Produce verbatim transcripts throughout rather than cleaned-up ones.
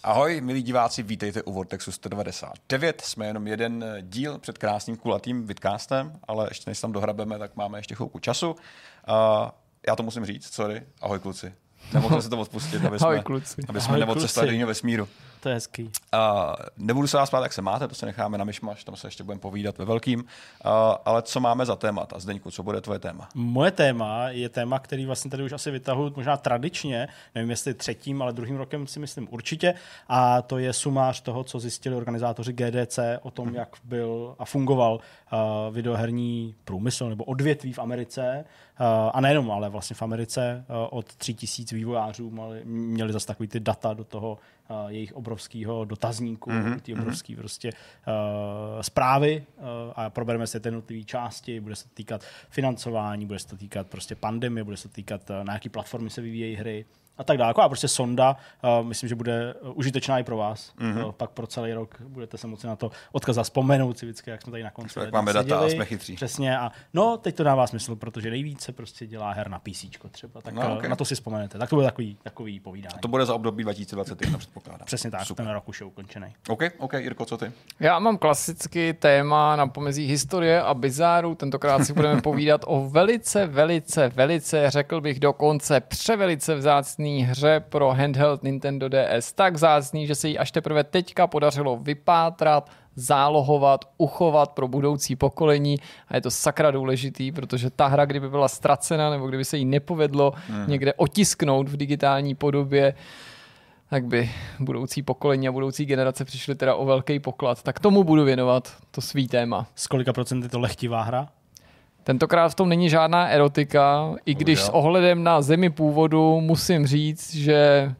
Ahoj, milí diváci, vítejte u Vortexu sto devadesát devět. Jsme jenom jeden díl před krásným kulatým vidcastem, ale ještě než tam dohrabeme, tak máme ještě chvilku času. Uh, já to musím říct, sorry. Ahoj kluci. Nemohl se to odpustit, aby jsme, aby jsme neodcestovali do vesmíru. To je hezký. Uh, nebudu se vás ptát, jak se máte, to se necháme na myšmaš, tam se ještě budeme povídat ve velkým. Uh, ale co máme za témata? Zdeňku, co bude tvoje téma? Moje téma je téma, který vlastně tady už asi vytahuji možná tradičně, nevím jestli třetím, ale druhým rokem si myslím určitě. A to je sumář toho, co zjistili organizátoři G D C o tom, hmm. jak byl a fungoval uh, videoherní průmysl nebo odvětví v Americe. Uh, a nejenom, ale vlastně v Americe uh, od tří tisíc vývojářů měli, měli zase takový ty data do toho uh, jejich obrovského dotazníku, mm-hmm. ty obrovský prostě uh, zprávy uh, a probereme si ty jednotlivé části, bude se to týkat financování, bude se to týkat prostě pandemie, bude se to týkat uh, na jaký platformy se vyvíjejí hry a tak dále. Taková prostě sonda, uh, myslím, že bude užitečná i pro vás. Mm-hmm. Uh, pak pro celý rok budete se moci na to odkazat, vzpomenout si vždycky, jak jsme tady na konci. Jak máme data a jsme chytří. Přesně. A no, teď to dává smysl, protože nejvíce prostě dělá her na PCčko třeba. Tak no, okay. Na to si vzpomenete. Tak to bude takový, takový povídání. A to bude za období dva tisíce dvacet jedna, předpokládám. Přesně tak, super. Ten rok už je ukončený. OK, OK, Jirko, co ty? Já mám klasický téma na pomezí historie a bizáru. Tentokrát si budeme povídat o velice, velice, velice, řekl bych dokonce převelice vzácný hře pro handheld Nintendo D S. Tak vzácný, že se jí až teprve teďka podařilo vypátrat, zálohovat, uchovat pro budoucí pokolení a je to sakra důležitý, protože ta hra, kdyby byla ztracena nebo kdyby se jí nepovedlo mm. někde otisknout v digitální podobě, tak by budoucí pokolení a budoucí generace přišly teda o velký poklad. Tak tomu budu věnovat to svý téma. Z kolika procent je to lehtivá hra? Tentokrát v tom není žádná erotika, i když s ohledem na zemi původu musím říct, že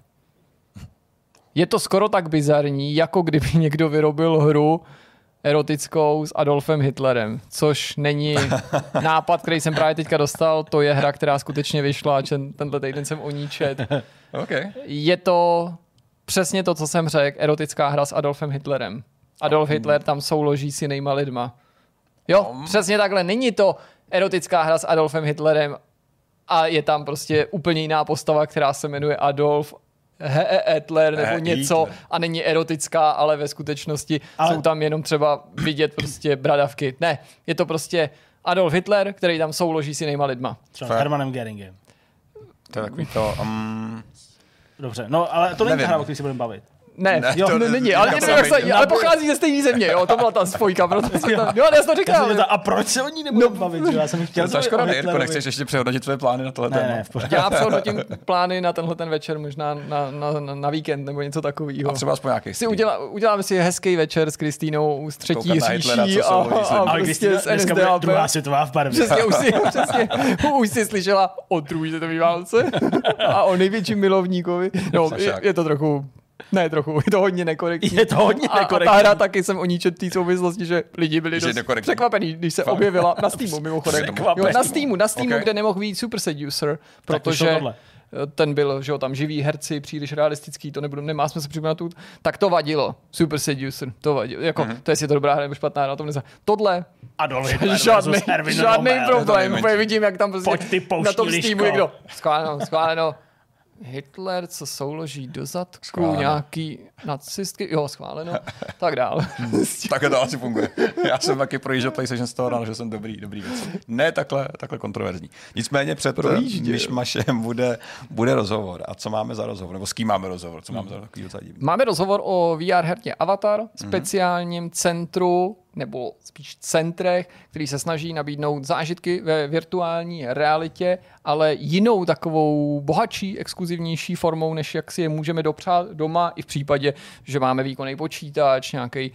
je to skoro tak bizarní, jako kdyby někdo vyrobil hru erotickou s Adolfem Hitlerem, což není nápad, který jsem právě teďka dostal, to je hra, která skutečně vyšla a tenhle týden jsem o ní čet. Okay. Je to přesně to, co jsem řekl, erotická hra s Adolfem Hitlerem. Adolf Hitler tam souloží s jinýma lidma. Jo, um. přesně takhle. Není to erotická hra s Adolfem Hitlerem a je tam prostě úplně jiná postava, která se jmenuje Adolf Hitler nebo něco a není erotická, ale ve skutečnosti ale... jsou tam jenom třeba vidět prostě bradavky. Ne, je to prostě Adolf Hitler, který tam souloží s jinýma lidma. Třeba s Hermanem Göringem. To je takový to... Um... Dobře, no ale to není hra, o který se budeme bavit. Ne, ne, jo, to ne, není, ale, nevím, jak se, ale pochází ze stejné země, jo, to byla ta spojka, proto jsem tam, jo, já jsem to říkal. Já a proč se o ní nebudeme no, bavit, že já jsem chtěl... To je škoda, Jirko, nechceš ještě přehodnotit tvé plány na tohle ne, téma? Ne, já přehodnotím plány na tenhle ten večer, možná na, na, na, na víkend nebo něco takového. A třeba aspoň nějaký si udělá, uděláme si hezký večer s Kristýnou z třetí říší a, a, a prostě z N S D A P. Druhá světová v barvě. Přesně, už si, přesně, už si slyšela o druhé světové válce a o největším milovníkovi. No, je to trochu... Ne, trochu, je to hodně nekorektní. Je to hodně nekorektní. A ta hra taky jsem o ní četl v té souvislosti, že lidi byli dost překvapení, když se objevila na Steamu mimochodem. Jo, na Steamu, na Steamu, okay. Kde nemohl být Super Seducer, protože ten byl, že jo, tam živí herci, příliš realistický, to nebudu, nemá smysl připomenout, tak to vadilo. Super Seducer, to vadilo. Jako, mm-hmm. to je, jestli je to dobrá hra nebo špatná hra, na tom nezá. Tohle, žádný, žádný problém. Úplně vidím, jak tam prostě na tom Steamu někdo, schváleno, schváleno. Hitler, co souloží do zadku, schváleno. Nějaký nacistky, jo, schváleno, tak dál. Takhle to asi funguje. Já jsem taky projížděl PlayStation Store, že jsem dobrý, dobrý věc. Ne takhle, takhle kontroverzní. Nicméně před myšmašem bude, bude rozhovor. A co máme za rozhovor? Nebo s kým máme rozhovor? Co máme za takový docela divný? Máme rozhovor o V R herně Avatar, speciálním mm-hmm. centru, nebo spíš centrech, který se snaží nabídnout zážitky ve virtuální realitě, ale jinou takovou bohatší, exkluzivnější formou, než jak si je můžeme dopřát doma, i v případě, že máme výkonný počítač, nějaký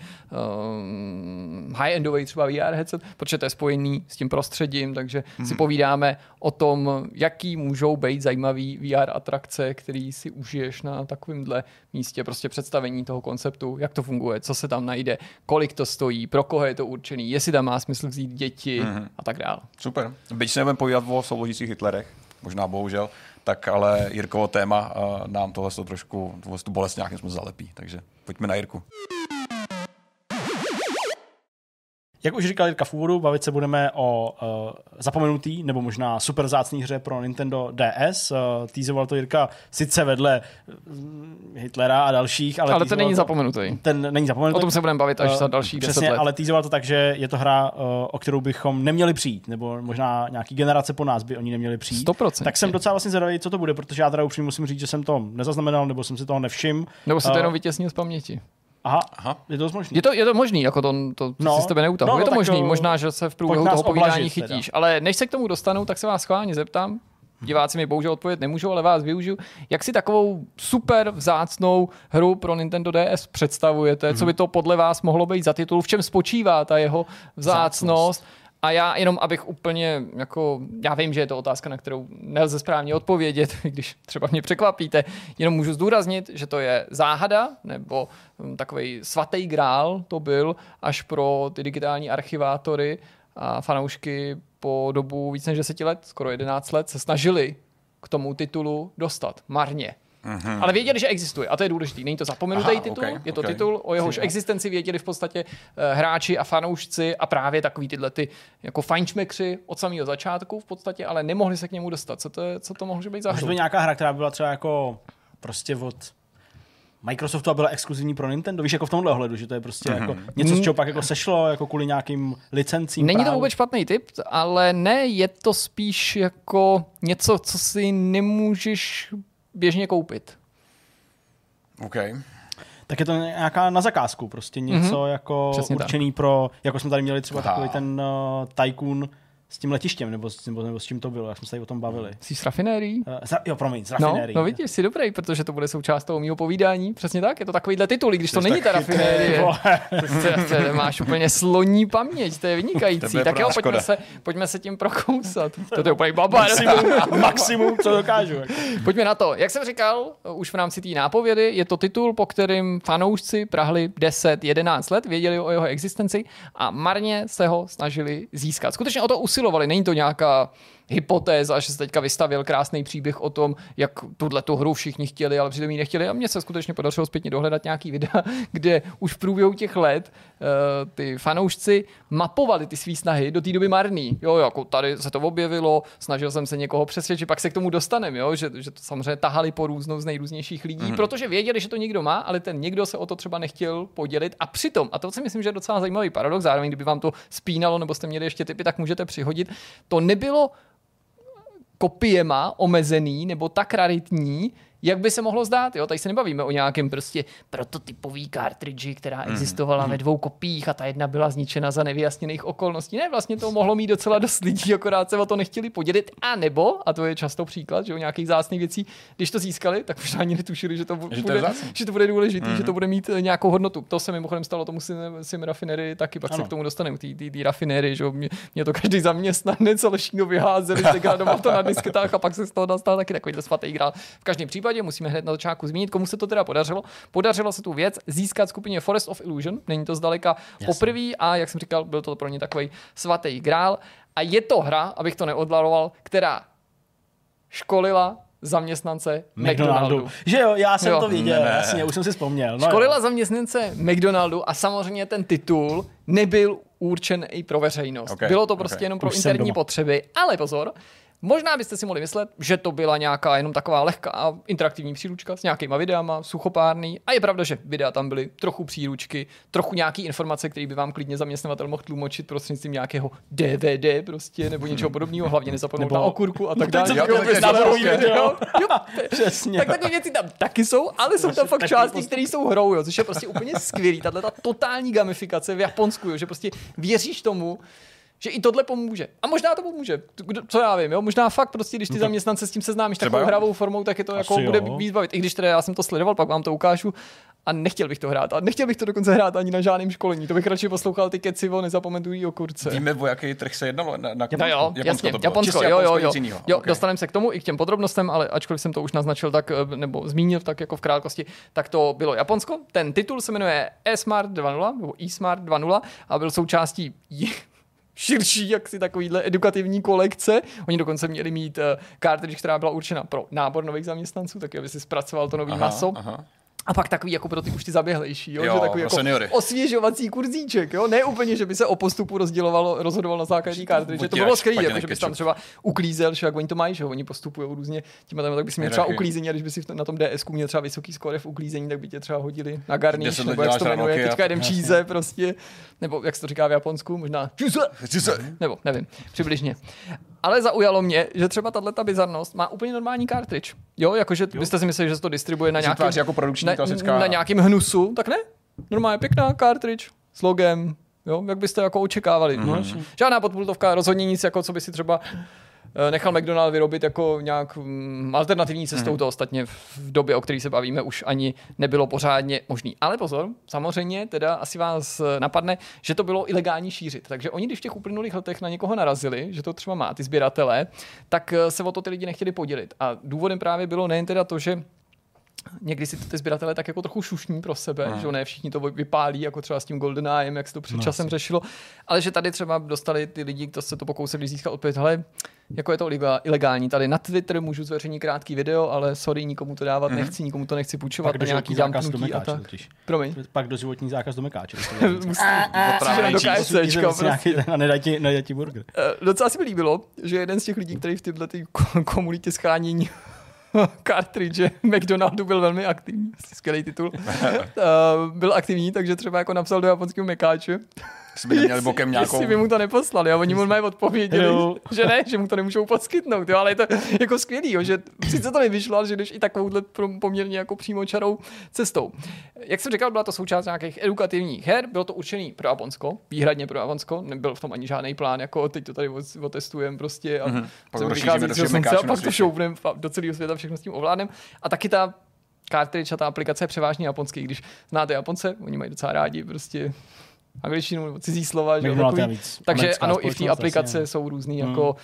um, high-endový třeba V R headset, protože to je spojený s tím prostředím, takže hmm. si povídáme o tom, jaký můžou být zajímavý V R atrakce, který si užiješ na takovémhle místě, prostě představení toho konceptu, jak to funguje, co se tam najde, kolik to stojí, pro koho je to určený, jestli tam má smysl vzít děti mm-hmm. a tak dále. Super. Byť se nebudeme povídat o souložících Hitlerech, možná bohužel, tak ale Jirkovo téma uh, nám tohle trošku, tohle tu bolest nějakým způsobem zalepí, takže pojďme na Jirku. jak už říkal Jirka v úvodu, bavit se budeme o uh, zapomenutý nebo možná super vzácný hře pro Nintendo D S. Uh, Týzoval to Jirka sice vedle Hitlera a dalších, ale, ale ten není to, zapomenutý. Ten není zapomenutý. O tom se budeme bavit až uh, za další deset přesně, let. ale týzoval to tak, že je to hra, uh, o kterou bychom neměli přijít, nebo možná nějaký generace po nás by oni neměli přijít. sto procent. Tak jsem docela vlastně zvědavý, co to bude, protože já teda upřímně musím říct, že jsem to nezaznamenal, nebo jsem si toho nevšiml. Nebo si to uh, jenom vytěsnil z paměti. Aha, Aha, je to možný. Je to, je to možný, jako to, to no, si z tebe neutahu. No, je to možný, to, možná, že se v průběhu toho povídání chytíš. Teda. Ale než se k tomu dostanu, tak se vás schválně zeptám. Diváci mi bohužel odpovědět nemůžou, ale vás využiju. Jak si takovou super vzácnou hru pro Nintendo D S představujete? Mm-hmm. Co by to podle vás mohlo být za titul? V čem spočívá ta jeho vzácnost? A já jenom, abych úplně, jako, já vím, že je to otázka, na kterou nelze správně odpovědět, když třeba mě překvapíte, jenom můžu zdůraznit, že to je záhada, nebo takovej svatý grál to byl, až pro ty digitální archivátory a fanoušky po dobu víc než deseti let, skoro jedenáct let, se snažili k tomu titulu dostat. Marně. Mm-hmm. Ale věděli, že existuje. A to je důležitý. Není to zapomenutý Aha, titul, okay, je to okay. titul, o jehož existenci věděli v podstatě uh, hráči a fanoušci a právě takový tyhle ty jako fajnšmekři od samého začátku v podstatě, ale nemohli se k němu dostat. Co to, je, co to mohlo být za hru? To by nějaká hra, která byla třeba jako prostě od Microsoftu a byla exkluzivní pro Nintendo, víš, jako v tomhle ohledu, že to je prostě mm-hmm. jako něco, z čeho pak jako sešlo, jako kvůli nějakým licencím. Není právu. To vůbec špatný tip, ale ne, je to spíš jako něco, co si nemůžeš běžně koupit. OK. Tak je to nějaká na zakázku, prostě něco mm-hmm. jako Přesně určený tak. pro, jako jsme tady měli třeba Aha. takový ten uh, Tycoon s tím letištěm, nebo, nebo, nebo s čím to bylo, jak jsme se tady o tom bavili. Jsi s rafinérií? Uh, z, jo, promiň, s rafinérií. No, no vidíš, jsi dobrý, protože to bude součást toho mýho povídání. Přesně tak, je to takovýhle titul, když to není ta rafinérie. To máš úplně sloní paměť, to je vynikající. Tak jo, pojďme se, pojďme se tím prokousat. To je úplně baba. Maximum, maximum, co dokážu. Pojďme na to. Jak jsem říkal, už v rámci té nápovědy, je to titul, po kterým fanoušci prahli deset jedenáct let, věděli o jeho existenci a marně se ho snažili získat. Skutečně o to usilovali, není to nějaká hypotéza, že se teďka vystavil krásný příběh o tom, jak tuhle tu hru všichni chtěli, ale přitom ji nechtěli. A mně se skutečně podařilo zpětně dohledat nějaký videa, kde už v průběhu těch let uh, ty fanoušci mapovali ty svý snahy do té doby marný. Jo, jako tady se to objevilo, snažil jsem se někoho přesvědčit, pak se k tomu dostaneme, jo, že, že to samozřejmě tahali po různou z nejrůznějších lidí, mm-hmm. protože věděli, že to někdo má, ale ten někdo se o to třeba nechtěl podělit. A přitom, a to si myslím, že je docela zajímavý paradox, zároveň kdyby vám to spínalo nebo jste měli ještě tipy, tak můžete přihodit. To nebylo kopiema omezený nebo tak raritní, jak by se mohlo zdát. Jo? Tady se nebavíme o nějakém prostě prototypový cartridge, která mm. existovala mm. ve dvou kopiích a ta jedna byla zničena za nevyjasněných okolností. Ne, vlastně to mohlo mít docela dost lidí, akorát se o to nechtěli podělit. A nebo, a to je často příklad, že o nějakých vzácných věcí, když to získali, tak možná ani netušili, že to, že bude, to, že to bude důležité, mm. že to bude mít nějakou hodnotu. To se mimochodem stalo tomu sim rafinery taky, pak ano. se k tomu dostaneme, ty rafinery, že mě, mě to každý zaměstnanec, ale všichni vyházeli, doma to na disketách a pak se z toho nastal taky takový svatý grál. V každém případě musíme hned na začátku zmínit, komu se to teda podařilo. Podařilo se tu věc získat skupině Forest of Illusion. Není to zdaleka poprvé a jak jsem říkal, byl to pro ně takový svatý grál. A je to hra, abych to neodlaroval, která školila zaměstnance McDonaldu. McDonaldu. Že jo, já jsem jo. to viděl, ne. jasně, už jsem si vzpomněl. No školila jo. zaměstnance McDonaldu a samozřejmě ten titul nebyl určen i pro veřejnost. Okay. Bylo to prostě okay. jenom pro už interní potřeby, ale pozor, možná byste si mohli myslet, že to byla nějaká jenom taková lehká interaktivní příručka s nějakýma videama, suchopárný. A je pravda, že videa tam byly trochu příručky, trochu nějaký informace, které by vám klidně zaměstnavatel mohl tlumočit prostřednictvím nějakého D V D prostě nebo něčeho podobného, hlavně nezapomenout na okurku a tak dále. Přesně. Tak takové věci tam taky jsou, ale jsou tam fakt části, které jsou hrou, jo, což je prostě úplně skvělý. Tahle ta totální gamifikace v Japonsku, jo, že prostě věříš tomu, že i tohle pomůže. A možná to pomůže. Co já vím, jo? Možná fakt prostě, když ty zaměstnance s tím seznámíš takovou hravou formou, tak je to jako bude víc bavit. I když teda já jsem to sledoval, pak vám to ukážu a nechtěl bych to hrát. A nechtěl bych to dokonce hrát ani na žádném školení. To bych radši poslouchal ty keci o nezapomenují o kurce. Víme, o jaký trh se jednalo? Na, na no jo, jasně, to bylo. Japonsko, jo, jo, jo. jo okay. Dostaneme se k tomu i k těm podrobnostem, ale ačkoliv jsem to už naznačil tak, nebo zmínil tak jako v krátkosti, tak to bylo Japonsko. Ten titul se jmenuje eSmart dva nula, nebo eSmart dva nula a byl součástí širší jaksi takovýhle edukativní kolekce. Oni dokonce měli mít uh, cartridge, která byla určena pro nábor nových zaměstnanců, tak aby si zpracoval to nový aha, maso. Aha. A pak takový jako pro ty už ty zaběhlejší, jo? Jo, Že takový pro jako seniory. osvěžovací kurzíček, jo? Ne úplně, že by se o postupu rozdělovalo, rozhodovalo na základní karty, že to by bylo skvělé, jako, že bys tam třeba uklízel, že jak oni to mají, že oni postupují různě tím, tak bys měl třeba uklízení, a když by si na tom DSku měl třeba vysoký skóre v uklízení, tak by tě třeba hodili na garniš, nebo jak se to jmenuje, teďka jdem cheese prostě, nebo jak se to říká v Japonsku, možná cheese, nebo nevím, přibližně. Ale zaujalo mě, že třeba tato bizarnost má úplně normální cartridge. Jo, jakože byste si mysleli, že se to distribuje na nějakém, jako produkční na, klasická... na nějakém hnusu, tak ne? Normálně pěkná cartridge s logem, jo, jak byste jako očekávali. Mm-hmm. Žádná podpultovka, rozhodně nic, jako co by si třeba nechal McDonald vyrobit jako nějak um, alternativní cestou, mm. to ostatně v době, o které se bavíme, už ani nebylo pořádně možný. Ale pozor, samozřejmě teda asi vás napadne, že to bylo ilegální šířit. Takže oni, když v těch uplynulých letech na někoho narazili, že to třeba má ty sběratele, tak se o to ty lidi nechtěli podělit. A důvodem právě bylo nejen teda to, že někdy si ty sběratelé tak jako trochu šušní pro sebe, no. Že ne všichni to vypálí, jako třeba s tím GoldenEyem, jak se to před no, časem asi. řešilo, ale že tady třeba dostali ty lidi, kdo se to pokousili získat odpověď, hele, jako je to ilegální, tady na Twitter můžu zveřejnit krátký video, ale sorry, nikomu to dávat mm-hmm. nechci, nikomu to nechci půjčovat, na nějaký zamknutí a tak. Promiň. Pak doživotní zákaz domekáče. A nedaj ti burger. Docela si mi líbilo, že jeden z těch lidí, který v této komunitě schránění cartridge McDonaldu byl velmi aktivní, skvělý titul, uh, byl aktivní, takže třeba jako napsal do japonského mekáče, Měli bokem nějakou... jestli by mu to neposlali a oni mu mají odpověděli, jo. že ne, že mu to nemůžou poskytnout, jo, ale je to jako skvělý, jo, že sice to nevyšlo, ale že jdeš i takovouhle poměrně jako přímočarou cestou. Jak jsem říkal, byla to součást nějakých edukativních her, bylo to určený pro Japonsko, výhradně pro Japonsko, nebyl v tom ani žádný plán, jako teď to tady otestujeme prostě a mm-hmm. vychází z slunce a pak to šoupneme do celého světa, všechno s tím ovládnem. A taky ta cartridge a ta aplikace je převážně japonský, když znáte Japonce, oni mají docela rádi prostě angličtinu nebo cizí slova, že takový. Takže ano, i v té aplikace vlastně jsou různý hmm. jako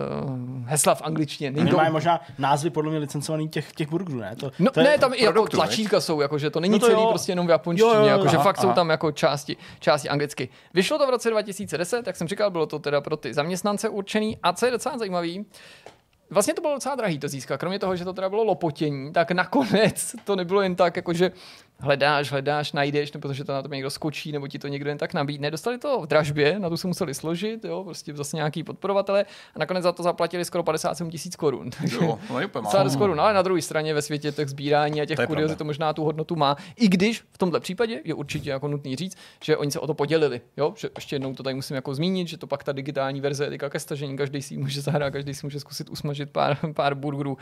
uh, hesla v angličtině. Oni mají možná názvy podle mě licencovaný těch, těch burgerů, ne? To, no to ne, tam i jako tlačítka jsou, jako, že to není no to celý jo. prostě jenom v japonštině, jako, že fakt aha. jsou tam jako části, části anglicky. Vyšlo to v roce dva tisíce deset, jak jsem říkal, bylo to teda pro ty zaměstnance určený a co je docela zajímavý, vlastně to bylo docela drahý to získat, kromě toho, že to teda bylo lopotění, tak nakonec to nebylo jen tak, jakože hledáš, hledáš, najdeš, nebo protože to na to někdo skočí, nebo ti to někdo jen tak nabídne. Dostali to v dražbě, na to se museli složit, jo, prostě zase nějaký podporovatele a nakonec za to zaplatili skoro padesát sedm tisíc korun. Jo, padesát korun, ale na druhé straně ve světě těch sbírání a těch kuriozit to možná tu hodnotu má. I když v tomhle případě je určitě jako nutný říct, že oni se o to podělili, jo, že ještě jednou to tady musím jako zmínit, že to pak ta digitální verze je teďka ke stažení, každý si může zahrát, každý si může zkusit usmažit pár, pár burgerů.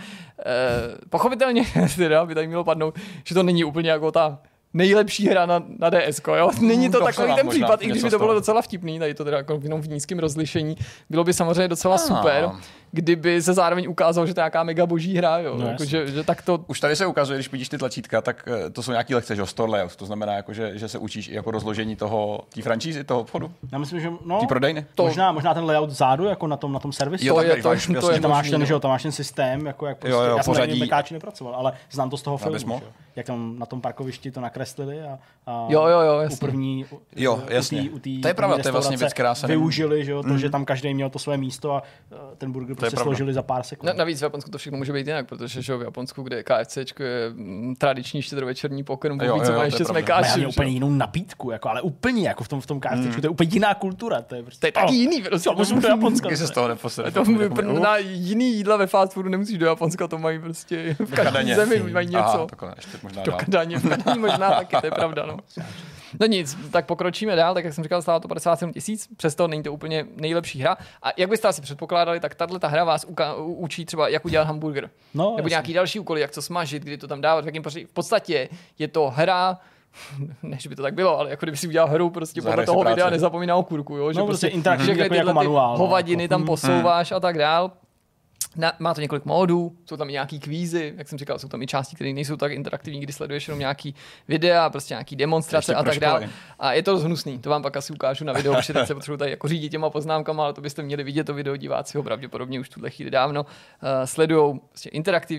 E, pochopitelně teda by tady mělo padnout, že to není úplně jako ta nejlepší hra na, na D S, jo? Není to takový ten případ, i když by to bylo docela vtipný, tady to teda jako jenom v nízkém rozlišení, bylo by samozřejmě docela super, kdyby se zároveň ukázalo, že to je nějaká mega boží hra, jo? No, jako, že, že tak to... Už tady se ukazuje, když vidíš ty tlačítka, tak to jsou nějaký lekce, že store layout, to znamená, jako, že, že se učíš i jako rozložení toho, té franšízy, toho obchodu. Já myslím, že no, tý prodejny. To... Možná, možná ten layout vzadu, jako na tom, na tom servisu. Jo, to je to, to, to je tam máš ten, že tam máš ten systém, jako jak prostě, jo, jo, já jsem pořadí... na Mekáči nepracoval, ale znám to z toho filmu, jak tam na tom parkovišti to nakreslili a, a jo, jo, jo, u první jo, jasně. U tý, u tý, to je pravda, to je vlastně věc, která se využili, že jo, to, mm. že tam každý měl to své místo a ten burger prostě složili za pár sekund. Na, navíc v Japonsku to všechno může být jinak, protože že v Japonsku, kde KFCčko je tradiční štědrovečerní pokrm, pokud co má ještě smekáči. Mají úplně jinou nabídku, jako, ale úplně jako v tom v tom KFCčku, mm. to je úplně jiná kultura, to je prostě. To je taky jiný, prostě. Musím do Japonska. Se z toho neposede. Na jiný jídla ve fast foodu nemusíš do Japonska, to mají prostě v každé zemi mají něco. Do Kadaně, v Kadaně možná taky, to je pravda, no. No nic, tak pokročíme dál, tak jak jsem říkal, stálo to padesát sedm tisíc, přesto není to úplně nejlepší hra. A jak byste asi předpokládali, tak tahle ta hra vás uka- učí třeba, jak udělat hamburger. No, nebo jasný. nějaký další úkoly, jak to smažit, kdy to tam dávat, v jakém pořadí. V podstatě je to hra, ne, že by to tak bylo, ale jako kdyby si udělal hru prostě podle toho práce. Videa nezapomíná o kurku, jo? Že no, prostě interaktivní jako, jako manuál. Hovadiny no, tam posouváš a tak dál. Na, má to několik módů, jsou tam i nějaký kvízy, jak jsem říkal, jsou tam i části, které nejsou tak interaktivní, kdy sleduješ jenom nějaký videa, prostě nějaký demonstrace a tak dále. A je to rozhnusný, to vám pak asi ukážu na video, protože se potřebuji tady jako řídit těma poznámkama, ale to byste měli vidět to video, diváci ho pravděpodobně už tuhle chvíli dávno uh, sledujou prostě interaktivní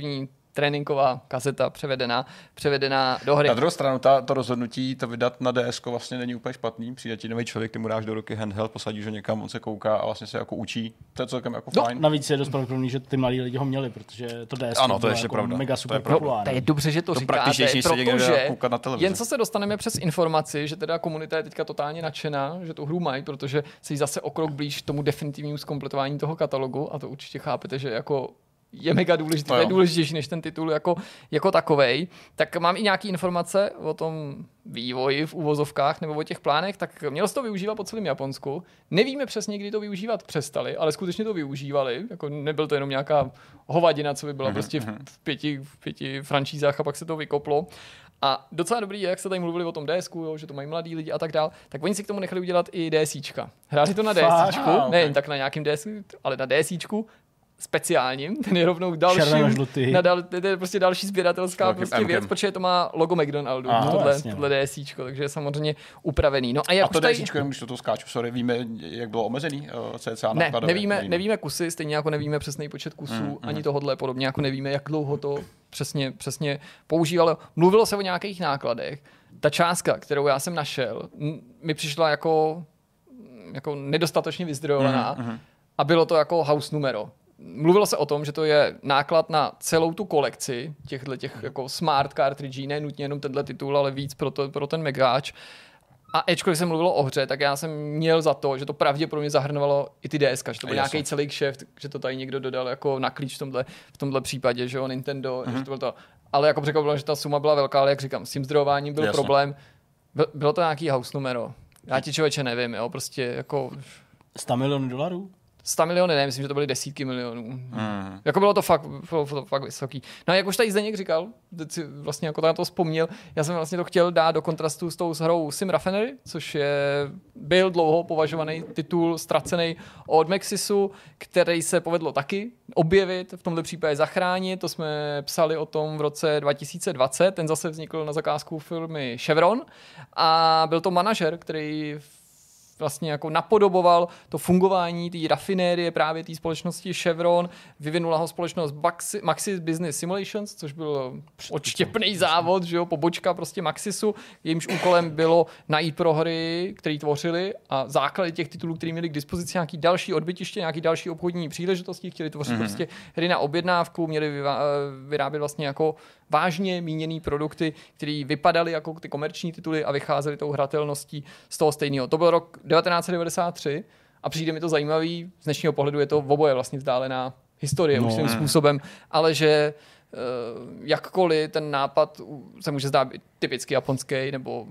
tréninková kazeta převedená, převedená do hry. Na druhou stranu, ta, to rozhodnutí to vydat na D S vlastně není úplně špatný. Přijde ti nový člověk, ty mu dáš do ruky handheld, posadíš ho někam, on se kouká a vlastně se jako učí. To je celkem jako no, fajn. Navíc je dost pravděpodobný, že ty mladí lidi ho měli, protože to D S ano, to je ještě jako pravda. mega super to je populární. To je dobře, že to, to říkáte, protože koukat na televizi. jen co se dostaneme přes informaci, že teda komunita je teďka totálně nadšená, že tu hru mají, protože se jí zase o krok blíž tomu definitivnímu zkompletování toho katalogu a to určitě chápete, že jako je mega důležitý, to je důležitější než ten titul jako, jako takovej. Tak mám i nějaké informace o tom vývoji v uvozovkách nebo o těch plánech, tak mělo se to využívat po celém Japonsku. Nevíme přesně, kdy to využívat přestali, ale skutečně to využívali. Jako nebyl to jenom nějaká hovadina, co by byla mm-hmm. prostě v, v, pěti, v pěti franšízách a pak se to vykoplo. A docela dobrý je, jak se tady mluvili o tom DSku, jo, že to mají mladí lidi a tak dál, tak oni si k tomu nechali udělat i DSíčka. Hráli to na DSíčku, ah, okay. nejen tak na nějakým DSku, ale na DSíčku speciálním, ten je rovnou další, na dal, to je prostě další sběratelská prostě věc, protože to má logo McDonaldu, ah, tohle, vlastně, tohle DSíčko, takže je samozřejmě upravený. No a, jak a to tady... DSíčko, jenom když to skáču, sorry, víme, jak bylo omezený uh, cca ne, nákladově? nevíme, nevíme. nevíme kusy, stejně jako nevíme přesný počet kusů, mm, ani mm. tohodle podobně, jako nevíme, jak dlouho to přesně, přesně používalo. Mluvilo se o nějakých nákladech. Ta částka, kterou já jsem našel, mi přišla jako, jako nedostatečně vyzdrojovaná mm, mm. a bylo to jako house numero. Mluvilo se o tom, že to je náklad na celou tu kolekci těchto těch jako smart cartridge, ne nutně jenom tenhle titul, ale víc pro, to, pro ten megáč. A ačkoliv se mluvilo o hře, tak já jsem měl za to, že to pravděpodobně zahrnovalo i ty DSka, že to byl nějaký celý kšeft, že to tady někdo dodal jako na klíč v tomhle, v tomhle případě, že jo, Nintendo, mm-hmm. že to bylo to. Ale jako překvapilo, že ta suma byla velká, ale jak říkám, s tím zdrojováním byl Jasně. problém. Bylo to nějaký house numero. Já ti člověče nevím, jo, prostě jako... sto milionů dolarů? sto miliony, ne, myslím, že to byly desítky milionů. Mm. Jako bylo to fakt, bylo to fakt vysoký. No a jak už tady Zdeněk říkal, teď si vlastně jako na to vzpomněl, já jsem vlastně to chtěl dát do kontrastu s tou hrou Sim Raffinery, což je, byl dlouho považovaný titul ztracený od Maxisu, který se povedlo taky objevit, v tomto případě zachránit. To jsme psali o tom v roce dva tisíce dvacet, ten zase vznikl na zakázku firmy Chevron a byl to manažer, který vlastně jako napodoboval to fungování té rafinérie právě té společnosti Chevron, vyvinula ho společnost Maxis, Maxis Business Simulations, což byl odštěpný závod, že jo, pobočka prostě Maxisu, jejímž úkolem bylo najít pro hry, které tvořili a základy těch titulů, které měli k dispozici nějaký další odbytiště, nějaký další obchodní příležitosti, chtěli tvořit mm-hmm. prostě hry na objednávku, měli vyrábět vlastně jako vážně míněný produkty, které vypadaly jako ty komerční tituly a vycházely tou hratelností z toho stejného. To byl rok devatenáct set devadesát tři a přijde mi to zajímavý, z dnešního pohledu je to v oboje vlastně vzdálená historie no. už svým způsobem, ale že uh, jakkoliv ten nápad se může zdát typicky japonský nebo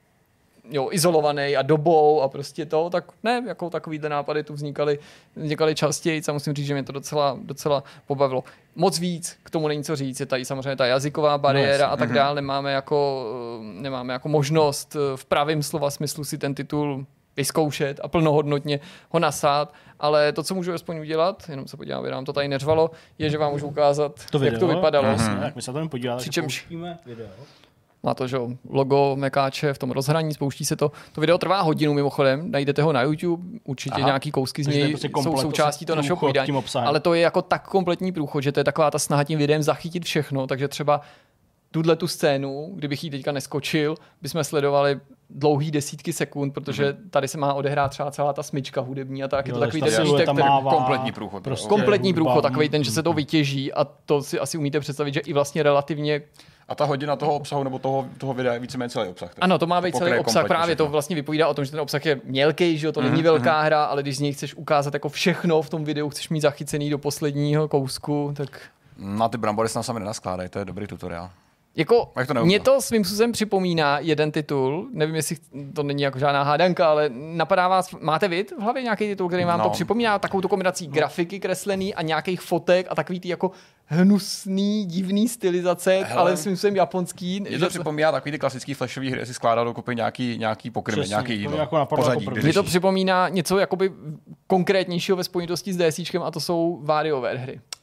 jo, izolovaný a dobou a prostě to, tak ne, jako takovýhle nápady tu vznikaly, vznikaly častěji a musím říct, že mě to docela, docela pobavilo. Moc víc k tomu není co říct, je tady samozřejmě ta jazyková bariéra no, a tak mm-hmm. dále, nemáme jako, nemáme jako možnost v pravém slova smyslu si ten titul vyzkoušet a plnohodnotně ho nasát, ale to, co můžu aspoň udělat, jenom se podívám, aby nám to tady neřvalo, je, že vám můžu ukázat, to jak to vypadalo. Mm-hmm. Jak my se tam podíváme, přičemž video. Má to, že logo mekáče v tom rozhraní, spouští se to. To video trvá hodinu mimochodem, najdete ho na YouTube, určitě Aha, nějaký kousky z něj prostě jsou součástí toho našeho povídání. Ale to je jako tak kompletní průchod, že to je taková ta snaha tím videem zachytit všechno, takže třeba tuhle tu scénu, kdybych ji teďka neskočil, bychom sledovali dlouhý desítky sekund, protože mm-hmm. tady se má odehrát třeba celá ta smyčka hudební a tak. Jo, je to takový ten výštek, kompletní průchod. Prostě kompletní hudba, průchod, takový ten, že se to vytěží a to si asi umíte představit, že i vlastně relativně. A ta hodina toho obsahu nebo toho, toho videa je víceméně celý obsah. Tak? Ano, to má být celý obsah. Právě všechno. To vlastně vypovídá o tom, že ten obsah je mělký, že to mm-hmm. není velká hra, ale když z něj chceš ukázat jako všechno v tom videu, chceš mít zachycený do posledního kousku, tak. Na ty brambory se nám sami nenaskládají, to je dobrý tutoriál. Jako, to mě to svým způsobem připomíná jeden titul, nevím, jestli to není jako žádná hádanka, ale napadá vás, máte vy v hlavě nějaký titul, který vám no. to připomíná, takovou tu kombinací grafiky kreslený a nějakých fotek a takový ty jako hnusný, divný stylizace, hele, ale svým způsobem japonský. Mě to připomíná takový ty klasický flashový hry, si skládal dokupy nějaký, nějaký pokrymy, nějaký jídlo, jako pořadí. Mě to připomíná něco jakoby konkrétnějšího ve spojitosti s DSíčkem a to jsou WarioWare hry.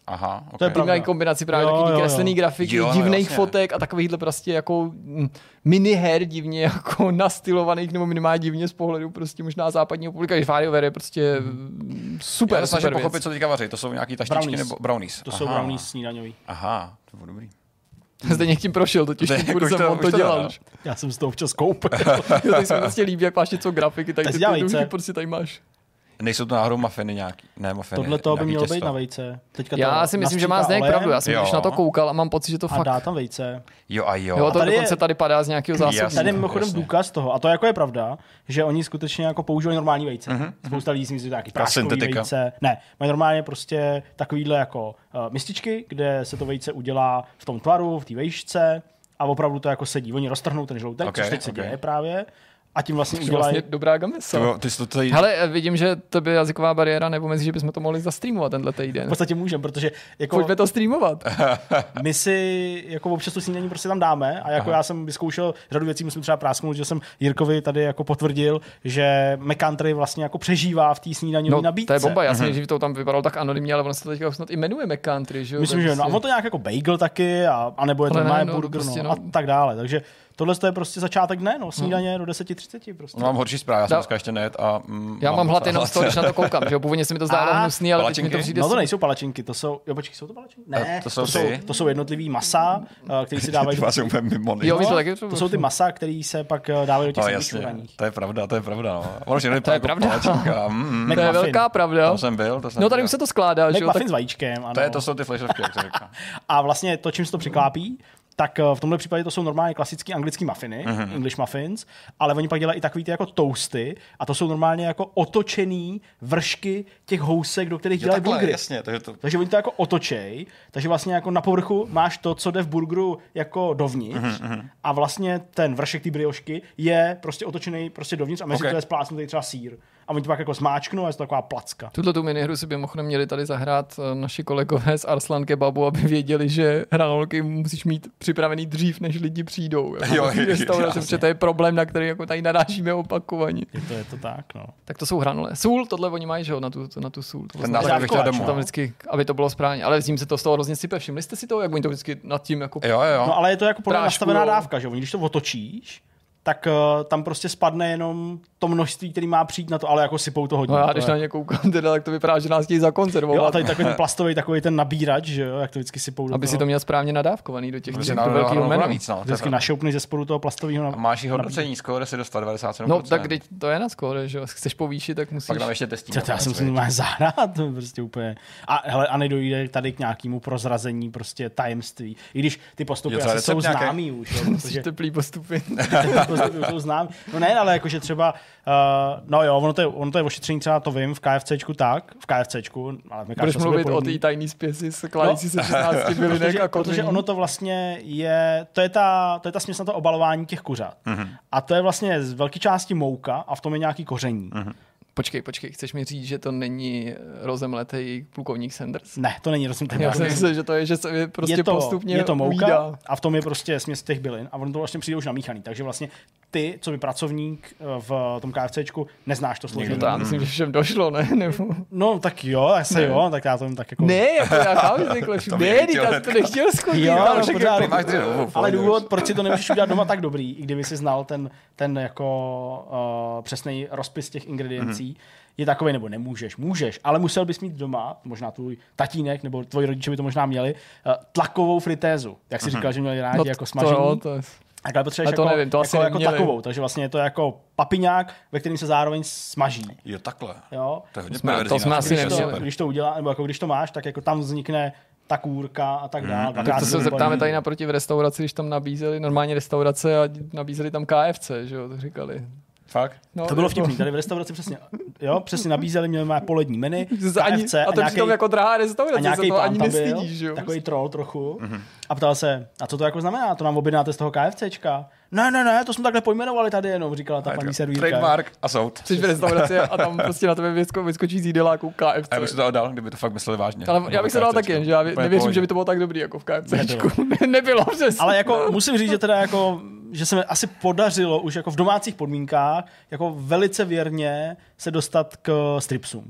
Aha, okay. To je Ty mají kombinaci právě Jo, takový jo, jo. kreslený grafiky, Jo, no, divných jasně. fotek a takovýchhle prostě jako mm, miniher divně jako nastylovaných nebo minimálně divně z pohledu prostě možná západního publika. WarioWare je prostě mm. super, Já se snažím super věc. pochopit, co teďka vaří. To jsou nějaký taštičky Brownies. nebo brownies. To jsou Aha. brownies snídaňový. Aha, to bylo dobrý. Zdeněk tím prošel, totiž To je- tím už kurzem to- on už to to dělal. dá. Já jsem z toho občas koupil. Jo, tak se mi prostě líbí, jak máš něco grafiky, tady Tak ty si dělá ty vejce. duchy prostě tady máš. Nejsou to náhodou muffiny nějaký? Ne, muffiny. Tohle to by nějaký mělo těsto. být na vejce. Teďka to Já si myslím, že má nastříká Zdeněk olejem pravdu, já jsem Jo. když na to koukal a mám pocit, že to a fakt... dá tam vejce. Jo a jo. Jo, A to tady dokonce je- tady padá z nějakého zásobníku. Jasně. Tady je mimochodem jasně. důkaz toho, a to jako je pravda, že oni skutečně jako používají normální vejce. Mm-hmm. Spousta lidí si myslí, že to je nějaký práškový syntetika. vejce. Ne, mají normálně prostě takovýhle jako uh, mističky, kde se to vejce udělá v tom tvaru, v té vejšce a opravdu to jako sedí. Oni roztrhnou ten žloutek, Okay, což teď se okay. děje právě, a tím vlastně To je udělají... vlastně dobrá gamesa. To, ty jsi to tady... Hele, vidím, že to by jazyková bariéra, nebo myslíš, že bychom to mohli zastreamovat tenhle týden. V podstatě můžeme, protože jako Pojďme to streamovat. my si jako občas to snídaní prostě tam dáme a jako Aha. já jsem vyzkoušel řadu věcí, musím třeba prásknout, že jsem Jirkovi tady jako potvrdil, že McCountry vlastně jako přežívá v té snídaňové No, nabídce. to je bomba, jasně, že to tam vypadalo tak anonymně, ale ono se to teďka snad i jmenuje McCountry, že jo? Myslím, Tak že no. A prostě- ono to nějak jako bagel taky, a, a nebo je to Ale ne, normálně no, burger prostě no, no. a tak dále. Takže tohle je prostě začátek dne, no, snídaně do deset třicet prostě. No, mám horší zprávu, já jsem Da- dneska ještě nejet a... Mm, Já mám hlad docela jenom z toho, když na to koukám, že jo? Původně se mi to zdálo A, hnusný, ale teď mi palačinky? to přijde... No to super. nejsou palačinky, to jsou, jo počkej, jsou to palačinky? Ne, to jsou to, jsou, ty. to jsou jednotlivý masa, eh, který si dávají Ty do... vás je úplně mimo. Jo, vy to No, taky to jsou ty masa, který se pak eh, dávají do těch No sandvičů jasně, raných. to je pravda, to je pravda. No. Ono všechno To je vypadá jako pravda. palačinka. Mm, mm. To je McMuffin. velká pravda. Tam jsem byl, to jsem No tady byl. už se to skládá, že jo? McMuffin Tak s vajíčkem, ano. To, je, to jsou ty flashovky, jak se říká. A vlastně to, čím se to překlápí, tak eh, v tomhle případě to jsou normálně klasický anglický muffiny, Mhm. mm-hmm. English muffins, ale oni pak dělají i takový ty jako toasty a to jsou normálně jako otočený vršky těch housek, do kterých Jo, dělají takhle, burgery. jasně, takže to... Takže oni to jako otočej, takže vlastně jako na povrchu máš to, co jde v burgeru jako dovnitř Mhm, a vlastně ten vršek té briošky je prostě otočený prostě dovnitř a mezi Ok. to je splácnutý třeba sýr. A oni to pak jako smáčknou a je to taková placka. Tuhle tu minihru si by mimochodem měli tady zahrát eh, naši kolegové z Arslan Kebabu, aby věděli, že hranolky musíš mít připravený dřív, než lidi přijdou. Jako Jo, do té restaurace, jasně. protože to je problém, na který jako tady narážíme opakovaně. Je to, je to tak, no. Tak to jsou hranole. Sůl, tohle oni mají, že jo, na tu, na tu sůl. To Ten vlastně- název bych chtěl dávkovač, domů. tam vždycky, aby to bylo správně. Ale s tím se to z toho hrozně sype. Všimli jste si to, jak oni to vždycky nad tím jako... Jo, jo. No ale je to jako podle mě Prášku, nastavená jo. dávka, že jo? Když to otočíš, tak uh, tam prostě spadne jenom to množství, který má přijít na to, ale jako sypou to hodně. No já to když je- na ně koukám, teda, tak to vypadá, že nás chtějí zakonzervovat. Jo, a tady takový ten plastový, takový ten nabírač, že jo, jak to vždycky sypou do aby si toho. to měl správně nadávkovaný do těch, Prostě do na velkého hranolku menu. navíc, no, to je Vždycky pravda. našoupneš ze spodu toho plastového. A máš i hodnocení, skoro si dostal devadesát sedm No procent. tak když to je na skóre, že jo, chceš povýšit, tak musíš... Pak tam ještě testí. To já si musím normálně zahrát, to je prostě úplně. A hele, a nedojde tady k nějakému prozrazení prostě tajemství. I když ty postupy Je třeba asi jsou recept nějaký? známý už, jo, protože Teplý postupy. ty postupy už jsou známý. No ne, ale jakože třeba, uh, no jo, ono to, je, ono to je ošetření, třeba to vím, v KFCčku tak, v KFCčku, ale v Budeš McDonald's to mluvit bude o podobný. té tajné spěsi skládající se No. šestnáct bylinek Protože, a protože koření. ono to vlastně je, to je ta, to je ta směs na to obalování těch kuřat. Mm-hmm. A to je vlastně z velké části mouka a v tom je nějaký koření. Mm-hmm. Počkej, počkej, chceš mi říct, že to není rozemletý plukovník Sanders? Ne, to není, rozumím, Já jsem myslel, že to je, že se je prostě je to, postupně je to mouka ujídá. a v tom je prostě směs těch bylin a ono to vlastně přijde už namíchaný. Takže vlastně ty, co by pracovník eh, v tom KFCčku, neznáš to složení. No to já myslím, že všem došlo, ne? Nebo... No tak jo, asi jo, tak já to jim tak jako... Ne, jako já chápu, že takhle To bych ne, nechtěl já jsem to nechtěl schodit. Jo, ale no, však pořád. jako- Ty máš dvě novou Ale folii, důvod, proč si to nemůžeš udělat doma tak dobrý, i kdyby si znal ten, ten jako uh, přesný rozpis těch ingrediencí, mm-hmm. je takový, nebo nemůžeš, můžeš, ale musel bys mít doma, možná tvůj tatínek, nebo tvoji rodiče by to možná měli, uh, tlakovou fritézu, jak jsi mm-hmm. říkal, že měli rádi No jako to, smažení. jo, to je... Takhle potřebuješ Ale to jako, nevím, to asi jako, jako neměli. takovou, takže vlastně je to jako papiňák, ve kterém se zároveň smaží. Jo, takhle. Jo? To je hodně jsme- to perverzní jsme název, asi to je Když neměli. to, super. když to udělá, nebo jako když to máš, tak jako tam vznikne ta kůrka a tak dále. Mm, Tak to se zeptáme tady naproti v restauraci, když tam nabízeli normálně restaurace a nabízeli tam K F C, že jo, to říkali. Fakt? No, To bylo jako- vtipný, tady v restauraci přesně, jo, přesně nabízeli, měli má polední menu, Ani, K F C a to přitom jako drahá a restaurace, se nějaký to pán ani tam byl, nestydíš, že jo. takový troll trochu, mm-hmm. a ptal se, a co to jako znamená, to nám objednáte z toho KFCčka? Ne, ne, ne, to jsme takhle pojmenovali tady jenom, říkala ta paní servírka. Trademark a soud. Jsi v restauraci a tam prostě na tebe vysko, vyskočí z jídeláku K F A já bych C. si to dal, kdyby to fakt mysleli vážně. Ale já bych se dal taky, že já Úplně nevěřím, pohodě. že by to bylo tak dobrý jako v KFCčku. Nebylo přesně. Ale jako musím říct, že teda jako, že se mi asi podařilo už jako v domácích podmínkách jako velice věrně se dostat k stripsům.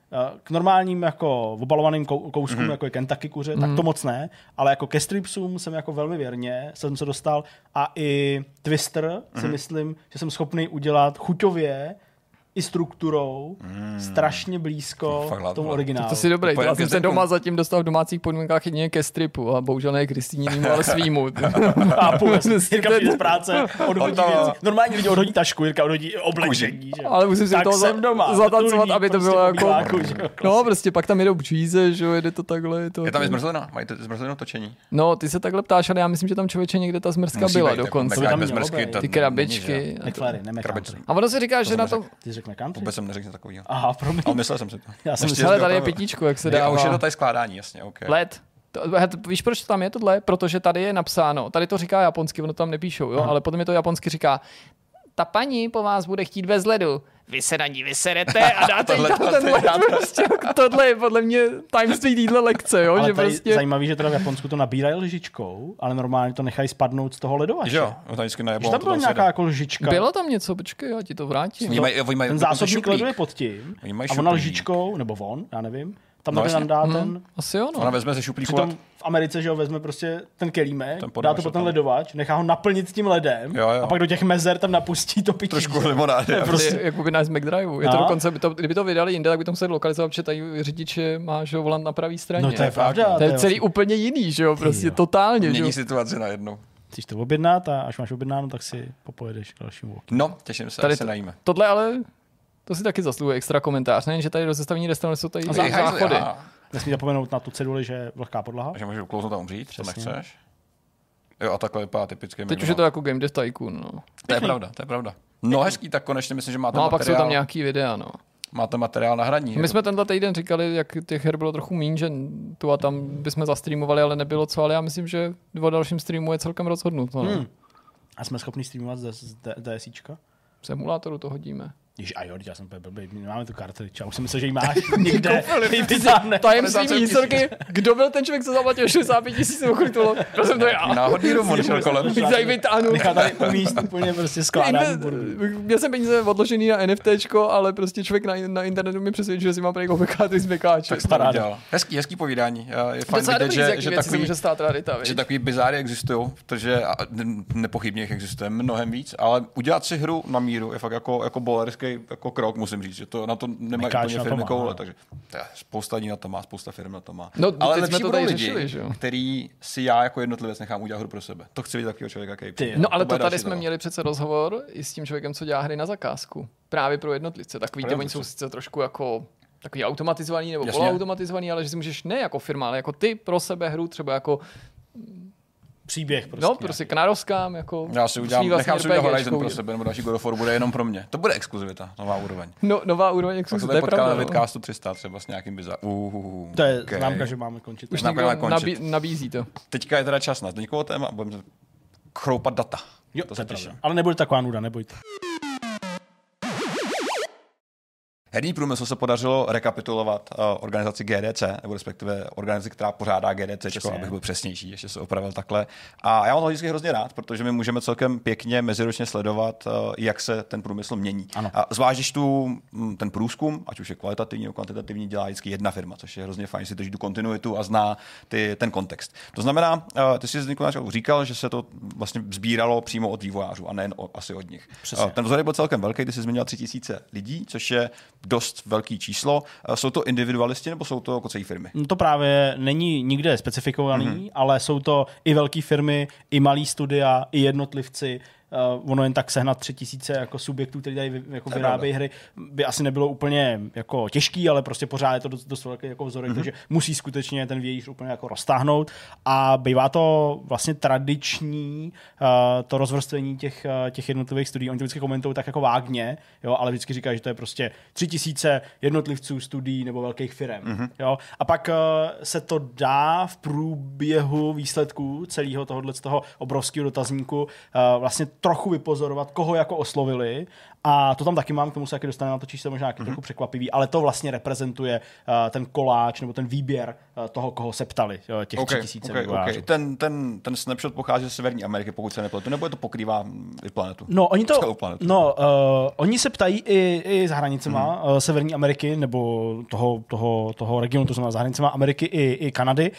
K normálním jako obalovaným kouskům, mm-hmm. jako je Kentucky kuře, mm-hmm. tak to moc ne, ale jako ke stripsům jsem jako velmi věrně jsem se dostal a i Twister mm-hmm. si myslím, že jsem schopný udělat chuťově i strukturou mm. strašně blízko no, tomu originálu. To si dobrý, to já jsem se doma zatím dostal v domácích podmínkách jedině ke stripu a bohužel ne Kristýnímu, ale svýmu. A půl, Jirka přijde z práce, odhodí věci. Normální lidi odhodí tašku, Jirka odhodí oblečení. Ale musím si toho zatancovat, aby to bylo jako... No prostě pak tam jedou cheese, že jo, jede to takhle. Je, to je tam i zmrzlina, mají zmrzlinu točení. No, ty se takhle ptáš, ale já myslím, že tam člověče někde ta zmrzka byla dokonce. Ty krabičky. A ono se říká, že na tom... Country? Vůbec jsem neřekl takovýho. Aha, promiň. Ale myslel jsem si to. Já jsem myslel, tady je pitíčko, jak se dá. A už je to tady skládání, jasně, OK. Led. To, víš, proč tam je tohle? Protože tady je napsáno, tady to říká japonsky, ono tam nepíšou, jo, ale potom je to japonsky říká, ta paní po vás bude chtít bez ledu. Vy se na ní vyserete a dáte jí tam ten led. Prostě, tohle je podle mě tajemství téhle lekce. Jo? Ale že tady prostě... zajímavý, že teda v Japonsku to nabírají lžičkou, ale normálně to nechají spadnout z toho ledovače. Jo, tam vždycky najebalo. Tam byla nějaká jako lžička. Bylo tam něco, počkej, já ti to vrátím. Oni mají, oni mají ten zásobník ledu je pod tím a ona lžičkou, nebo on, já nevím, tam no, tam dá ten... Hmm, asi jo, no. Ona vezme ze šuplíku. Přitom v Americe, že ho vezme prostě ten kelímek, dá to pod ten ledovač, nechá ho naplnit s tím ledem jo, jo. a pak do těch mezer tam napustí to pití. Trošku limonády. Prostě jako by z McDriveu. Je to dokonce, by to, kdyby to vydali jinde, tak by to museli lokalizovat, protože tady řidič má, že ho, volant na pravé straně. No to je pravda. To je celý úplně jiný, že jo, prostě totálně. Mění situaci najednou. Chceš to objednat a až máš objednáno, tak si popojedeš k dalšímu walku. No, těším se, tady až se najíme. Tohle ale, to si taky zasluhuje extra komentář, nejen, že tady do zastavení restaurace jsou tady záchody. Nesmí zapomenout na tu ceduli, že je vlhká podlaha. A že můžeš uklouznout a umřít, to nechceš. Jo, a takhle vypadá typicky. Teď už je to jako Game Dev Tycoon, no. To je pravda, to je pravda. No hezký, tak konečně myslím, že máte no, materiál. No a pak jsou tam nějaký videa, no. Máte materiál na hraní. My jsme tenhle týden říkali, jak těch her bylo trochu míň, že tu a tam bychom zastreamovali, ale nebylo co, ale já myslím, že o dalším streamu je celkem rozhodnuto. No. Hmm. A jsme schopni streamovat z DSíčka? V simulátoru to hodíme. Jež, a jo, já jsem úplně blbý, nemáme tu kartu, já už jsem myslel, že ji máš někde. Tajemství výsledky, kdo byl ten člověk, co zaplatil šedesát pět tisíc nebo kolik to bylo? To jsem to já. Náhodný rumor šel kolem. Tady vytáhnu. Nechá tady umíst úplně prostě skládání. Měl jsem peníze odložený na NFTčko, ale prostě člověk na, na internetu mi přesvědčil, že si mám prý koupit z Mekáče. Tak paráda. Hezký, hezký povídání. Je fajn vidět, že, že, takový, rarita, že takový bizáry existují, protože nepochybně jich existuje mnohem víc, ale udělat si hru na míru je fakt jako, jako bolerský jako krok, musím říct, že to na to nemají úplně firmy koule, takže spousta lidí na to má, spousta firm na to má. No, ale lepší jsme to budou lidi, řešili, že? který si já jako jednotlivec nechám udělat hru pro sebe. To chci vidět takového člověka, který Ty, No ale to, to tady jsme toho. měli přece rozhovor i s tím člověkem, co dělá hry na zakázku. Právě pro jednotlivce. Takový ty oni jsou sice trošku jako takový automatizovaný nebo poloautomatizovaný, ale že si můžeš ne jako firma, ale jako ty pro sebe hru třeba jako příběh prostě. No, prostě k naroskám, jako... Já si udělám, vlastně nechám si udělat Horizon pro sebe, nebo další God of War bude jenom pro mě. To bude exkluzivita, nová úroveň. No, nová úroveň exkluzivita, to je pravda. Pak Vidcastu tři sta třeba s nějakým bizar. Uh, to je okay. Známka, že máme končit. Už někdo nabí, nabízí to. Teďka je teda čas na Zdeňkovo téma a budeme chroupat data. Jo, to se těším. Ale nebude taková nuda, nebojte. Herní průmysl se podařilo rekapitulovat uh, organizaci G D C, nebo respektive organizaci, která pořádá G D C, abych byl přesnější, ještě se opravil takhle. A já mám to vždycky hrozně rád, protože my můžeme celkem pěkně meziročně sledovat, uh, jak se ten průmysl mění. Ano. A zvlášť, když tu ten průzkum, ať už je kvalitativní nebo kvantitativní, dělá vždycky jedna firma, což je hrozně fajn, si drží tu kontinuitu a zná ty, ten kontext. To znamená, uh, ty jsi Zdeňku říkal, že se to vlastně sbíralo přímo od vývojářů a nejen o, asi od nich. Uh, ten vzorek byl celkem velký, když jsi zmínil tři tisíce lidí, což je dost velký číslo. Jsou to individualisti nebo jsou to jako celé firmy? No to právě není nikde specifikovaný, mm-hmm. ale jsou to i velké firmy, i malí studia, i jednotlivci. Uh, ono jen tak sehnat tři tisíce jako subjektů, který tady jako vyrábějí hry, by asi nebylo úplně jako těžký, ale prostě pořád je to dost, dost velký jako vzorek, mm-hmm. takže musí skutečně ten vějíř úplně jako roztáhnout a bývá to vlastně tradiční uh, to rozvrstvení těch, uh, těch jednotlivých studií. Oni to vždycky komentují tak jako vágně, jo, ale vždycky říkají, že to je prostě tři tisíce jednotlivců studií nebo velkých firem. Mm-hmm. Jo. A pak uh, se to dá v průběhu výsledků celého tohohle z toho obrovského dotazníku uh, vlastně trochu vypozorovat, koho jako oslovili. A to tam taky mám, k tomu se taky dostaneme, na to číslo možná nějaký mm-hmm. trochu překvapivý, ale to vlastně reprezentuje uh, ten koláč nebo ten výběr uh, toho, koho se ptali, uh, těch okay, tři tisíce okay, vývojářů. Okay. Ten, ten, ten snapshot pochází ze Severní Ameriky, pokud se nepletu, nebo je to pokrývá i planetu? No, oni to, no, uh, oni se ptají i, i za hranicema mm-hmm. uh, Severní Ameriky nebo toho, toho, toho regionu, to znamená za hranicema Ameriky i, i Kanady,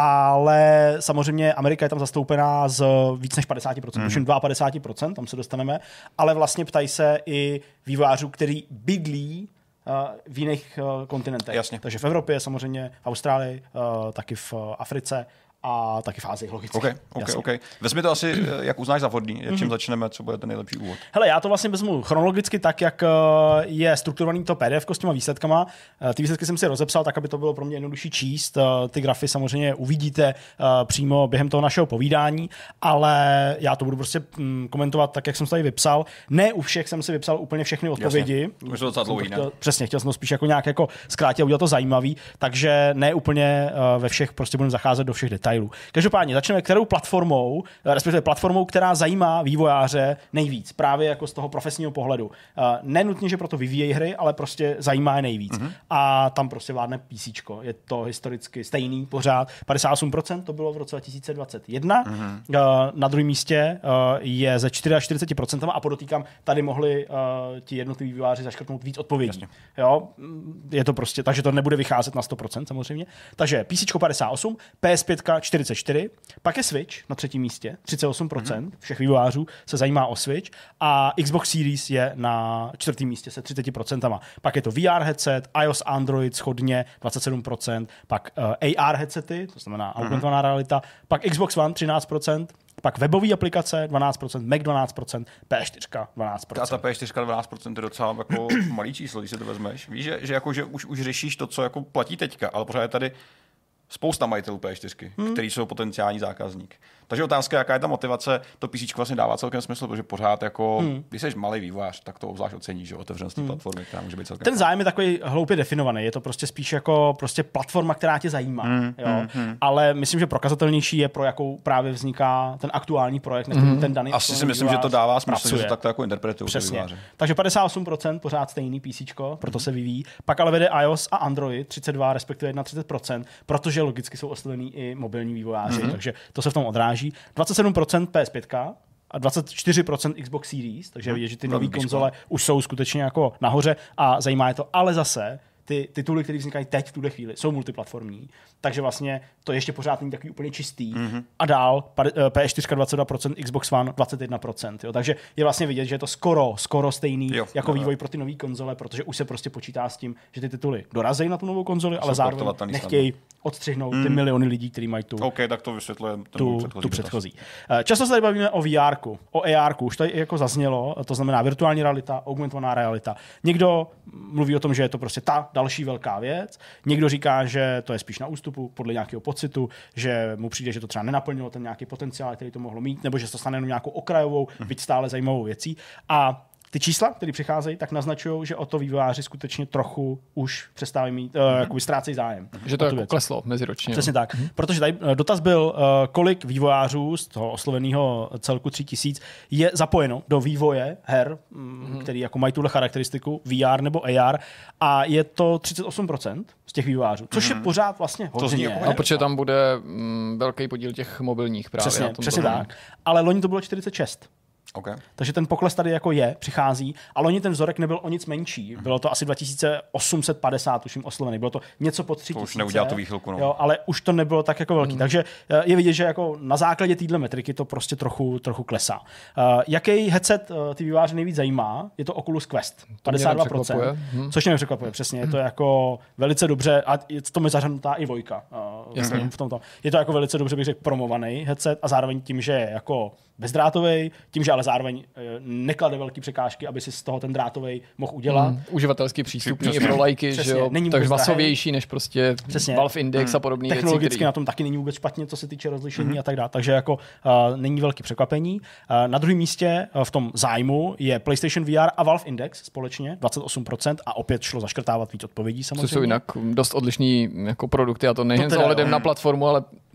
ale samozřejmě Amerika je tam zastoupená z víc než padesát procent, už mm-hmm. padesát dva procent, tam se dostaneme, ale vlastně ptají se i vývojářů, který bydlí uh, v jiných uh, kontinentech. Jasně. Takže v Evropě, samozřejmě v Austrálii, uh, taky v uh, Africe a taky v Ázii, logicky. Okay, okay, okay. Vezmi to asi, jak uznáš za vhodný, čím mm-hmm. začneme, co bude ten nejlepší úvod. Hele, já to vlastně vezmu chronologicky tak, jak je strukturovaný to P D F s těma výsledkama. Ty výsledky jsem si rozepsal tak, aby to bylo pro mě jednodušší číst. Ty grafy samozřejmě uvidíte přímo během toho našeho povídání, ale já to budu prostě komentovat tak, jak jsem to tady vypsal. Ne u všech jsem si vypsal úplně všechny odpovědi. Jasně. Už to docela dlouhý, ne? Přesně, chtěl jsem to spíš jako nějak jako zkrátit a udělat to zajímavý, takže ne úplně ve všech prostě budeme zacházet do všech detailů. Každopádně začneme kterou platformou, respektive platformou, která zajímá vývojáře nejvíc, právě jako z toho profesního pohledu. Nenutně, že proto vyvíjejí hry, ale prostě zajímá je nejvíc. Mm-hmm. A tam prostě vládne PCčko. Je to historicky stejný pořád. padesát osm procent to bylo v roce dva tisíce dvacet jedna. Mm-hmm. Na druhém místě je ze čtyřicet čtyři procent a podotýkám, tady mohli ti jednotliví vývojáři zaškrtnout víc odpovědí. Jo? Je to prostě, takže to nebude vycházet na sto procent samozřejmě. Takže PCčko padesát osm, P S pět čtyřicet čtyři, pak je Switch na třetím místě, třicet osm procent všech vývojářů se zajímá o Switch a Xbox Series je na čtvrtém místě se třicet procent. Pak je to V R headset, iOS, Android shodně dvacet sedm procent, pak uh, A R headsety, to znamená augmentovaná mm-hmm. realita, pak Xbox One třináct procent, pak webové aplikace dvanáct procent, Mac dvanáct procent, P čtyři dvanáct procent. A ta P čtyři dvanáct procent je docela jako malý číslo, když se to vezmeš. Víš, že, že, jako, že už, už řešíš to, co jako platí teďka, ale pořád je tady spousta majitelů P čtyři, hmm. který jsou potenciální zákazník. Takže otázka, jaká je ta motivace, to PCčko vlastně dává celkem smysl, protože pořád jako, hmm. když jsi malý vývojář, tak to obzvlášť ocení, že otevřenost té hmm. platformy, která může být celkem. Ten zájem je takový hloupě definovaný, je to prostě spíš jako prostě platforma, která tě zajímá, hmm. jo? Hmm. Ale myslím, že prokazatelnější je, pro jakou právě vzniká ten aktuální projekt, na hmm. ten daný. Asi si myslím, že to dává smysl, pracuje. Že to takto jako interpretují. Přesně. Takže padesát osm procent pořád stejný PCčko, proto hmm. se vyvíjí. Pak ale vede iOS a Android třicet dva respektive třicet jedna procent, protože logicky jsou oslovení i mobilní vývojáři, hmm. takže to se v tom odráží. dvacet sedm procent P S pět a dvacet čtyři procent Xbox Series, takže vidět, že ty nové konzole už jsou skutečně jako nahoře a zajímá je to, ale zase ty tituly, které vznikají teď v tuhle chvíli, jsou multiplatformní, takže vlastně to ještě pořád není takový úplně čistý. Mm-hmm. A dál P S čtyři dvacet dva procent, Xbox One dvacet jedna procent. Jo. Takže je vlastně vidět, že je to skoro, skoro stejný jo, jako jo, vývoj jo. pro ty nové konzole, protože už se prostě počítá s tím, že ty tituly dorazí na tu novou konzoli, ale zároveň nechtějí odstřihnout mm. ty miliony lidí, kteří mají tu, okay, tak to vysvětluje tu předchozí. Tu předchozí. Často se tady bavíme o V R ku, o A R ku, už tady jako zaznělo, to znamená virtuální realita, augmentovaná realita. Někdo mluví o tom, že je to prostě ta další velká věc. Někdo říká, že to je spíš na ústupu podle nějakého pocitu, že mu přijde, že to třeba nenaplnilo ten nějaký potenciál, který to mohlo mít, nebo že se to stane jenom nějakou okrajovou, mm. byť stále zajímavou věcí. A ty čísla, které přicházejí, tak naznačují, že o to vývojáři skutečně trochu už přestávají mít, uh, jakoby ztrácejí zájem. Že to jako kleslo meziročně. Přesně tak. Mm-hmm. Protože tady dotaz byl, uh, kolik vývojářů z toho osloveného celku tři tisíce je zapojeno do vývoje her, mm-hmm. který jako mají tuhle charakteristiku V R nebo A R, a je to třicet osm procent z těch vývojářů, což mm-hmm. je pořád vlastně hodně. Jako no, protože tam bude mm, velký podíl těch mobilních právě. Přesně, přesně tak. Ale loni to bylo čtyřicet šest. Okay. Takže ten pokles tady jako je, přichází, ale loni ten vzorek nebyl o nic menší. Bylo to asi dva tisíce osm set padesát, tuším, oslovený. Bylo to něco pod tři tisíce. To už neudělal tu výchylku. No. Jo, ale už to nebylo tak jako velký. Hmm. Takže je vidět, že jako na základě téhle metriky to prostě trochu, trochu klesá. Uh, jaký headset uh, ty vývojáře nejvíc zajímá? Je to Oculus Quest. padesát dva procent. Hmm. Což mě nepřekvapuje, přesně. Je to jako velice dobře, a to mi zahrnutá i Vojka. Uh, v tomto. Je to jako velice dobře, bych řekl, promovaný headset a zároveň tím, že je jako bezdrátovej, tím, že ale zároveň neklade velký překážky, aby si z toho ten drátovej mohl udělat. Mm, uživatelsky přístupný i pro lajky, že jo, takže masovější než prostě Přesně. Valve Index mm. a podobné věci. Technologicky který... na tom taky není vůbec špatně, co se týče rozlišení mm. a tak dále, takže jako uh, není velký překvapení. Uh, na druhém místě uh, v tom zájmu je PlayStation V R a Valve Index společně dvacet osm procent a opět šlo zaškrtávat víc odpovědí samozřejmě. Co jsou jinak dost odlišný jako produkty a to nejen s ohledem na platformu, ale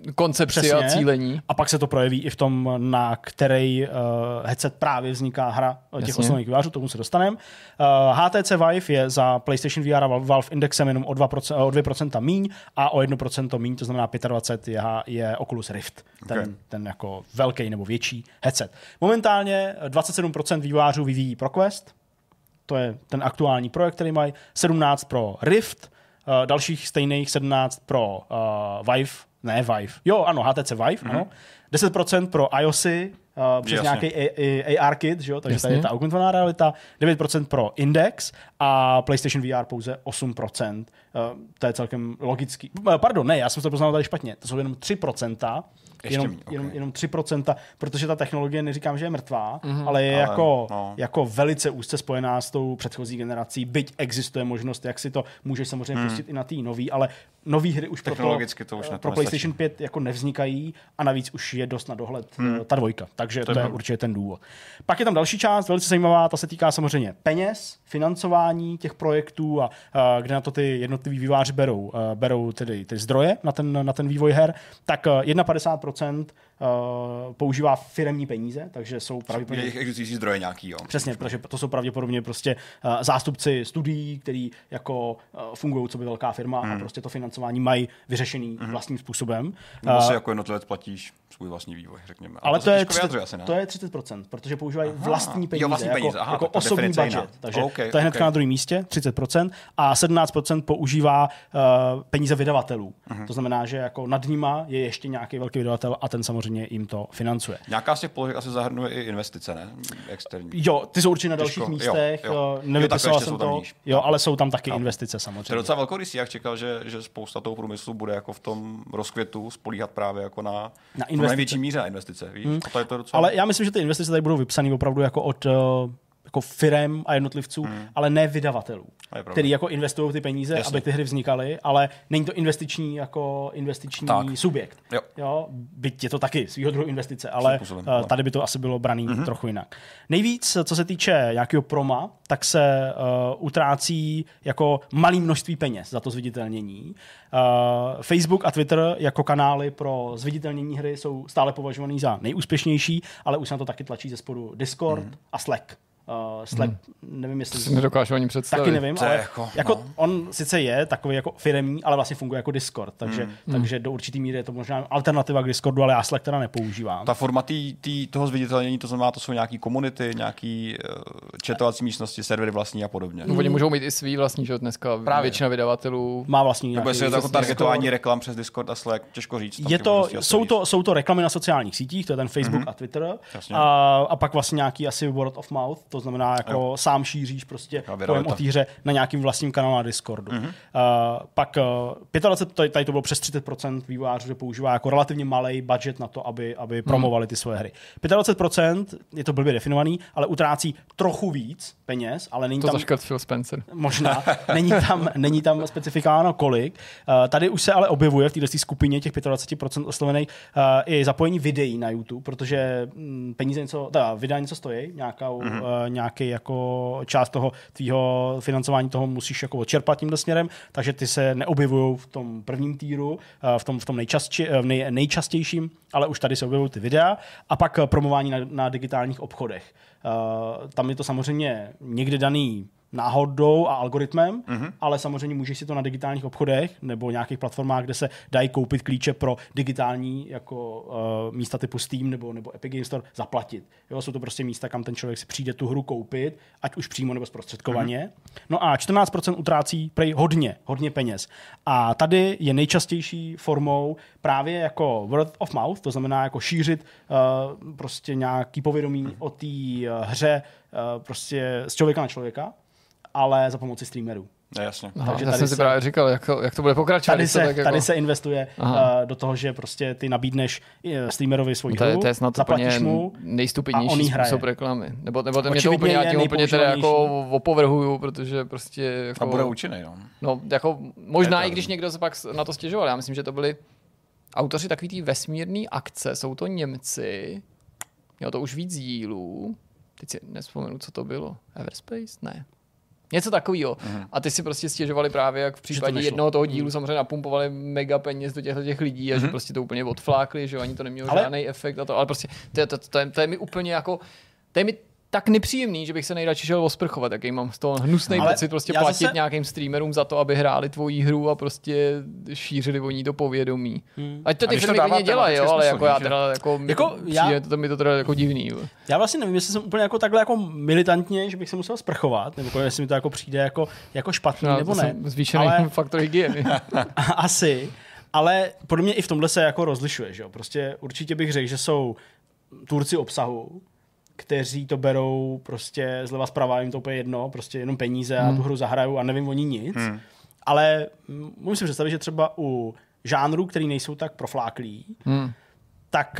koncepci Přesně. a cílení. A pak se to projeví i v tom, na který uh, headset právě vzniká hra těch Jasně. oslovných vývojářů, tomu se dostaneme. Uh, H T C Vive je za PlayStation V R a Valve indexem jenom o dva procenta, o dvě procenta míň a o jedno procento míň, to znamená dvacet pět je, je Oculus Rift. Ten, Okay. ten jako velký nebo větší headset. Momentálně dvacet sedm procent vývojářů vyvíjí pro Quest, to je ten aktuální projekt, který mají, sedmnáct pro Rift, uh, dalších stejných sedmnáct pro uh, Vive, ne Vive, jo, ano, H T C Vive, mm-hmm. ano, deset procent pro iOSy, uh, přes Jasně. nějaký A R kit, že jo? Takže Jasně. tady je ta augmentovaná realita, devět procent pro Index a PlayStation V R pouze osm procent. Uh, to je celkem logický. Uh, pardon, ne, já jsem to poznal tady špatně, to jsou jenom tři procenta, jenom, míň, okay. jenom, jenom tři procenta, protože ta technologie, neříkám, že je mrtvá, Mhm. ale je Ale, jako, no. jako velice úzce spojená s tou předchozí generací, byť existuje možnost, jak si to můžeš samozřejmě Hmm. pustit i na té nový, ale nový hry už pro, to, Technologicky to už pro na to PlayStation nestačí. pět jako nevznikají a navíc už je dost na dohled Hmm. ta dvojka, takže to, To je to je pravda. určitě ten důvod. Pak je tam další část, velice zajímavá, ta se týká samozřejmě peněz, financování těch projektů a, a kde na to ty jednotliví vývojáři berou, a, berou tedy ty zdroje na ten, na ten vývoj her, tak a, padesát jedna procent a, používá firemní peníze, takže jsou pravděpodobně... Jejich existující zdroje nějaký, jo. Přesně, protože to jsou pravděpodobně prostě uh, zástupci studií, který jako uh, fungují co by velká firma Hmm. a prostě to financování mají vyřešený vlastním způsobem. Nebo si Uh, jako jednotlivec platíš svůj vlastní vývoj, řekněme. ale to, to, je těžko třicet, vyjadřuje asi, ne? to je třicet procent, protože používají Aha. vlastní Jo, peníze, vlastní jako, peníze. Aha, jako tak ta osobní definice je budget. jiná. Takže Okay, to je hnedka okay. na druhém místě, třicet procent, a sedmnáct procent používá uh, peníze vydavatelů. Mhm. To znamená, že jako nad nima je ještě nějaký velký vydavatel a ten samozřejmě jim to financuje. Nějaká z těch položek asi zahrnuje i investice, ne? Externí. Jo, ty jsou určitě na dalších Těžko. místech, Jo, jo. jo, nevypisoval Jo, takhle ještě jsem jsou tam to, níž. jo, ale jsou tam taky Jo. investice To je samozřejmě. docela velkorysý, jak čekal, že, že spousta toho průmyslu bude jako v tom rozkvětu spolíhat právě jako na, Na na investice. největší míře na investice. Víš? Hmm. A to je to docela... Ale já myslím, že ty investice tady budou vypsané opravdu jako od uh, jako firem a jednotlivců, Hmm. ale ne vydavatelů, To je pravda. který jako investují ty peníze, Jasně. aby ty hry vznikaly, ale není to investiční jako investiční Tak. subjekt. Jo. Jo, byť je to taky svýho druhu investice, ale způsobem, uh, ale- tady by to asi bylo braný mm-hmm. trochu jinak. Nejvíc, co se týče nějakého proma, tak se uh, utrácí jako malý množství peněz za to zviditelnění. Uh, Facebook a Twitter jako kanály pro zviditelnění hry jsou stále považovaný za nejúspěšnější, ale už se na to taky tlačí ze spodu Discord Mhm. a Slack. Uh, Slack, nevím, jestli... Si nedokážu ani představit. Taky nevím, To je ale jako, jako no. on sice je takový jako firemní, ale vlastně funguje jako Discord, takže, Mm. takže do určitý míry je to možná alternativa k Discordu, ale já Slack teda nepoužívám. Ta forma tý, tý, toho zviditelnění, to znamená, to jsou nějaký komunity, nějaký uh, chatovací místnosti, servery vlastní a podobně. No, oni můžou mít i svý vlastní, že jo, dneska Právě. většina vydavatelů. Má vlastní Nebo nějaký jestli je to jako Discord. targetování reklam přes Discord a Slack, těžko říct. tam Je ty to, možnosti asi jsou, víc. to, jsou to reklamy na sociálních sítích, to je ten Facebook mm-hmm. a Twitter. Jasně. A, a pak vlastně nějaký asi word of mouth, to znamená jako Jo. sám šíříš prostě A pojem viralita. o té hře na nějakým vlastním kanálu na Discordu. Mm-hmm. Uh, pak uh, dvacet pět, tady, tady to bylo přes třicet procent vývojářů, že používá jako relativně malý budget na to, aby, aby promovali ty svoje hry. dvacet pět procent je to blbě definovaný, ale utrácí trochu víc peněz, ale není To tam... zaškrt Phil Spencer. Možná. Není tam, není tam specifikováno kolik. Uh, tady už se ale objevuje v této skupině těch dvacet pět procent oslovených uh, i zapojení videí na YouTube, protože mm, peníze něco, teda videa něco stojí, nějakou, mm-hmm. uh, nějaký jako část toho tvýho financování toho musíš jako odčerpat tímhle směrem, takže ty se neobjevují v tom prvním týru, uh, v tom, v tom nejčastě, v nej, nejčastějším, ale už tady se objevují ty videa a pak uh, promování na, na digitálních obchodech. Uh, tam je to samozřejmě někdy daný náhodou a algoritmem, mm-hmm. ale samozřejmě můžeš si to na digitálních obchodech nebo nějakých platformách, kde se dají koupit klíče pro digitální jako uh, místa typu Steam nebo, nebo Epic Games Store zaplatit. Jo, jsou to prostě místa, kam ten člověk si přijde tu hru koupit, ať už přímo nebo zprostředkovaně. Mm-hmm. No a čtrnáct procent utrácí prej hodně, hodně peněz. A tady je nejčastější formou právě jako word of mouth, to znamená jako šířit uh, prostě nějaký povědomí mm-hmm. o té uh, hře uh, prostě z člověka na člověka, ale za pomoci streamerů. No, jasně. Aha, Takže já tady jsem si se- právě říkal, jak, to- jak to bude pokračovat. Tady když to se, tak jako... tady se investuje uh, Aha. do toho, že prostě ty nabídneš uh, streamerovi svoji to, je, hru, to je snad zaplatíš úplně mu a on nejstupidnější jí hraje. způsob reklamy. Nebo, nebo to mě to Očividně úplně, já je tím úplně teda jako nejpoužívanější. opovrhuju, protože prostě jako... A bude účinný, no. No, jako možná Je i to- když někdo se pak na to stěžoval. Já myslím, že to byli autoři takový té vesmírné akce. Jsou to Němci. Mělo to už víc dílů. Teď si nespomenu, co to bylo. Everspace? Ne. Něco takového. Mm. A ty si prostě stěžovali právě, jak v případě jednoho toho dílu mm. samozřejmě napumpovali mega peněz do těchto těch lidí a mm. že prostě to úplně odflákli, že ani to nemělo ale... žádný efekt a to, ale prostě to, to, to, to, je, to je mi úplně jako, to je mi tak nepříjemný, že bych se nejradši šel osprchovat, jaký mám z toho hnusný pocit prostě platit zase... nějakým streamerům za to, aby hráli tvoji hru a prostě šířili o ní to povědomí. Hmm. Ať to ty firmy klidně dělají, jo, ale jako já teda jako, jako mi, já... to mi to teda jako divný. Jo. Já vlastně nevím, jestli jsem úplně jako takhle jako militantně, že bych se musel sprchovat, nebo jestli mi to jako přijde jako, jako špatný, no, nebo ne. Zvýšený ale... faktor hygieny. Asi, ale podle mě i v tomhle se jako rozlišuje, že jo. Prostě určitě bych řekl, že jsou tvůrci obsahu, kteří to berou prostě zleva zprava, jim to úplně jedno, prostě jenom peníze a hmm. tu hru zahrajou a nevím o ní nic. Hmm. Ale můžu si představit, že třeba u žánrů, který nejsou tak profláklí, hmm. tak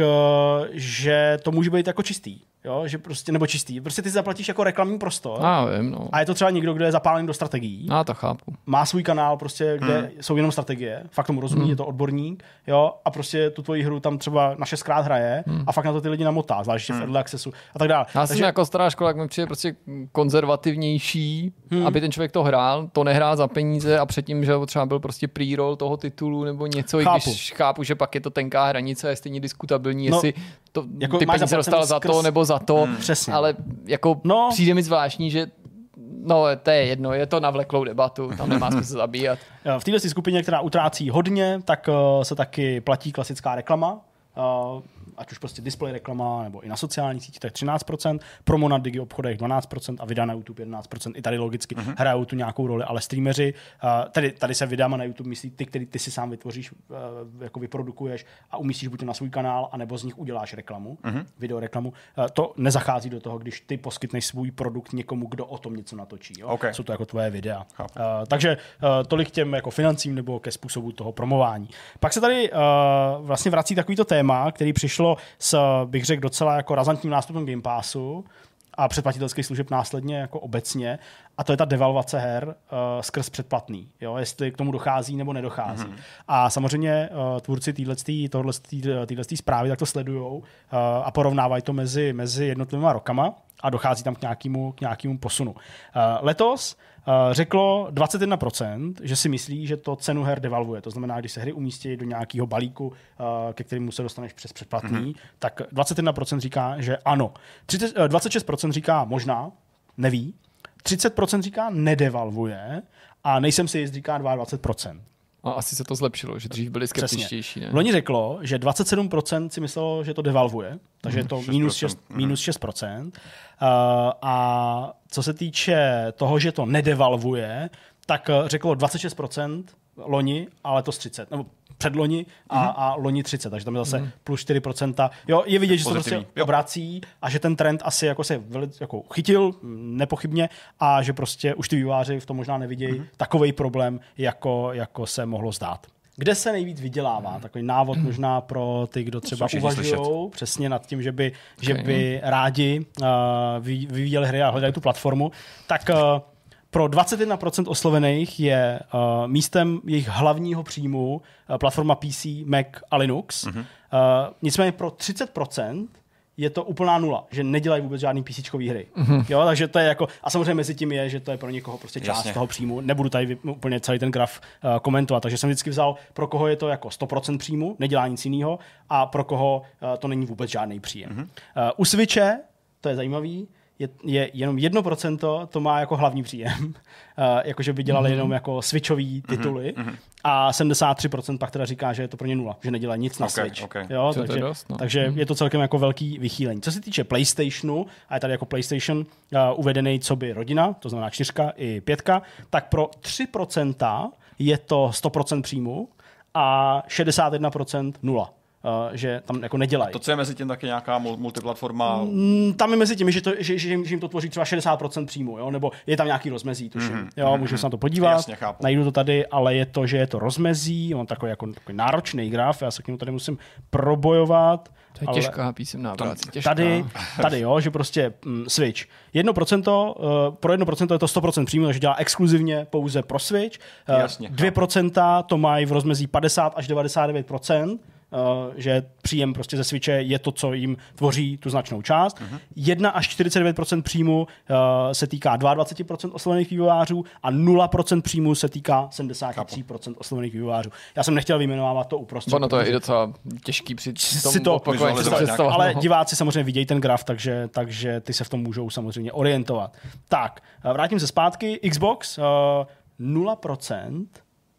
že to může být jako čistý. Jo, že prostě, nebo čistý. Prostě ty zaplatíš jako reklamní prostor. A, vím, no. A je to třeba někdo, kdo je zapálený do strategií. A to chápu. Má svůj kanál, prostě, kde hmm. jsou jenom strategie. Fakt tomu rozumí, hmm. je to odborník. Jo, a prostě tu tvoji hru tam třeba na šestkrát hraje hmm. a fakt na to ty lidi namotá, zvláště hmm. v Early Accessu a tak dále. Já Takže... jsem jako stará škola, jak mi přijde prostě konzervativnější, hmm. aby ten člověk to hrál, to nehrál za peníze a předtím, že třeba byl prostě pre-roll toho titulu nebo něco, chápu. I když chápu, že pak je to tenká hranice, je stejně diskutabilní, no, jestli to, jako ty peníze dostal za to nebo za to. Hmm. Přesně. Ale jako no. přijde mi zvláštní, že no to je jedno, je to na vleklou debatu, tam nemá smysl zabíjat. V této skupině, která utrácí hodně, tak uh, se taky platí klasická reklama, uh, ať už prostě display reklama, nebo i na sociální síti, tak třináct procent, promo na digi obchodech dvanáct procent a videa na YouTube jedenáct procent. I tady logicky uh-huh. hrajou tu nějakou roli, ale streameři, uh, tady, tady se videa na YouTube myslí ty, který ty si sám vytvoříš, uh, jako vyprodukuješ a umístíš buď to na svůj kanál, anebo z nich uděláš reklamu, uh-huh. videoreklamu. Uh, to nezachází do toho, když ty poskytneš svůj produkt někomu, kdo o tom něco natočí. Jo? Okay. Jsou to jako tvoje videa. Uh, takže uh, tolik těm jako financím nebo ke způsobu toho promování. Pak se tady uh, vlastně vrací takovýto téma, který přišlo s, bych řekl, docela jako razantním nástupem Game Passu a předplatitelských služeb následně jako obecně, a to je ta devalvace her uh, skrz předplatný, jo? Jestli k tomu dochází nebo nedochází. Mm-hmm. A samozřejmě uh, tvůrci této zprávy tak to sledujou uh, a porovnávají to mezi, mezi jednotlivými rokama a dochází tam k nějakému, k nějakému posunu. Uh, letos uh, řeklo dvacet jedna procent, že si myslí, že to cenu her devalvuje. To znamená, když se hry umístí do nějakého balíku, uh, ke kterému se dostaneš přes předplatný, mm-hmm. tak dvacet jedna procent říká, že ano. třicet, uh, dvacet šest procent říká možná, neví. třicet procent říká nedevalvuje a nejsem si jist, říká dvacet dva procent. A asi se to zlepšilo, že dřív byli skeptičtější. Ne? Loni řeklo, že dvacet sedm procent si myslelo, že to devalvuje, takže je to minus šest procent. Uh, a co se týče toho, že to nedevalvuje, tak řeklo dvacet šest procent loni, ale to z třicet, nebo předloni a, mm-hmm. a loni třicet, takže tam je zase mm-hmm. plus čtyři procenta. Jo, je vidět, že se to prostě obrací a že ten trend asi jako se velice jako chytil, nepochybně, a že prostě už ty vývojáři v tom možná nevidějí mm-hmm. takovej problém, jako, jako se mohlo zdát. Kde se nejvíc vydělává? Takový návod možná pro ty, kdo třeba uvažují přesně nad tím, že by, okay. že by rádi uh, vyvíjeli hry a hledají tu platformu. Tak uh, pro dvacet jedna procent oslovených je uh, místem jejich hlavního příjmu uh, platforma P C, Mac a Linux. Mm-hmm. Uh, nicméně pro třicet procent je to úplná nula, že nedělají vůbec žádný PCčkový hry. Mm-hmm. Jo, takže to je jako, a samozřejmě mezi tím je, že to je pro někoho prostě část Jasně. toho příjmu. Nebudu tady úplně celý ten graf uh, komentovat, takže jsem vždycky vzal, pro koho je to jako sto procent příjmu, nedělá nic jiného, a pro koho uh, to není vůbec žádný příjem. Mm-hmm. Uh, u Switche, to je zajímavý, Je, je jenom jedno procento to má jako hlavní příjem, uh, jakože by dělali mm-hmm. jenom jako switchový tituly mm-hmm. a sedmdesát tři procent pak teda říká, že je to pro ně nula, že nedělá nic na okay, Switch. Okay. Jo, takže dost, no. takže mm-hmm. je to celkem jako velký vychýlení. Co se týče PlayStationu, a je tady jako PlayStation uh, uvedený co by rodina, to znamená čtyřka i pětka, tak pro tři procenta je to sto procent příjmu a šedesát jedna procent nula. Uh, že tam jako nedělají. To, co je mezi tím taky nějaká multiplatforma? Mm, tam je mezi tím, že, to, že, že, že jim to tvoří třeba šedesát procent příjmu, jo? Nebo je tam nějaký rozmezí, tuším. Mm-hmm. Jo, mm-hmm. Můžu se na to podívat, Jasně, najdu to tady, ale je to, že je to rozmezí, on takový jako takový náročný graf, já se k němu tady musím probojovat. To je těžká písemná práce. Těžká. Tady, tady, jo, že prostě mm, Switch. jedno procento, uh, pro jedno procento je to sto procent příjmu, takže dělá exkluzivně pouze pro Switch. Uh, Jasně, dvě procenta to mají v rozmezí padesát až devadesát devět procent. uh, že příjem prostě ze Switche je to, co jim tvoří tu značnou část. Uh-huh. jedna až čtyřicet devět procent příjmu uh, se týká dvacet dva procent oslovených vývojářů a nula procent příjmu se týká sedmdesát tři procent oslovených vývojářů. Já jsem nechtěl vyjmenovávat to uprostřed. Ono to je i docela těžký při tom si to představovat. Ale diváci samozřejmě vidějí ten graf, takže, takže ty se v tom můžou samozřejmě orientovat. Tak, vrátím se zpátky. Xbox, uh, nula procent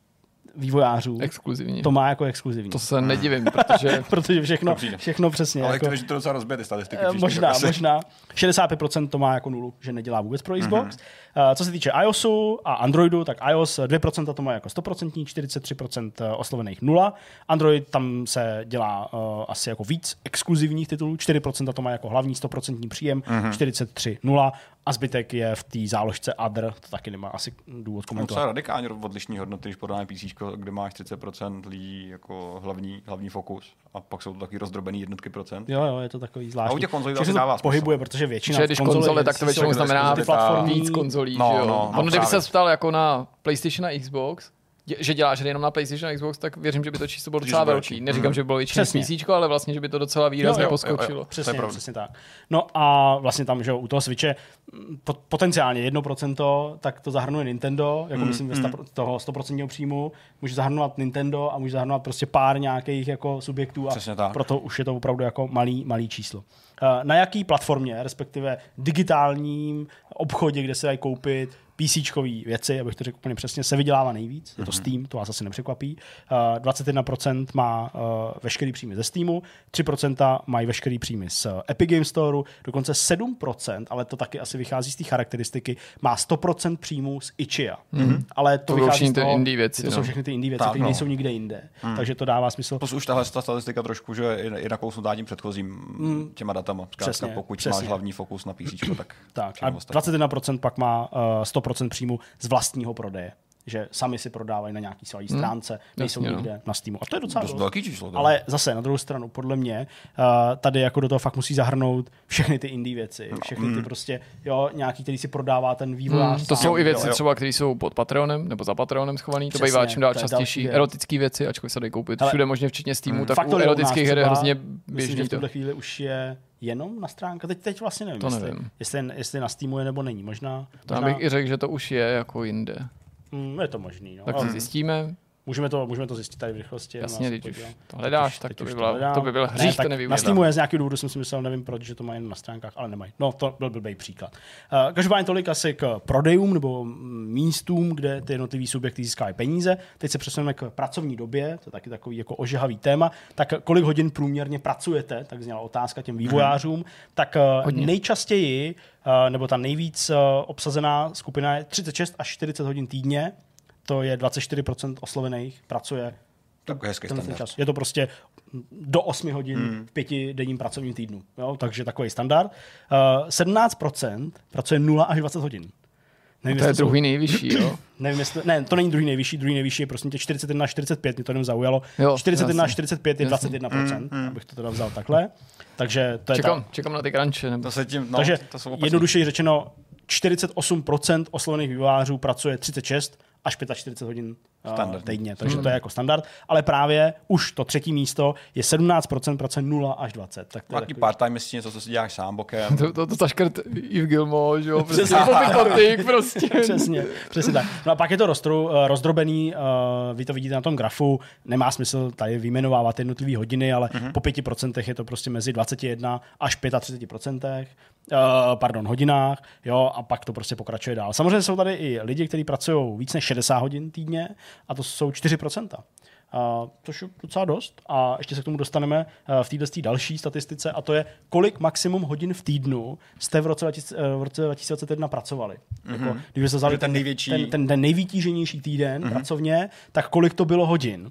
vývojářů exkluzivní. To má jako exkluzivní. To se nedivím, protože... protože všechno, všechno přesně. Ale jako, to docela rozbije ty statistiky. Možná, možná. šedesát pět procent to má jako nulu, že nedělá vůbec pro Xbox. Mm-hmm. Uh, co se týče iOSu a Androidu, tak iOS dvě procenta to má jako sto procent, čtyřicet tři procent oslovených nula. Android tam se dělá uh, asi jako víc exkluzivních titulů, čtyři procenta to má jako hlavní sto procent příjem, mm-hmm. čtyřicet tři nula a zbytek je v té záložce Other, to taky nemá asi důvod komentovat. To je radikálně odlišný hodnoty, když podáme P C, kde máš třicet procent lidí jako hlavní, hlavní fokus a pak jsou to taky rozdrobený jednotky procent. Jo, jo, je to takový zvláštní. A u těch konzolí to dává pohybuje, protože většina když konzole, tak to většinou znamená víc konzolí, no, že jo? No, no, ono, kdyby se ptal jako na PlayStation a Xbox, že děláš jenom na PlayStation a Xbox, tak věřím, že by to číslo bylo docela velký. Neříkám, že by bylo větší P C, ale vlastně, že by to docela výrazně jo, jo, poskočilo. Jo, jo, přesně, přesně tak. No a vlastně tam, že u toho Switche potenciálně jedno procento, tak to zahrnuje Nintendo, jako mm, myslím mm. toho sto procent příjmu, může zahrnovat Nintendo a může zahrnovat prostě pár nějakých jako subjektů a proto už je to opravdu jako malý, malý číslo. Na jaký platformě, respektive digitálním obchodě, kde se dají koupit PCčkový věci, abych to řekl úplně přesně, se vydělává nejvíc. Je to Steam, to vás asi nepřekvapí. dvacet jedna procent má veškerý příjmy ze Steamu, tři procenta mají veškerý příjmy z Epic Game Storeu, dokonce sedm procent, ale to taky asi vychází z té charakteristiky, má sto procent příjmů z Itch.io. Mm-hmm. Ale to, to vychází z toho, indie věci, to no. jsou všechny ty indie věci, které no. nejsou nikde jinde. Mm. Takže to dává smysl. Plus už tahle statistika trošku, že je nakousnutá tím předchozím mm. těma datama. Přesně, pokud přesně. máš hlavní fokus na PCčko, tak... tak. A dvacet jedna procent pak má uh, sto procent příjmu z vlastního prodeje. Že sami si prodávají na nějaký své stránce, hmm. nejsou Jasně, nikde no. na Steamu. A to je docela dost velký číslo. Ale zase na druhou stranu, podle mě, uh, tady jako do toho fakt musí zahrnout všechny ty indie věci. Všechny ty prostě, jo, nějaký, který si prodává ten vývojář. Hmm. To jsou i věci jo, jo. třeba, které jsou pod Patreonem nebo za Patreonem schovaný. To bývá čím dál častější. Erotické věci, ačkoliv se dají koupit ale všude možně, včetně Steamu, hmm. tak u erotických her je hrozně běžný. Myslím, že v tuhle chvíli už je jenom na stránkách. Teď, teď vlastně nevím, to jestli, nevím. Jestli, jestli na Steamu je nebo není. Možná. To možná... bych i řekl, že to už je jako jinde. Mm, je to možný. No. Tak to zjistíme. Můžeme to, můžeme to zjistit tady v rychlosti. Jasně, když už to hledáš, tak to by, byla, to by byl hřích, ne, to nevyužít. Na Steamu je z nějakého důvodu, jsem si myslel, nevím proč, že to mají jen na stránkách, ale nemají. No, to byl blbý příklad. Uh, každopádně tolik asi k prodejům nebo místům, kde ty jednotlivý subjekty získávají peníze. Teď se přesuneme k pracovní době, to je taky takový jako ožehavý téma. Tak kolik hodin průměrně pracujete, tak zněla otázka těm vývojářům. Hmm. Tak uh, nejčastěji, uh, nebo ta nejvíc uh, obsazená skupina je třicet šest až čtyřicet hodin týdně. To je dvacet čtyři procent oslovených pracuje tak hezký standard. Čas. Je to prostě do osmi hodin hmm. v pětidenním pracovním týdnu. Jo? Takže takový standard. Uh, sedmnáct procent pracuje nula až dvacet hodin. Nevím, to je druhý jsou... nejvyšší, jo? Nevím, jestli... Ne, to není druhý nejvyšší. Druhý nejvyšší je prostě čtyřicet jedna až čtyřicet pět, mě to jenom zaujalo. Jo, čtyřicet jedna až čtyřicet pět je dvacet jedna procent, mm, mm. abych to teda vzal takhle. Takže to je čekám, ta... čekám na ty crunche. Nebo... To se tím, no, Takže to jsou jednodušeji řečeno, čtyřicet osm procent oslovených vývojářů pracuje třicet šest až čtyřicet pět hodin uh, týdně, takže hmm. to je jako standard, ale právě už to třetí místo je sedmnáct procent pracuje nula až dvacet. Tak to je takový part-time myslím, něco, co si děláš sám bokem. To, to, to taškrt Yves Gilmour, že jo, prostě popiklatik, prostě. Přesně, přesně tak. No a pak je to rozdru, rozdrobený, uh, vy to vidíte na tom grafu, nemá smysl tady vyjmenovávat jednotlivý hodiny, ale mm-hmm. po pěti procentech je to prostě mezi dvacet jedna až třicet pět procentech. Uh, pardon, hodinách, jo, a pak to prostě pokračuje dál. Samozřejmě jsou tady i lidi, kteří pracují víc než šedesát hodin týdně a to jsou čtyři procenta. Uh, což je docela dost a ještě se k tomu dostaneme uh, v této další statistice a to je, kolik maximum hodin v týdnu jste v roce, dva tisíce, uh, v roce dva tisíce dvacet jedna pracovali. Mm-hmm. Jako, když jste vzali ten, největší... ten, ten, ten nejvytíženější týden mm-hmm. pracovně, tak kolik to bylo hodin.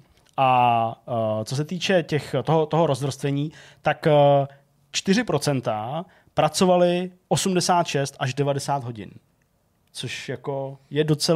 A uh, co se týče těch, toho, toho rozvrstvení, tak uh, čtyři procenta pracovali osmdesát šest až devadesát hodin. Což jako je docela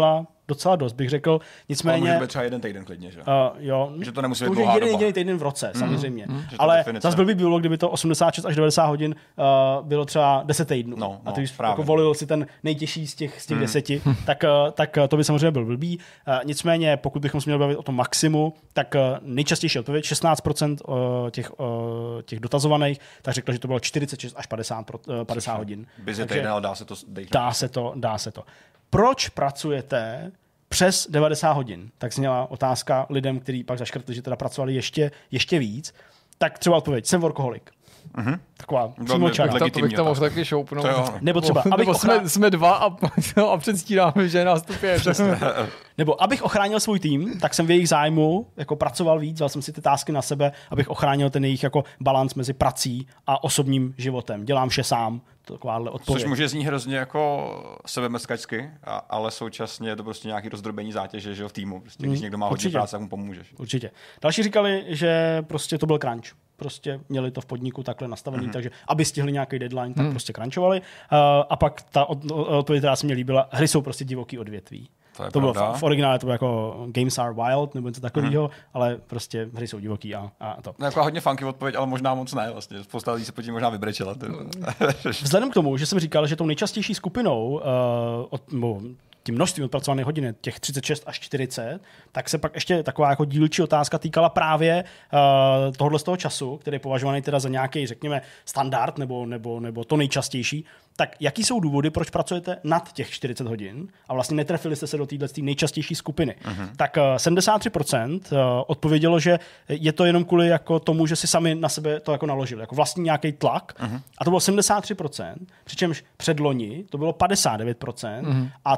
docela dost, bych řekl. Nicméně... Ale může být třeba jeden týden klidně, že? Uh, jo. Že to nemusí být to dlouhá jeden doba. jediný týden v roce, mm. samozřejmě. Mm. Ale zase byl by bylo, kdyby to osmdesát šest až devadesát hodin uh, bylo třeba deset týdnů. No, no, a ty už jako volil si ten nejtěžší z těch, z těch mm. deseti, tak, uh, tak to by samozřejmě byl blbý. Uh, nicméně, pokud bychom se měli bavit o tom maximu, tak uh, nejčastější odpověď, šestnáct procent uh, těch, uh, těch dotazovaných, tak řekl, že to bylo čtyřicet šest až padesát, uh, padesát hodin. Busy týden, ale dá se to dejt. Dá se to, dá se to. Proč pracujete přes devadesát hodin? Tak zněla otázka lidem, kteří pak zaškrtli, že teda pracovali ještě, ještě víc. Tak třeba odpověď, jsem workoholik. Mm-hmm. Taková přímo čará. To, to bych to mohl taky šoupnout. Nebo třeba, Nebo abych jsme, ochrán... jsme dva a, a předstíráme, že nás tu pět. Nebo abych ochránil svůj tým, tak jsem v jejich zájmu jako pracoval víc, vzal jsem si ty tásky na sebe, abych ochránil ten jejich jako balans mezi prací a osobním životem. Dělám vše sám. Takováhle odpověď. Což může znít hrozně jako sebemrskačsky, ale současně je to prostě nějaký rozdrobení zátěže, že v týmu. Prostě, když mm, někdo má hodně určitě. práce, tak mu pomůžeš. Určitě. Další říkali, že prostě to byl crunch. Prostě měli to v podniku takhle nastavený, mm-hmm. takže aby stihli nějaký deadline, tak mm. prostě crunchovali. Uh, a pak ta odpověď, která se mě líbila, hry jsou prostě divoký odvětví. To, to bylo v, v originále to bylo jako Games are wild nebo něco takového, mm. ale prostě hry jsou divoký a, a to. No, jako hodně funky odpověď, ale možná moc ne vlastně. Spousta lidí se pod tím možná vybrečela. Vzhledem k tomu, že jsem říkal, že tou nejčastější skupinou uh, od, no, tím množstvím odpracovaných hodin, těch třicet šest až čtyřicet, tak se pak ještě taková jako dílčí otázka týkala právě uh, tohohle z toho času, který je považovaný teda za nějaký, řekněme, standard nebo, nebo, nebo to nejčastější. Tak jaký jsou důvody, proč pracujete nad těch čtyřicet hodin a vlastně netrefili jste se do této nejčastější skupiny? Uh-huh. Tak uh, sedmdesát tři procent uh, odpovědělo, že je to jenom kvůli jako tomu, že si sami na sebe to jako naložili, jako vlastní nějaký tlak. Uh-huh. A to bylo sedmdesát tři procent, přičemž předloni to bylo padesát devět procent uh-huh. a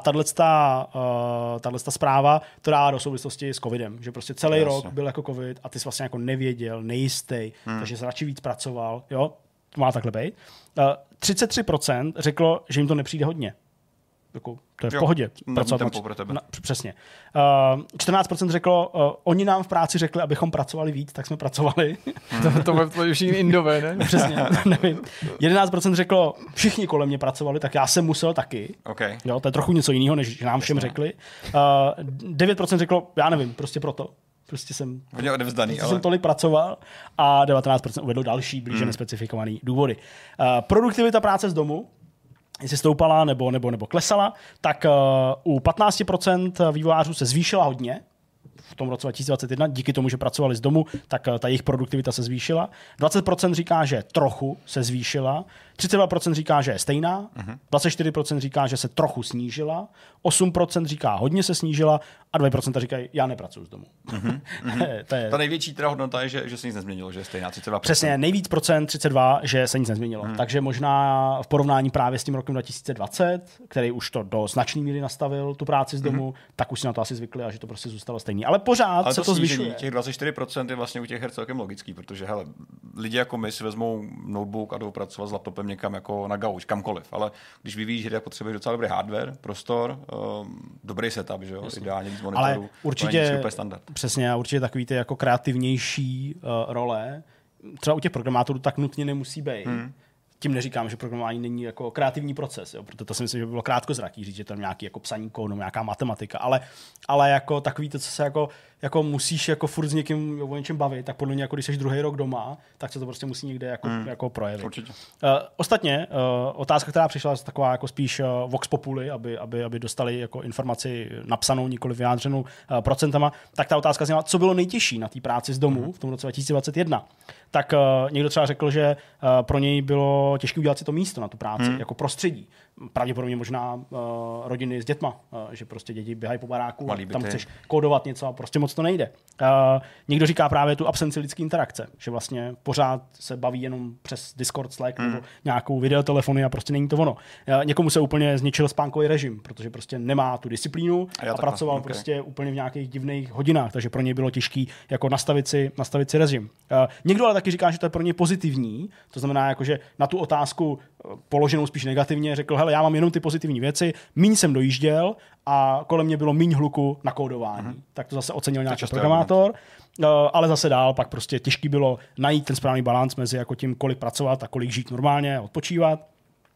tato uh, zpráva to dá do souvislosti s covidem, že prostě celý Jasně. rok byl jako covid a ty jsi vlastně jako nevěděl, nejistý, hmm. takže jsi radši víc pracoval, jo, to má takhle být. Uh, třicet tři procent řeklo, že jim to nepřijde hodně. Jako, to je v jo, pohodě. Pracovat tempo pro tebe. Na, přesně. Uh, čtrnáct procent řeklo, uh, oni nám v práci řekli, abychom pracovali víc, tak jsme pracovali. to to bude už Indové, ne? Přesně, nevím. jedenáct procent řeklo, všichni kolem mě pracovali, tak já jsem musel taky. Okay. Jo, to je trochu něco jiného, než nám všem řekli. Uh, devět procent řeklo, já nevím, prostě proto. Prostě jsem, odevzdaný, prostě ale... jsem tolik pracoval a devatenáct procent uvedlo další blíže hmm. nespecifikované důvody. Uh, produktivita práce z domu, jestli stoupala nebo, nebo, nebo klesala, tak uh, u patnáct procent vývojářů se zvýšila hodně v tom roce dva tisíce dvacet jedna, díky tomu, že pracovali z domu, tak uh, ta jejich produktivita se zvýšila. dvacet procent říká, že trochu se zvýšila, třicet dva procent říká, že je stejná, uh-huh. dvacet čtyři procent říká, že se trochu snížila, osm procent říká, hodně se snížila a dva procenta říkají, já nepracuji z domu. Uh-huh. to je... Ta největší teda hodnota je, že, že se nic nezměnilo, že je stejná, třicet dva procent. Přesně, nejvíc procent, třicet dva, že se nic nezměnilo. Uh-huh. Takže možná v porovnání právě s tím rokem dva tisíce dvacet, který už to do značné míry nastavil, tu práci z domu, uh-huh. tak už si na to asi zvykli a že to prostě zůstalo stejný. Ale pořád Ale se to, to zvyšuje. Těch dvacet čtyři procent je vlastně u těch her celkem logický, protože hele, lidi jako my si vezmou notebook a jdou pracovat s laptopem někam jako na gauč, kamkoliv, ale když vyvíjíš hry, potřebuješ docela dobrý hardware, prostor, um, dobrý setup, že jo, ideálně víc monitorů. Ale určitě, super standard. Přesně, a určitě takový ty jako kreativnější uh, role, třeba u těch programátorů tak nutně nemusí být. Hmm. Tím neříkám, že programování není jako kreativní proces, jo, protože to si myslím, že by bylo krátkozraký říct, že tam nějaký jako psaní kódu, nějaká matematika, ale, ale jako takový to, co se jako, jako musíš jako furt s někým o něčem bavit, tak podle mě, jako když jsi druhý rok doma, tak se to prostě musí někde jako, hmm. jako projevit. Určitě. Uh, ostatně, uh, otázka, která přišla, je taková jako spíš uh, vox populi, aby, aby, aby dostali jako informaci napsanou, nikoli vyjádřenou uh, procentama, tak ta otázka zněla, co bylo nejtěžší na té práci z domu hmm. v tom roce dva tisíce dvacet jedna. Tak uh, někdo třeba řekl, že uh, pro něj bylo těžké udělat si to místo na tu práci, hmm. jako prostředí. Pravděpodobně možná uh, rodiny s dětma, uh, že prostě děti běhají po baráku a tam chceš kódovat něco a prostě moc to nejde. Uh, někdo říká právě tu absenci lidské interakce, že vlastně pořád se baví jenom přes Discord, Slack hmm. nebo nějakou videotelefony a prostě není to ono. Uh, někomu se úplně zničil spánkový režim, protože prostě nemá tu disciplínu a, a pracoval okay. prostě úplně v nějakých divných hodinách, takže pro něj bylo těžké jako nastavit si, nastavit si režim. Uh, někdo ale taky říká, že to je pro něj pozitivní, to znamená, jako, že na tu otázku položenou spíš negativně řekl, hele, já mám jenom ty pozitivní věci, míň jsem dojížděl a kolem mě bylo míň hluku na kódování. Uh-huh. Tak to zase ocenil nějaký programátor, uh, ale zase dál pak prostě těžký bylo najít ten správný balans mezi jako tím, kolik pracovat a kolik žít normálně, odpočívat.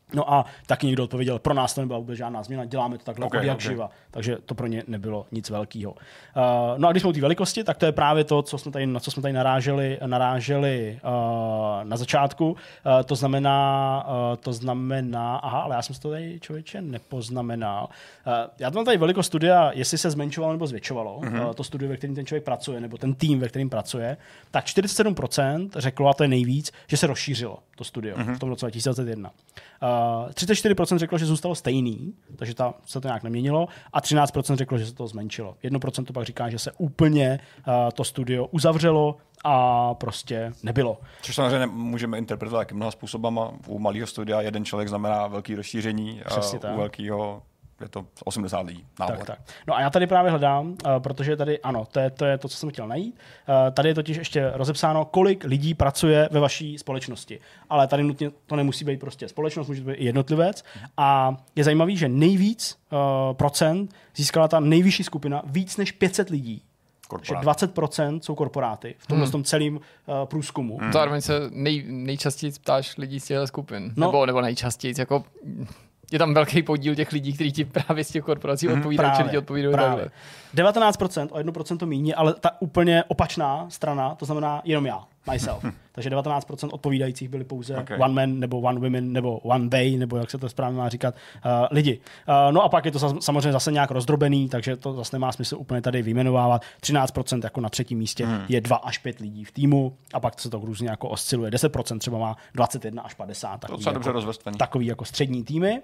No a taky někdo odpověděl, pro nás to nebyla vůbec žádná změna, děláme to takhle okay, od jak okay. živa, takže to pro ně nebylo nic velkého. Uh, no a když jsme u té velikosti, tak to je právě to, co jsme tady, na co jsme tady naráželi, naráželi uh, na začátku. Uh, to znamená, uh, to znamená, aha, ale já jsem si to tady člověče nepoznamenal. Uh, já mám tady velikost studia, jestli se zmenšovalo nebo zvětšovalo, mm-hmm. uh, to studio, ve kterém ten člověk pracuje, nebo ten tým, ve kterém pracuje, tak čtyřicet sedm procent řeklo, a to je nejvíc, že se rozšířilo to studio mm-hmm. v tom roce dva tisíce dvacet jedna. Uh, třicet čtyři procent řeklo, že zůstalo stejný, takže ta, se to nějak neměnilo, a třináct procent řeklo, že se to zmenšilo. jedno procento pak říká, že se úplně uh, to studio uzavřelo a prostě nebylo. Což samozřejmě můžeme interpretovat taky mnoha způsobama. U malého studia jeden člověk znamená velký rozšíření, a u velkého je to osmdesát lidí. Tak, tak. No a já tady právě hledám, uh, protože tady, ano, to je, to je to, co jsem chtěl najít. Uh, tady je totiž ještě rozepsáno, kolik lidí pracuje ve vaší společnosti. Ale tady nutně to nemusí být prostě společnost, může to být i jednotlivec. A je zajímavý, že nejvíc uh, procent získala ta nejvyšší skupina, víc než pět set lidí. Že dvacet procent jsou korporáty v tomhle hmm. tom celém uh, průzkumu. Hmm. Zároveň se nej, nejčastěji ptáš lidí z těchto skupin. No. Nebo, nebo nejčastěji, jako je tam velký podíl těch lidí, kteří ti právě z těch korporací hmm. odpovídají, čili ti odpovídají takhle. devatenáct procent o jedno procento míně, ale ta úplně opačná strana, to znamená jenom já, myself. Takže devatenáct procent odpovídajících byli pouze okay. one man, nebo one women, nebo one they, nebo jak se to správně má říkat, uh, lidi. Uh, no a pak je to samozřejmě zase nějak rozdrobený, takže to zase nemá smysl úplně tady vyjmenovávat. třináct procent jako na třetím místě hmm. je dva až pět lidí v týmu, a pak se to různě jako osciluje. deset procent třeba má dvacet jedna až padesát. Takový, to jako, dobře takový jako střední týmy.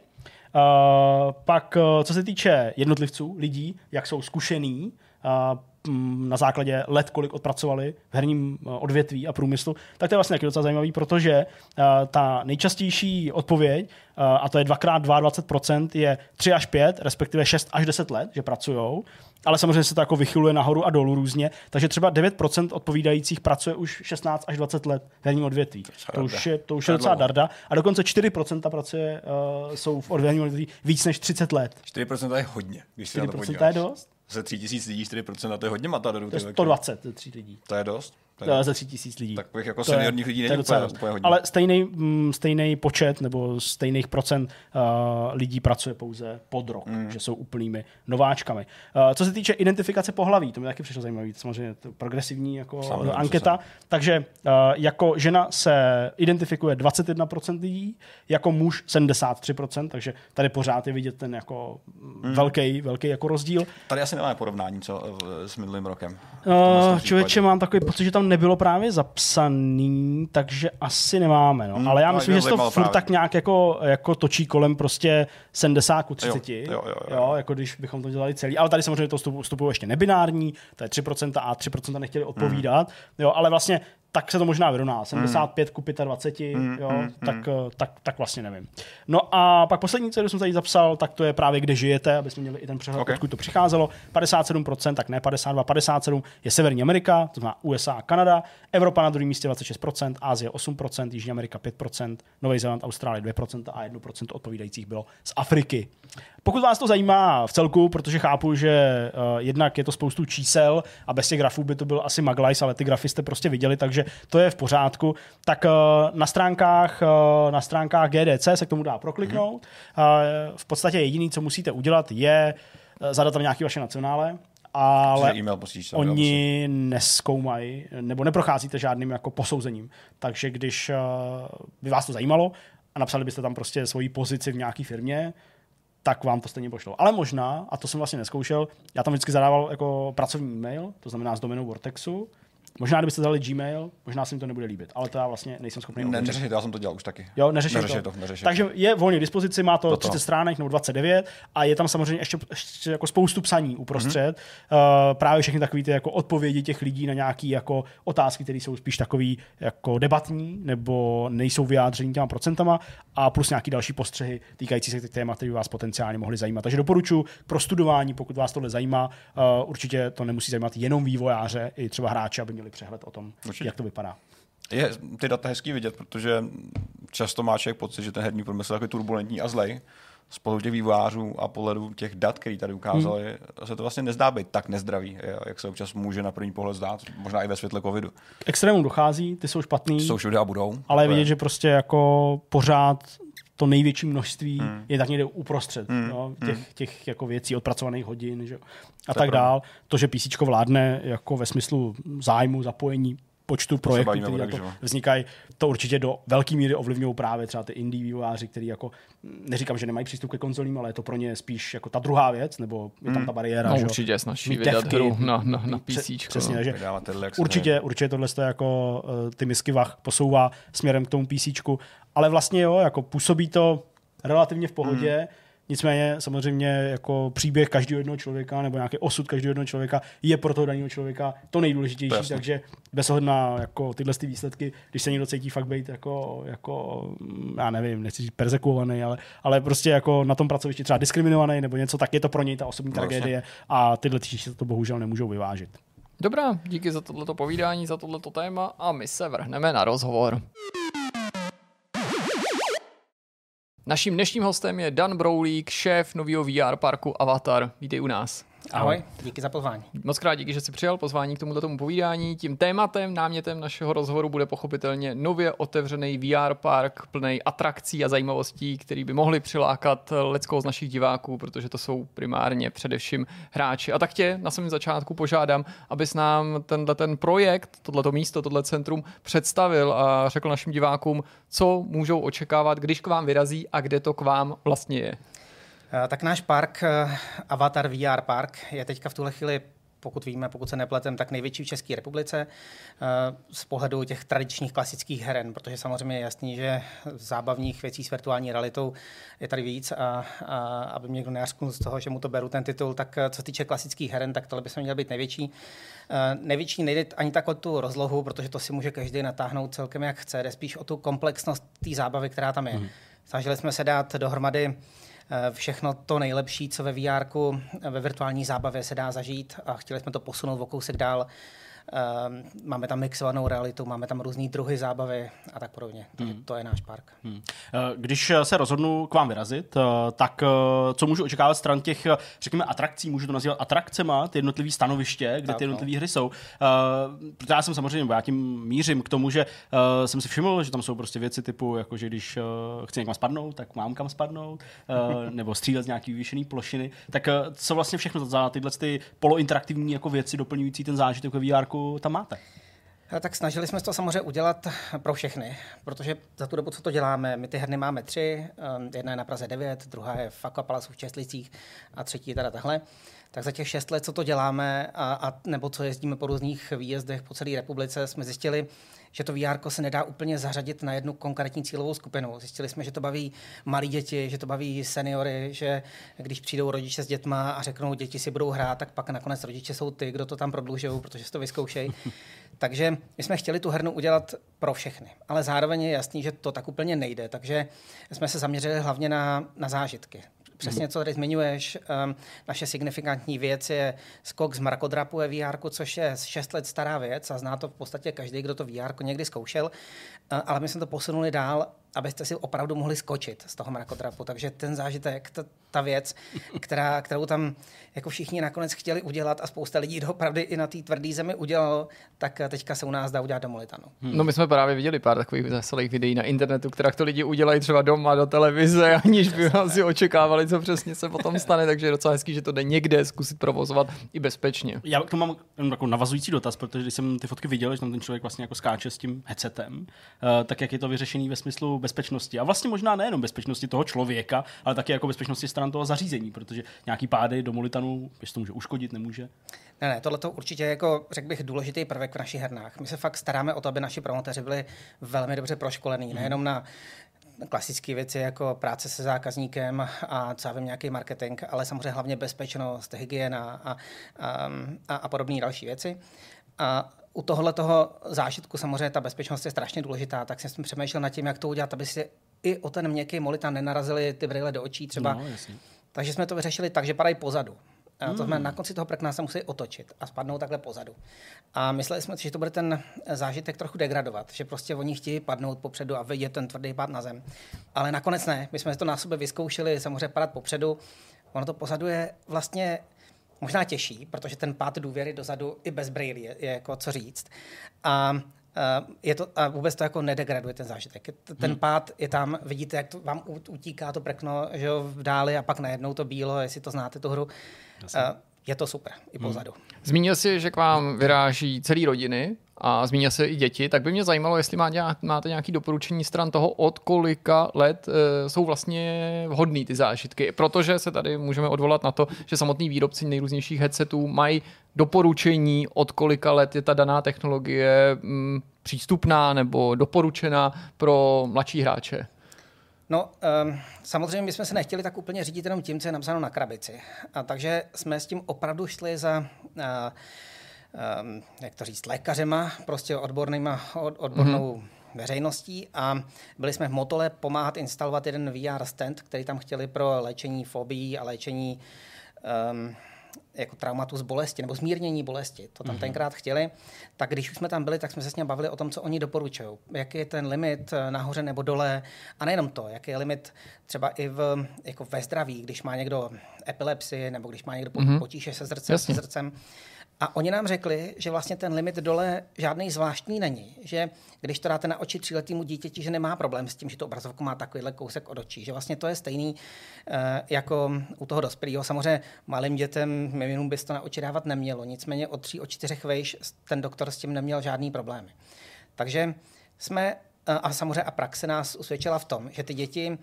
Uh, pak, uh, co se týče jednotlivců, lidí, jak jsou zkušený, uh, na základě let, kolik odpracovali v herním odvětví a průmyslu, tak to je vlastně taky docela zajímavý, protože uh, ta nejčastější odpověď, uh, a to je dvakrát dvacet dva procent, je tři až pět, respektive šest až deset let, že pracujou, ale samozřejmě se to jako vychyluje nahoru a dolů různě, takže třeba devět procent odpovídajících pracuje už šestnáct až dvacet let v herním odvětví. To už je, to už je docela darda. A dokonce čtyři procenta pracuje, uh, jsou v herním odvětví víc než třicet let. čtyři procenta je hodně. Když čtyři procenta je dost? Ze tři tisíc lidí čtyři procenta, to je hodně matadorů. To je sto dvacet ze tří lidí. To je dost? To je ze tři tisíc lidí. Takových jako seniorních lidí není úplně, úplně hodně. Ale stejný, m, stejný počet nebo stejných procent uh, lidí pracuje pouze pod rok, mm. že jsou úplnými nováčkami. Uh, co se týče identifikace pohlaví, to mi taky přišlo zajímavé, samozřejmě to progresivní jako samozřejmě, anketa. Takže uh, jako žena se identifikuje dvacet jedna procent lidí, jako muž sedmdesát tři procent, takže tady pořád je vidět ten jako mm. velký, velký jako rozdíl. Tady asi nemáme porovnání co s minulým rokem. Uh, člověče, mám takový pocit, že tam nebylo právě zapsaný, takže asi nemáme. No. Hmm, ale já no, myslím, že se to furt právě tak nějak jako, jako točí kolem prostě sedmdesát ku třiceti. Jo, jo, jo, jo. Jo, jako když bychom to dělali celý. Ale tady samozřejmě to vstupují ještě nebinární, to je tři procenta a tři procenta nechtěli odpovídat. Hmm. Jo, ale vlastně tak se to možná vyrovná. sedmdesát pět ku dvaceti pěti, mm, jo, mm, tak, mm. tak, tak vlastně nevím. No a pak poslední, co jsem tady zapsal, tak to je právě kde žijete, aby jsme měli i ten přehled, okay. odkud to přicházelo. padesát sedm procent, tak ne padesát dva, padesát sedm je Severní Amerika, to znamená U S A a Kanada, Evropa na druhém místě dvacet šest procent, Asie osm procent, Jižní Amerika pět procent, Nový Zéland, Austrálie dvě procenta a jedno procento odpovídajících bylo z Afriky. Pokud vás to zajímá v celku, protože chápu, že uh, jednak je to spoustu čísel a bez těch grafů by to byl asi maglajs, ale ty grafy jste prostě viděli, takže to je v pořádku. Tak uh, na stránkách uh, na stránkách G D C se k tomu dá prokliknout. Mm-hmm. Uh, v podstatě jediné, co musíte udělat, je uh, zadat tam nějaký vaše nacionále, ale e-mail posíš, oni neskoumají, nebo neprocházíte žádným jako posouzením. Takže když uh, by vás to zajímalo a napsali byste tam prostě svoji pozici v nějaké firmě, tak vám to stejně pošlou. Ale možná, a to jsem vlastně neskoušel, já tam vždycky zadával jako pracovní e-mail, to znamená s doménou Vortexu. Možná, kdybyste dali Gmail, možná se jim to nebude líbit, ale to já vlastně nejsem schopný. Ne, neřešit, já jsem to dělal už taky. Jo, neřešit neřešit to. to neřešit. Takže je volně k dispozici, má to Toto. třicet stránek nebo dvacet devět a je tam samozřejmě ještě, ještě jako spoustu psaní uprostřed. Mm-hmm. Uh, právě všechny takové ty jako odpovědi těch lidí na nějaké jako otázky, které jsou spíš takový jako debatní nebo nejsou vyjádření těma procentama a plus nějaký další postřehy týkající se těch témat, které vás potenciálně mohly zajímat. Takže doporučuji pro studování, pokud vás tohle zajímá, uh, určitě to nemusí zajímat jenom vývojáře, i třeba hráče, aby měli přehled o tom, určitě. Jak to vypadá. Je ty data hezký vidět, protože často má člověk pocit, že ten herní průmysl je takový turbulentní a zlej. Z pohledu těch vývojářů a pohledu těch dat, který tady ukázali, hmm. se to vlastně nezdá být tak nezdravý, jak se občas může na první pohled zdát, možná i ve světle covidu. K extrémům dochází, ty jsou špatný. Ty jsou všude a budou. Ale je vidět, že prostě jako pořád to největší množství hmm. je tak někde uprostřed hmm. no, těch, hmm. těch jako věcí, odpracovaných hodin, že? A to tak dál. To, že PCčko vládne jako ve smyslu zájmu, zapojení, počtu projektů, které jako vznikají, to určitě do velké míry ovlivňují právě třeba ty indie vývojáři, který jako, neříkám, že nemají přístup ke konzolím, ale je to pro ně spíš jako ta druhá věc, nebo je tam ta bariéra. No že? určitě snaží vydat hru na, na, na PCčko. Přesně, no. že určitě, určitě tohle jako uh, ty misky vah posouvá směrem k tomu PCčku, ale vlastně jo, jako působí to relativně v pohodě, hmm. Nicméně samozřejmě jako příběh každého jednoho člověka nebo nějaký osud každého jednoho člověka je pro toho daného člověka to nejdůležitější, to takže bez ohledu na jako tyhle ty výsledky, když se někdo cítí fakt být jako, jako já nevím, nechci říct perzekuovaný, ale, ale prostě jako na tom pracovišti třeba diskriminovaný nebo něco, tak je to pro něj ta osobní vlastně. Tragédie a tyhle ty to bohužel nemůžou vyvážit. Dobrá, díky za tohleto povídání, za tohleto téma a my se vrhneme na rozhovor. Naším dnešním hostem je Dan Broulík, šéf nového V R parku Avatar. Vítej u nás. Ahoj, díky za pozvání. Moc krát díky, že jsi přijal pozvání k tomuto povídání. Tím tématem, námětem našeho rozhovoru bude pochopitelně nově otevřený V R park plný atrakcí a zajímavostí, který by mohly přilákat leckou z našich diváků, protože to jsou primárně především hráči. A tak tě na samém začátku požádám, abys nám tenhle ten projekt, tohleto místo, tohle centrum představil a řekl našim divákům, co můžou očekávat, když k vám vyrazí a kde to k vám vlastně je. Tak náš park, Avatar V R Park, je teďka v tuhle chvíli, pokud víme, pokud se nepletem, tak největší v České republice z pohledu těch tradičních klasických heren, protože samozřejmě je jasný, že zábavních věcí s virtuální realitou je tady víc a, a aby mě někdo nejařknul z toho, že mu to beru ten titul, tak co se týče klasických heren, tak tohle by se měl být největší. Největší nejde ani tak o tu rozlohu, protože to si může každý natáhnout celkem jak chce, jde spíš o tu komplexnost té zábavy, která tam je. Hmm. Snažili jsme se dát dohromady všechno to nejlepší, co ve V R-ku, ve virtuální zábavě se dá zažít a chtěli jsme to posunout o kousek dál. Máme tam mixovanou realitu, máme tam různý druhy zábavy a tak podobně. Takže hmm. to je náš park. Hmm. Když se rozhodnu k vám vyrazit, tak co můžu očekávat stran těch, řekněme, atrakcí, můžu to nazývat atrakcema, ty jednotlivé stanoviště, kde tak, ty jednotlivé no. hry jsou. Protože já jsem samozřejmě, já tím mířím k tomu, že jsem si všiml, že tam jsou prostě věci typu, jako že když chci někam spadnout, tak mám kam spadnout, nebo střílet z nějaký vyvýšený plošiny. Tak co vlastně všechno za tyhle ty polointeraktivní jako věci doplňující ten zážitek ve V R tam máte? Tak snažili jsme to samozřejmě udělat pro všechny, protože za tu dobu, co to děláme, my ty herny máme tři, jedna je na Praze devět, druhá je v Aquapalacu v Česlicích a třetí je teda tahle. Tak za těch šest let, co to děláme, a, a nebo co jezdíme po různých výjezdech po celé republice, jsme zjistili, že to V R se nedá úplně zařadit na jednu konkrétní cílovou skupinu. Zjistili jsme, že to baví malí děti, že to baví seniory, že když přijdou rodiče s dětma a řeknou, děti si budou hrát, tak pak nakonec rodiče jsou ty, kdo to tam prodlužují, protože si to vyzkoušejí. Takže my jsme chtěli tu hernu udělat pro všechny, ale zároveň je jasný, že to tak úplně nejde, takže jsme se zaměřili hlavně na, na zážitky. Přesně, co tady zmiňuješ, um, naše signifikantní věc je skok z mrakodrapu ve V R, což je šest let stará věc a zná to v podstatě každý, kdo to V R někdy zkoušel, uh, ale my jsme to posunuli dál, abyste si opravdu mohli skočit z toho mrakodrapu. Takže ten zážitek, ta, ta věc, která, kterou tam jako všichni nakonec chtěli udělat a spousta lidí doopravdy i na té tvrdé zemi udělalo, tak teďka se u nás dá udělat do Molitanu. Hmm. No my jsme právě viděli pár takových veselých videí na internetu, která to lidi udělají třeba doma do televize, aniž by si očekávali, co přesně se potom stane, takže je docela hezký, že to jde někde zkusit provozovat i bezpečně. Já k tomu mám takovou navazující dotaz, protože když jsem ty fotky viděl, že tam ten člověk vlastně jako skáče s tím headsetem, uh, tak jak je to vyřešený ve smyslu bezpečnosti. A vlastně možná nejenom bezpečnosti toho člověka, ale taky jako bezpečnosti stran toho zařízení, protože nějaký pády do Molitanu, jestli to může uškodit, nemůže. Ne, ne, tohle to určitě jako, řekl bych, důležitý prvek v našich hernách. My se fakt staráme o to, aby naši promotéři byli velmi dobře proškolení, hmm. nejenom na klasické věci jako práce se zákazníkem a co já vím, nějaký marketing, ale samozřejmě hlavně bezpečnost, hygiena a, a, a, a podobné další věci. A u tohle toho zážitku samozřejmě ta bezpečnost je strašně důležitá, tak jsem přemýšlel nad tím, jak to udělat, aby si i o ten měkký Molitan nenarazili ty brýle do očí třeba. No, takže jsme to vyřešili tak, že padají pozadu. A to znamená, na konci toho prkna se musí otočit a spadnou takhle pozadu. A mysleli jsme si, že to bude ten zážitek trochu degradovat, že prostě oni chtějí padnout popředu a vidět ten tvrdý pád na zem. Ale nakonec ne, my jsme to na sobě vyzkoušeli, samozřejmě padat popředu. Ono to pozadu je vlastně možná těžší, protože ten pád důvěry dozadu i bez brýlí je, je jako co říct. A je to, a vůbec to jako nedegraduje ten zážitek. Ten hmm. pád je tam, vidíte, jak to vám utíká to prkno, že jo, v dáli a pak najednou to bílo, jestli to znáte tu hru. Jasně. Je to super, i pozadu. Hmm. Zmínil jsi, že k vám vyráží celý rodiny a zmínil se i děti, tak by mě zajímalo, jestli máte nějaké doporučení stran toho, od kolika let e, jsou vlastně vhodný ty zážitky. Protože se tady můžeme odvolat na to, že samotní výrobci nejrůznějších headsetů mají doporučení, od kolika let je ta daná technologie m, přístupná nebo doporučená pro mladší hráče. No, um, samozřejmě my jsme se nechtěli tak úplně řídit jenom tím, co je napsáno na krabici. A takže jsme s tím opravdu šli za, uh, um, jak to říct, lékařema, prostě odbornýma, od, odbornou mm-hmm. veřejností a byli jsme v Motole pomáhat instalovat jeden V R stand, který tam chtěli pro léčení fobií a léčení um, jako traumatu z bolesti nebo zmírnění bolesti. To tam mm-hmm. tenkrát chtěli. Tak když už jsme tam byli, tak jsme se s ním bavili o tom, co oni doporučují. Jaký je ten limit nahoře nebo dole. A nejenom to, jaký je limit třeba i v, jako ve zdraví, když má někdo epilepsii nebo když má někdo mm-hmm. potíže se srdcem, se srdcem. A oni nám řekli, že vlastně ten limit dole žádný zvláštní není. Že když to dáte na oči tříletýmu dítěti, že nemá problém s tím, že to obrazovku má takovýhle kousek od očí. Že vlastně to je stejný uh, jako u toho dospělého. Samozřejmě malým dětem, miminům bys to na oči dávat nemělo. Nicméně od tří, od čtyřech vejš ten doktor s tím neměl žádný problémy. Takže jsme, uh, a samozřejmě a praxe nás usvědčila v tom, že ty děti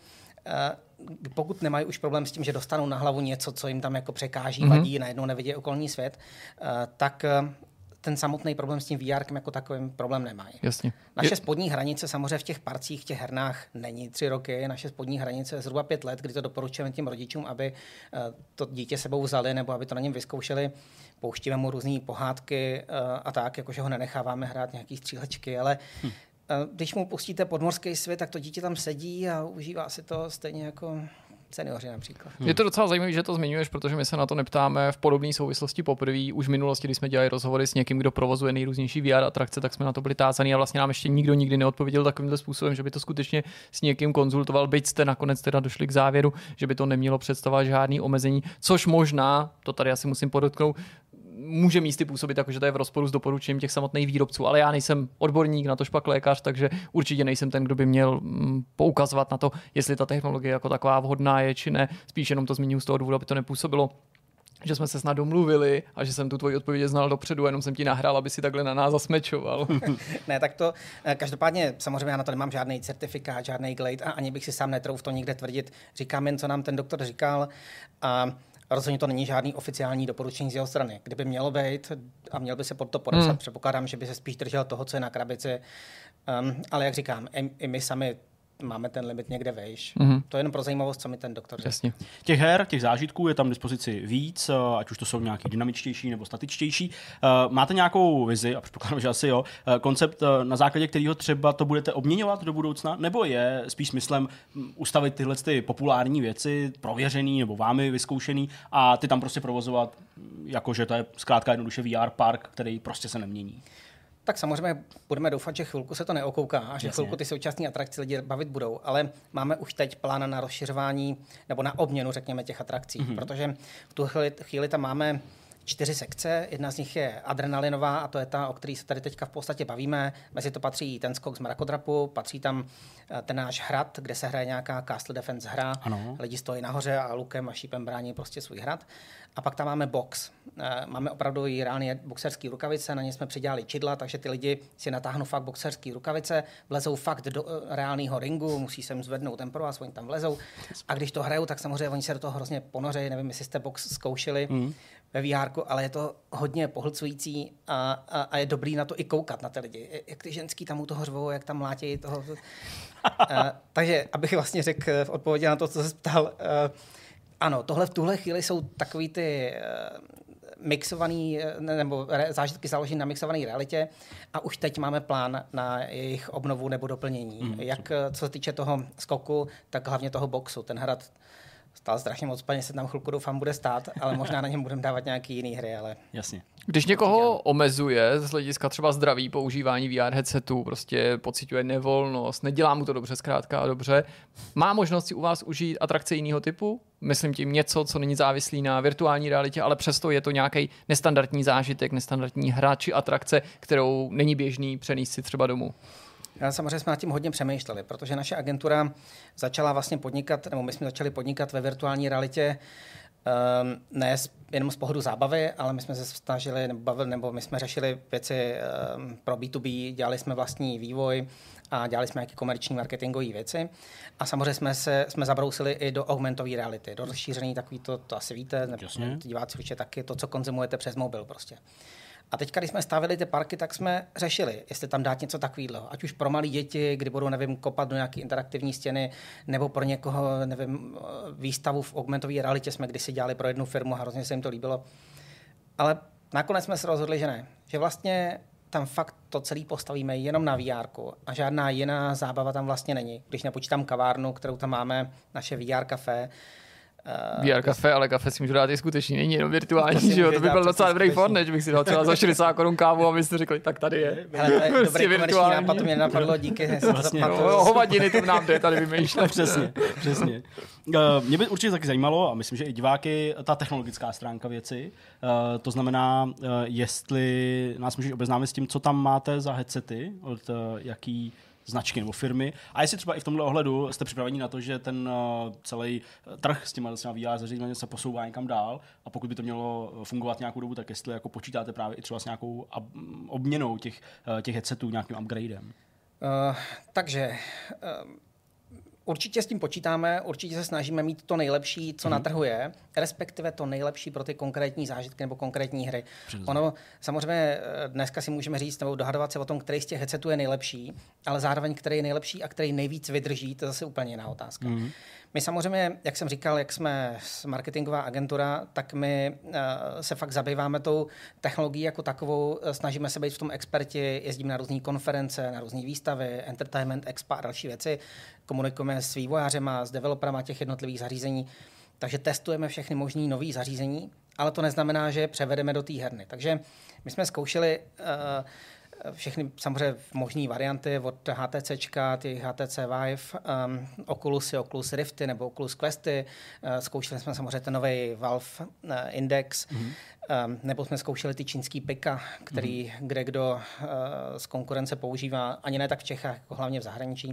pokud nemají už problém s tím, že dostanou na hlavu něco, co jim tam jako překáží, mm-hmm. vadí, najednou nevidí okolní svět, tak ten samotný problém s tím V R jako takovým problém nemají. Jasně. Naše spodní hranice samozřejmě v těch parcích, v těch hernách není tři roky, naše spodní hranice je zhruba pět let, kdy to doporučujeme těm rodičům, aby to dítě sebou vzali nebo aby to na něm vyzkoušeli. Pouštíme mu různé pohádky a tak, jakože ho nenecháváme hrát nějaký střílečky, ale hm. když mu pustíte podmorský svět, tak to dítě tam sedí a užívá si to stejně jako seniori například. Hmm. Je to docela zajímavé, že to zmiňuješ, protože my se na to neptáme v podobné souvislosti poprvé. Už v minulosti, když jsme dělali rozhovory s někým, kdo provozuje nejrůznější V R atrakce, tak jsme na to byli tázaný a vlastně nám ještě nikdo nikdy neodpověděl takovýmhle způsobem, že by to skutečně s někým konzultoval, byť jste nakonec teda došli k závěru, že by to nemělo představovat žádný omezení, což možná, to tady asi musím podotknout, může místy působit jako, že to je v rozporu s doporučením těch samotných výrobců, ale já nejsem odborník, na to špak lékař, takže určitě nejsem ten, kdo by měl poukazovat na to, jestli ta technologie jako taková vhodná je či ne. Spíš jenom to zmíním z toho důvodu, aby to nepůsobilo, že jsme se snad domluvili a že jsem tu tvoji odpověď znal dopředu, jenom jsem ti nahrál, aby si takhle na nás zasmečoval. Ne, tak to každopádně samozřejmě já na to nemám žádný certifikát, žádný glade a ani bych si sám netrouf to nikde tvrdit. Říkám jen, co nám ten doktor říkal a rozhodně to není žádný oficiální doporučení z jeho strany. Kdyby mělo být a měl by se pod to podepsat, hmm. předpokládám, že by se spíš držel toho, co je na krabici. Um, ale jak říkám, i, i my sami máme ten limit někde vejš. Mm-hmm. To je jenom pro zajímavost, co mi ten doktor Jasně. Těch her, těch zážitků je tam k dispozici víc, ať už to jsou nějaký dynamičtější nebo statičtější. Máte nějakou vizi, a předpokládám, že asi jo, koncept, na základě kterého třeba to budete obměňovat do budoucna, nebo je spíš smyslem ustavit tyhle ty populární věci, prověřený nebo vámi vyzkoušený a ty tam prostě provozovat, jakože to je zkrátka jednoduše V R park, který prostě se nemění? Tak samozřejmě budeme doufat, že chvilku se to neokouká a že Jasně. chvilku ty současné atrakce lidi bavit budou, ale máme už teď plán na rozšiřování nebo na obměnu, řekněme, těch atrakcí, mm-hmm. protože v tu chvíli, chvíli tam máme čtyři sekce, jedna z nich je adrenalinová a to je ta, o které se tady teďka v podstatě bavíme. Mezi to patří ten skok z mrakodrapu, patří tam ten náš hrad, kde se hraje nějaká Castle Defense hra. Ano. Lidi stojí nahoře a lukem a šípem brání prostě svůj hrad. A pak tam máme box. Máme opravdu i reálně boxerský rukavice, na ně jsme přidělali čidla, takže ty lidi si natáhnou fakt boxerský rukavice, vlezou fakt do reálného ringu, musí se jim zvednout tempo a oni tam vlezou. A když to hrajou, tak samozřejmě oni se do toho hrozně ponoří. Nevím, jestli jste box zkoušeli mm. ve V R, ale je to hodně pohlcující a, a, a je dobrý na to i koukat na ty lidi. Jak ty ženský tam u toho řvou, jak tam mlátějí toho. a, takže, abych vlastně řekl v odpovědi na to, co se ptal, uh, ano, tohle v tuhle chvíli jsou takový ty uh, mixovaný, nebo re, zážitky založené na mixované realitě a už teď máme plán na jejich obnovu nebo doplnění. Mm, Jak, co se týče toho skoku, tak hlavně toho boxu. Ten hrad Stál strašně moc peněz, se tam chvilku doufám bude stát, ale možná na něm budeme dávat nějaký jiný hry, ale... Jasně. Když někoho omezuje z hlediska třeba zdraví používání V R headsetu, prostě pociťuje nevolnost, nedělá mu to dobře, zkrátka a dobře, má možnost si u vás užít atrakce jiného typu? Myslím tím něco, co není závislý na virtuální realitě, ale přesto je to nějaký nestandardní zážitek, nestandardní hra či atrakce, kterou není běžný přenést si třeba domů. Samozřejmě jsme nad tím hodně přemýšleli, protože naše agentura začala vlastně podnikat, nebo my jsme začali podnikat ve virtuální realitě um, ne jenom z pohledu zábavy, ale my jsme se snažili, nebo bavili, nebo my jsme řešili věci um, pro B dva B, dělali jsme vlastní vývoj a dělali jsme nějaké komerční marketingové věci. A samozřejmě jsme se jsme zabrousili i do augmentové reality, do rozšířený takový to, to asi víte, nebo diváci určitě taky, to, co konzumujete přes mobil prostě. A teď, když jsme stavili ty parky, tak jsme řešili, jestli tam dát něco takového. Ať už pro malé děti, kdy budou, nevím, kopat do nějaké interaktivní stěny, nebo pro někoho, nevím, výstavu v augmentové realitě jsme kdysi dělali pro jednu firmu a hrozně se jim to líbilo. Ale nakonec jsme se rozhodli, že ne. Že vlastně tam fakt to celé postavíme jenom na V R ku a žádná jiná zábava tam vlastně není. Když nepočítám kavárnu, kterou tam máme, naše V R kafe, V R kafe, ale kafe si můžu dát i skutečný, není jenom virtuální, že jo? To by byl docela dobrý fornet, že bych si dal třeba za šedesát korun kávu a byste řekli, tak tady je. Hele, to je dobrý komerční nápad, to mě nenapadlo, díky. Vlastně, no, hovadiny to nám jde, tady vymýšlím. Přesně, přesně. Mě by určitě taky zajímalo, a myslím, že i diváky, ta technologická stránka věci. To znamená, jestli nás můžeš obeznámit s tím, co tam máte za headsety, od jaký značky nebo firmy. A jestli třeba i v tomhle ohledu jste připraveni na to, že ten uh, celý trh s těma V R zařízením se posouvá někam dál a pokud by to mělo fungovat nějakou dobu, tak jestli jako počítáte právě i třeba s nějakou ab- obměnou těch, uh, těch headsetů, nějakým upgradem. Uh, takže uh, určitě s tím počítáme, určitě se snažíme mít to nejlepší, co mm. na trhu je, respektive to nejlepší pro ty konkrétní zážitky nebo konkrétní hry. Přesně. Ono samozřejmě dneska si můžeme říct nebo dohadovat se o tom, který z těch headsetů je nejlepší, ale zároveň který je nejlepší a který nejvíc vydrží, to je zase úplně jiná otázka. Mm. My samozřejmě, jak jsem říkal, jak jsme marketingová agentura, tak my uh, se fakt zabýváme tou technologií jako takovou, snažíme se být v tom experti, jezdíme na různé konference, na různé výstavy, Entertainment Expo a další věci, komunikujeme s vývojářema, s developerama těch jednotlivých zařízení, takže testujeme všechny možné nové zařízení, ale to neznamená, že je převedeme do té herny. Takže my jsme zkoušeli uh, všechny samozřejmě možné varianty od HTCčka, ty H T C Vive, um, Oculusy, Oculus Rifty nebo Oculus Questy. Uh, zkoušeli jsme samozřejmě ten nový Valve uh, Index, mm-hmm. um, nebo jsme zkoušeli ty čínský Pika, který mm-hmm. kde kdo uh, z konkurence používá, ani ne tak v Čechách, jako hlavně v zahraničí.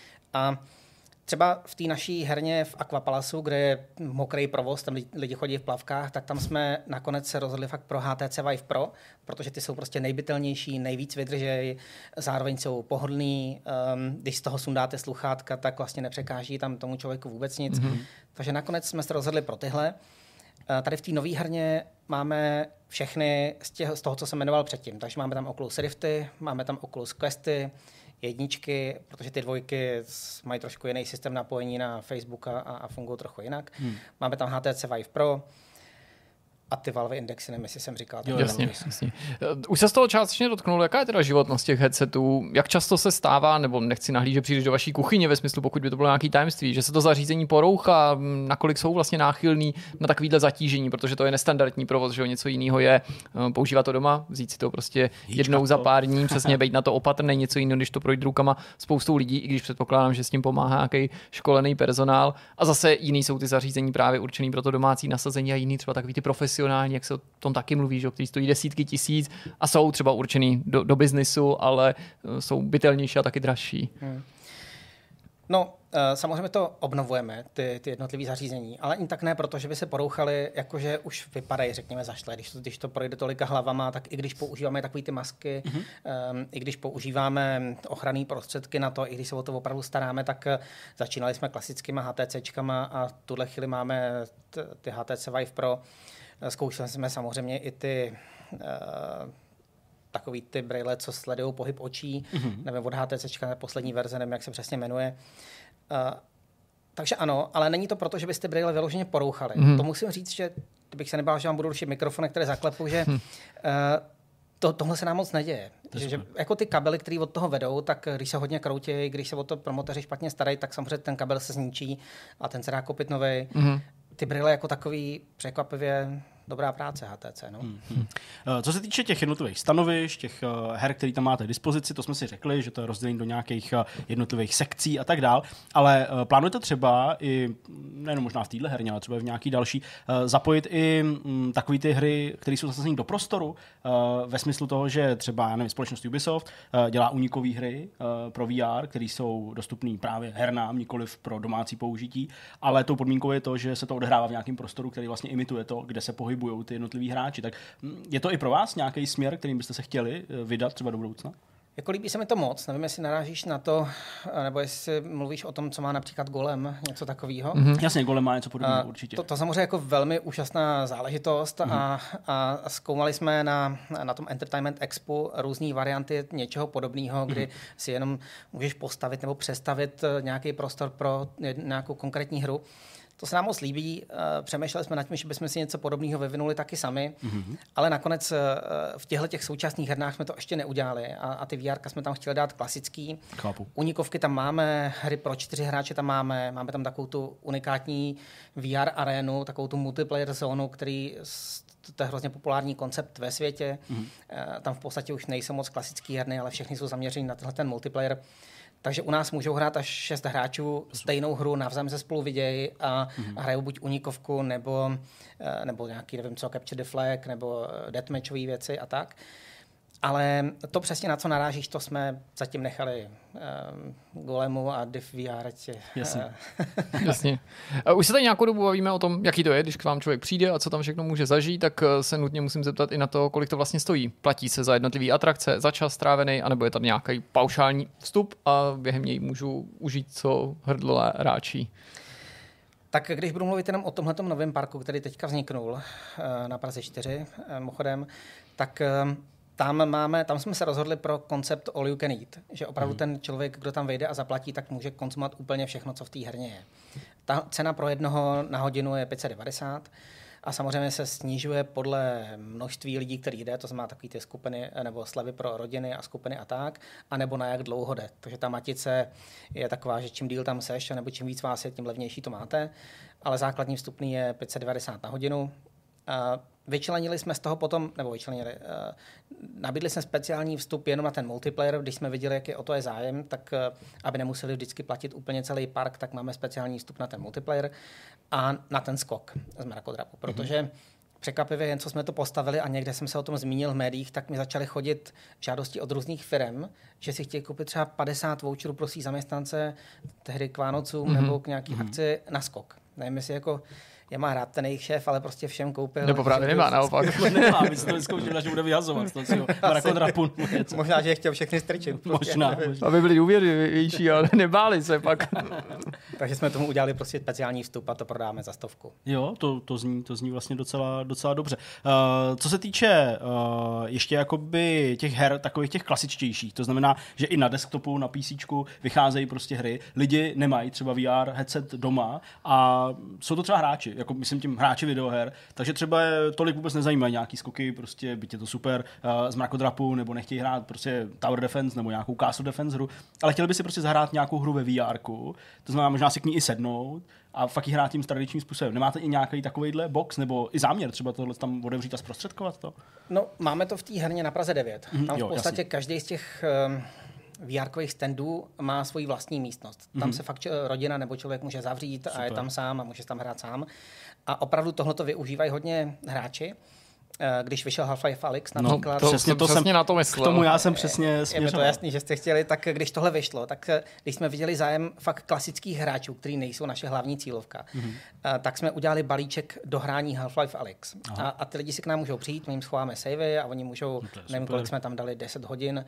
A třeba v té naší herně v Aquapalasu, kde je mokrý provoz, tam lidi chodí v plavkách, tak tam jsme nakonec se rozhodli fakt pro H T C Vive Pro, protože ty jsou prostě nejbytelnější, nejvíc vydržejí, zároveň jsou pohodlný, um, když z toho sundáte sluchátka, tak vlastně nepřekáží tam tomu člověku vůbec nic. Mm-hmm. Takže nakonec jsme se rozhodli pro tyhle. Uh, tady v té nové herně máme všechny z, těch, z toho, co jsem jmenoval předtím. Takže máme tam Oculus Rifty, máme tam Oculus Questy, jedničky, protože ty dvojky mají trošku jiný systém napojení na Facebook a, a fungují trochu jinak. Hmm. Máme tam H T C Vive Pro a ty Valve Indexy, nevím, jestli jsem říkal. Jo, jasně, jasně. Už se z toho částečně dotknul, jaká je teda životnost těch headsetů? Jak často se stává, nebo nechci nahlížet příliš do vaší kuchyně ve smyslu, pokud by to bylo nějaký tajemství, že se to zařízení porouchá, nakolik jsou vlastně náchylný na takovýhle zatížení, protože to je nestandardní provoz, že jo, něco jiného je používat to doma, vzít si to prostě Jíčka jednou to. za pár dní, přesně být na to opatrný, něco jiného, když to projde rukama spoustou lidí, i když předpokládám, že s tím pomáhá nějaký školený personál. A zase jiný jsou ty zařízení právě určený pro to domácí nasazení a jiný třeba takový ty profesionální, jak se o tom taky mluví, že, který stojí desítky tisíc a jsou třeba určený do, do biznisu, ale jsou bytelnější a taky dražší. Hmm. No, samozřejmě to obnovujeme, ty, ty jednotlivé zařízení, ale i tak ne, protože by se porouchali, jakože už vypadají, řekněme, zašle. Když to, když to projde tolika hlavama, tak i když používáme takové ty masky, mm-hmm. um, i když používáme ochranné prostředky na to, i když se o to opravdu staráme, tak začínali jsme klasickýma HTCčkama a v tuhle chvíli máme t, ty H T C Vive Pro. Zkoušeli jsme samozřejmě i ty uh, takový ty brýle, co sledují pohyb očí, mm-hmm. nevím, od HTCčka poslední verze, nevím, jak se přesně jmenuje. Uh, takže ano, ale není to proto, že byste brýle vyloženě porouchali. Mm-hmm. To musím říct, že bych se nebál, že vám budu rušit mikrofony, které zaklepu, že mm. uh, To, tohle se nám moc neděje. Že, že, jako ty kabely, které od toho vedou, tak když se hodně kroutí, když se o to promotéři špatně starají, tak samozřejmě ten kabel se zničí a ten se dá koupit novej. Mm-hmm. Ty brýle jako takový překvapivě dobrá práce H T C. No. Hmm, hmm. Co se týče těch jednotlivých stanovišť, těch her, které tam máte k dispozici, to jsme si řekli, že to je rozdělení do nějakých jednotlivých sekcí a tak dál, ale plánujete třeba i, nejenom možná v téhle herně, ale třeba v nějaký další, zapojit i takové ty hry, které jsou zasazeny do prostoru, ve smyslu toho, že třeba, já nevím, společnost Ubisoft dělá únikové hry pro V R, které jsou dostupné právě hernám, nikoliv pro domácí použití, ale tou podmínkou je to, že se to odehrává v nějakém prostoru, který vlastně imituje to, kde se pohybují ty jednotliví hráči. Tak je to i pro vás nějaký směr, kterým byste se chtěli vydat třeba do budoucna? Jako líbí se mi to moc, nevím, jestli narážíš na to, nebo jestli mluvíš o tom, co má například Golem, něco takového. Mm-hmm. Jasně, Golem má něco podobného, určitě. To, to samozřejmě jako velmi úžasná záležitost mm-hmm. a, a zkoumali jsme na, na tom Entertainment Expo různé varianty něčeho podobného, kdy mm-hmm. si jenom můžeš postavit nebo přestavit nějaký prostor pro nějakou konkrétní hru. To se nám moc líbí. Přemýšleli jsme nad tím, že bychom si něco podobného vyvinuli taky sami, mm-hmm. ale nakonec v těchto těch současných hernách jsme to ještě neudělali a, a ty V R jsme tam chtěli dát klasický. Chápu. Unikovky tam máme, hry pro čtyři hráče tam máme, máme tam takovou tu unikátní V R arénu, takovou tu multiplayer zónu, který to je hrozně populární koncept ve světě. Mm-hmm. Tam v podstatě už nejsou moc klasické herny, ale všechny jsou zaměřeny na tenhle ten multiplayer. Takže u nás můžou hrát až šest hráčů stejnou hru, navzájem se spolu vidějí a mm-hmm. hrajou buď unikovku, nebo, nebo nějaký, nevím co, Capture the Flag, nebo deathmatchové věci a tak. Ale to přesně, na co narážíš, to jsme zatím nechali um, Golemu a Div V R. Jasně. Jasně. Už se tady nějakou dobu bavíme o tom, jaký to je, když k vám člověk přijde a co tam všechno může zažít, tak se nutně musím zeptat i na to, kolik to vlastně stojí. Platí se za jednotlivý atrakce, za čas strávený, anebo je tady nějaký paušální vstup a během něj můžu užít, co hrdlo ráčí. Tak když budu mluvit jenom o tomhletom novém parku, který teďka vzniknul na Praze čtyři, mimochodem, tak Tam, máme, tam jsme se rozhodli pro koncept all you can eat, že opravdu mm. ten člověk, kdo tam vejde a zaplatí, tak může konzumovat úplně všechno, co v té herně je. Ta cena pro jednoho na hodinu je pět set devadesát a samozřejmě se snižuje podle množství lidí, který jde, to znamená takové ty skupiny nebo slevy pro rodiny a skupiny a tak, anebo na jak dlouho jde. Takže ta matice je taková, že čím díl tam seš, nebo čím víc vás je, tím levnější to máte, ale základní vstupný je pět set devadesát na hodinu. A vyčlenili jsme z toho potom, nebo vyčlenili, uh, nabídli jsme speciální vstup jenom na ten multiplayer, když jsme viděli, jaký o to je zájem, tak uh, aby nemuseli vždycky platit úplně celý park, tak máme speciální vstup na ten multiplayer a na ten skok z mrakodrapu, protože mm-hmm. překvapivě, jen co jsme to postavili a někde jsem se o tom zmínil v médiích, tak mi začaly chodit žádosti od různých firm, že si chtějí koupit třeba padesát voucherů pro svý zaměstnance tehdy k Vánocům mm-hmm. nebo k nějaký mm-hmm. akci na skok. Nevím, jestli jako je má rád ten jejich šéf, ale prostě všem koupil. Nebo právě nemá, naopak. Nemá, my jsme to vyzkoušeli, že bude vyhazovat. Mrakodrapu. Možná, že je chtěl všechny strčit. Možná. Aby byli důvěryvější, ale nebáli se pak. Takže jsme tomu udělali prostě speciální vstup a to prodáme za stovku. Jo, to, to, zní, to zní vlastně docela, docela dobře. Uh, co se týče uh, ještě jakoby těch her, takových těch klasičtějších, to znamená, že i na desktopu, na PCčku vycházejí prostě hry. Lidi nemají třeba V R headset doma a jsou to třeba hráči, jako myslím tím hráči videoher, takže třeba tolik vůbec nezajímají nějaký skoky, prostě byť je to super uh, z mrakodrapu, nebo nechtějí hrát prostě Tower Defense nebo nějakou Castle Defense hru, ale chtěli by si prostě zahrát nějakou hru ve VRku, to znamená možná si k ní i sednout a fakt ji hrát tím tradičním způsobem. Nemáte i nějaký takovejhle box nebo i záměr třeba tohle tam otevřít a zprostředkovat to? No, máme to v té herně na Praze devět. Mm, tam v jo, podstatě jasně. každý z těch um, VRkových standů má svoji vlastní místnost. Tam mm. se fakt rodina nebo člověk může zavřít Super. a je tam sám a může tam hrát sám. A opravdu tohleto využívají hodně hráči. Když vyšel Half-Life Alyx například. No, to, přesně to jsem, jsem na to myslel. K tomu já jsem přesně směřoval. Je mi to jasný, že jste chtěli, tak když tohle vyšlo, tak když jsme viděli zájem fakt klasických hráčů, kteří nejsou naše hlavní cílovka, mm-hmm. tak jsme udělali balíček do hrání Half-Life Alyx. A, a ty lidi si k nám můžou přijít, my jim schováme savey a oni můžou, no nevím, kolik jsme tam dali, deset hodin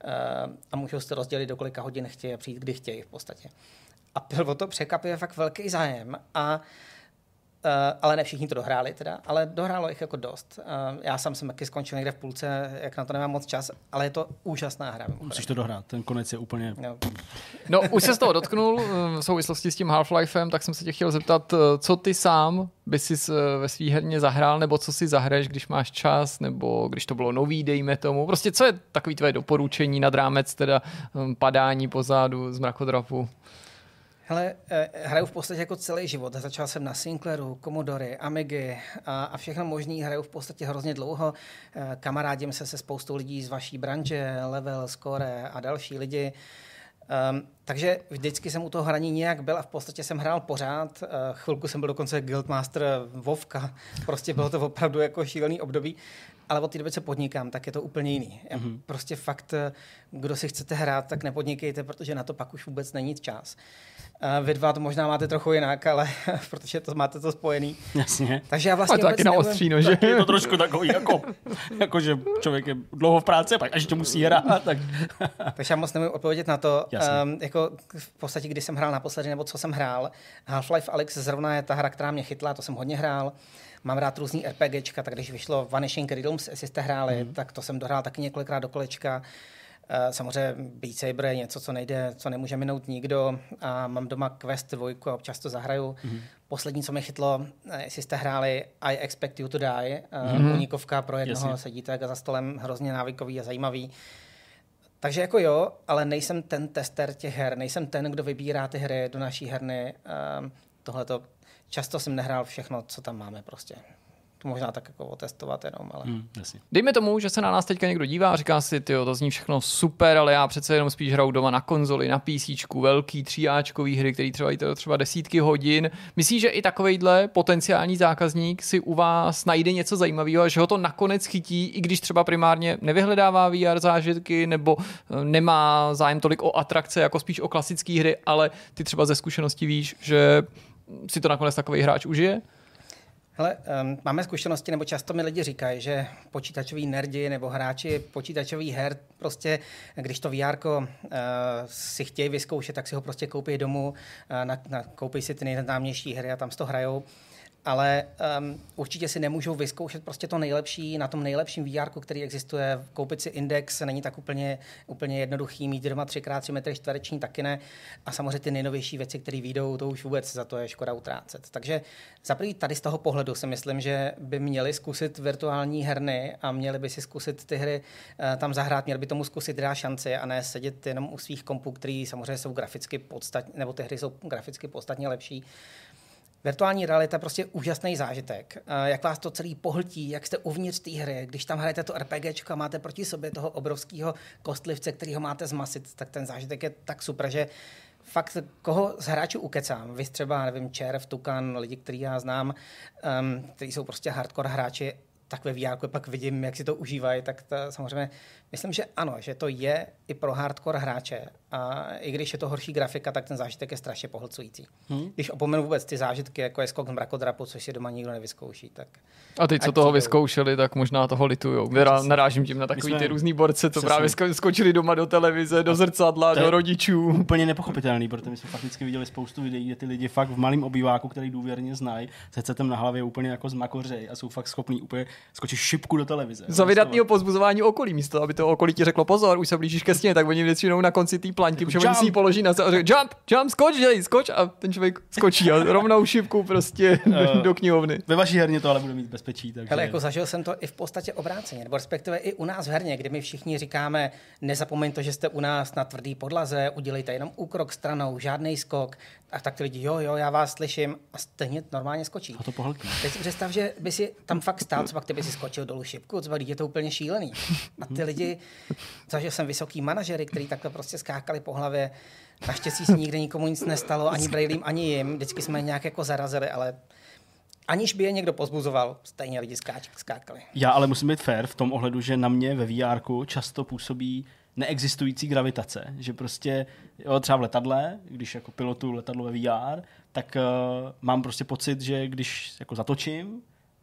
a můžou si to rozdělit, do kolika hodin chtějí a přijít, kdy chtějí v podstatě. A byl o to překvapivě fakt velký zájem a ale ne všichni to dohráli teda, ale dohrálo jich jako dost. Uh, já sám jsem taky skončil někde v půlce, jak na to nemám moc čas, ale je to úžasná hra. Musíš to dohrát, ten konec je úplně... No. No, už se z toho dotknul v souvislosti s tím Half-Lifem, tak jsem se tě chtěl zeptat, co ty sám by si ve svý herně zahrál, nebo co si zahraješ, když máš čas, nebo když to bylo nový, dejme tomu. Prostě co je takový tvoje doporučení nad rámec teda padání pozadu z mrakodrapu? Hele, hraju v podstatě jako celý život. Začal jsem na Sinclairu, Commodory, Amigy a, a všechno možný. Hraju v podstatě hrozně dlouho. Kamarádím se se spoustou lidí z vaší branže, Level, Score a další lidi. Um, takže vždycky jsem u toho hraní nějak byl a v podstatě jsem hrál pořád. Uh, chvilku jsem byl dokonce Guildmaster Vovka. Prostě bylo to opravdu jako šílený období. Ale od té doby, co podnikám, tak je to úplně jiný. Mm-hmm. Prostě fakt, kdo si chcete hrát, tak nepodnikejte, protože na to pak už vůbec není čas. Uh, vy dva to možná máte trochu jinak, ale protože to máte to spojený. Jasně. Takže já vlastně a to taky na ostříno, že? Je to trošku takový, jako, jako že člověk je dlouho v práci, pak až to musí hrát. Tak... Takže já moc nemůžu odpovědět na to. Um, jako v podstatě, když jsem hrál naposledy, nebo co jsem hrál. Half-Life Alyx zrovna je ta hra, která mě chytla, to jsem hodně hrál. Mám rád různý RPGčka, tak když vyšlo Vanishing Realms, jestli jste hráli, mm. tak to jsem dohrál taky několikrát do kolečka. Samozřejmě Beat Saber je něco, co nejde, co nemůže minout nikdo. A mám doma Quest dva a občas to zahraju. Mm. Poslední, co mi chytlo, jestli jste hráli I Expect You to Die, mm. unikovka pro jednoho, Jasně. sedíte za stolem, hrozně návykový a zajímavý. Takže jako jo, ale nejsem ten tester těch her, nejsem ten, kdo vybírá ty hry do naší herny. Tohleto často jsem nehrál všechno, co tam máme prostě. To možná tak jako otestovat jenom, ale... Mm, Dejme tomu, že se na nás teďka někdo dívá a říká si, tyjo, to zní všechno super, ale já přece jenom spíš hraju doma na konzoli, na PCčku, velký tříáčkový hry, který trvají třeba desítky hodin. Myslíš, že i takovejhle potenciální zákazník si u vás najde něco zajímavého a že ho to nakonec chytí, i když třeba primárně nevyhledává V R zážitky nebo nemá zájem tolik o atrakce, jako spíš o klasické hry, ale ty třeba ze zkušenosti víš, že si to nakonec takový hráč užije? Hele, um, máme zkušenosti, nebo často mi lidi říkají, že počítačoví nerdi nebo hráči počítačových her, prostě když to V R ko uh, si chtějí vyzkoušet, tak si ho prostě koupí domů, uh, na, na, koupí si ty nejznámější hry a tam si to hrajou. Ale um, určitě si nemůžou vyzkoušet prostě to nejlepší na tom nejlepším V R ku, který existuje. Koupit si Index není tak úplně, úplně jednoduchý, mít doma tři krát tři metry čtvereční taky ne. A samozřejmě ty nejnovější věci, které vyjdou, to už vůbec za to je škoda utrácet. Takže za první tady z toho pohledu si myslím, že by měli zkusit virtuální herny a měli by si zkusit ty hry uh, tam zahrát, měli by tomu zkusit dát šanci a ne sedět jenom u svých kompů, který samozřejmě jsou graficky podstatně, nebo ty hry jsou graficky podstatně lepší. Virtuální realita je prostě úžasný zážitek. Jak vás to celý pohltí, jak jste uvnitř té hry, když tam hrajete to RPGčko a máte proti sobě toho obrovského kostlivce, kterýho máte zmasit, tak ten zážitek je tak super, že fakt koho z hráčů ukecám. Vy třeba, nevím, Červ, Tukan, lidi, který já znám, um, kteří jsou prostě hardcore hráči, tak ve V R ku pak vidím, jak si to užívají, tak to, samozřejmě myslím, že ano, že to je i pro hardcore hráče. A i když je to horší grafika, tak ten zážitek je strašně pohlcující. Hmm. Když opomenu vůbec ty zážitky, jako je skok z mrakodrapu, což si doma nikdo nevyzkouší, tak... A ty, co toho přijdou. vyzkoušeli, tak možná toho litujou. Narážím tím na takový ty různý borce, co právě skočili doma do televize, do zrcadla, do rodičů. Úplně nepochopitelný, protože my jsme fakticky viděli spoustu videí, kde ty lidi fakt v malém obýváku, který důvěrně znají, se headsetem na hlavě úplně jako zmakořejí a jsou fakt schopní úplně skočit šipku do televize. Za vydatného povzbuzování okolí, místo aby to okolí ti řeklo pozor, už se blížíš ke stěně, tak oni většinou na konci té plaňky, protože oni si ji položí na zem, jump, jump, skoč, dělej, skoč a ten člověk skočí a rovnou šipku prostě uh, do knihovny. Ve vaší herně to ale bude mít bezpečí. Takže... Ale jako zažil jsem to i v podstatě obráceně, nebo respektive i u nás v herně, kdy my všichni říkáme, nezapomeňte, že jste u nás na tvrdý podlaze, udělejte jenom úkrok stranou, žádný skok. A tak ty lidi, jo, jo, já vás slyším a stejně normálně skočí. A to pohltí. Teď si představ, že by si tam fakt stál, co pak ty by si skočil dolů šipku, co je to úplně šílený. A ty lidi, zažil jsem vysoký manažery, který takhle prostě skákali po hlavě. Naštěstí se nikdy nikomu nic nestalo, ani Brailím, ani jim. Vždycky jsme nějak jako zarazili, ale aniž by je někdo pozbuzoval, stejně lidi skáč, skákali. Já ale musím být fair v tom ohledu, že na mě ve V R ku často působí neexistující gravitace, že prostě jo, třeba v letadle, když jako pilotu letadlo ve V R, tak uh, mám prostě pocit, že když jako zatočím,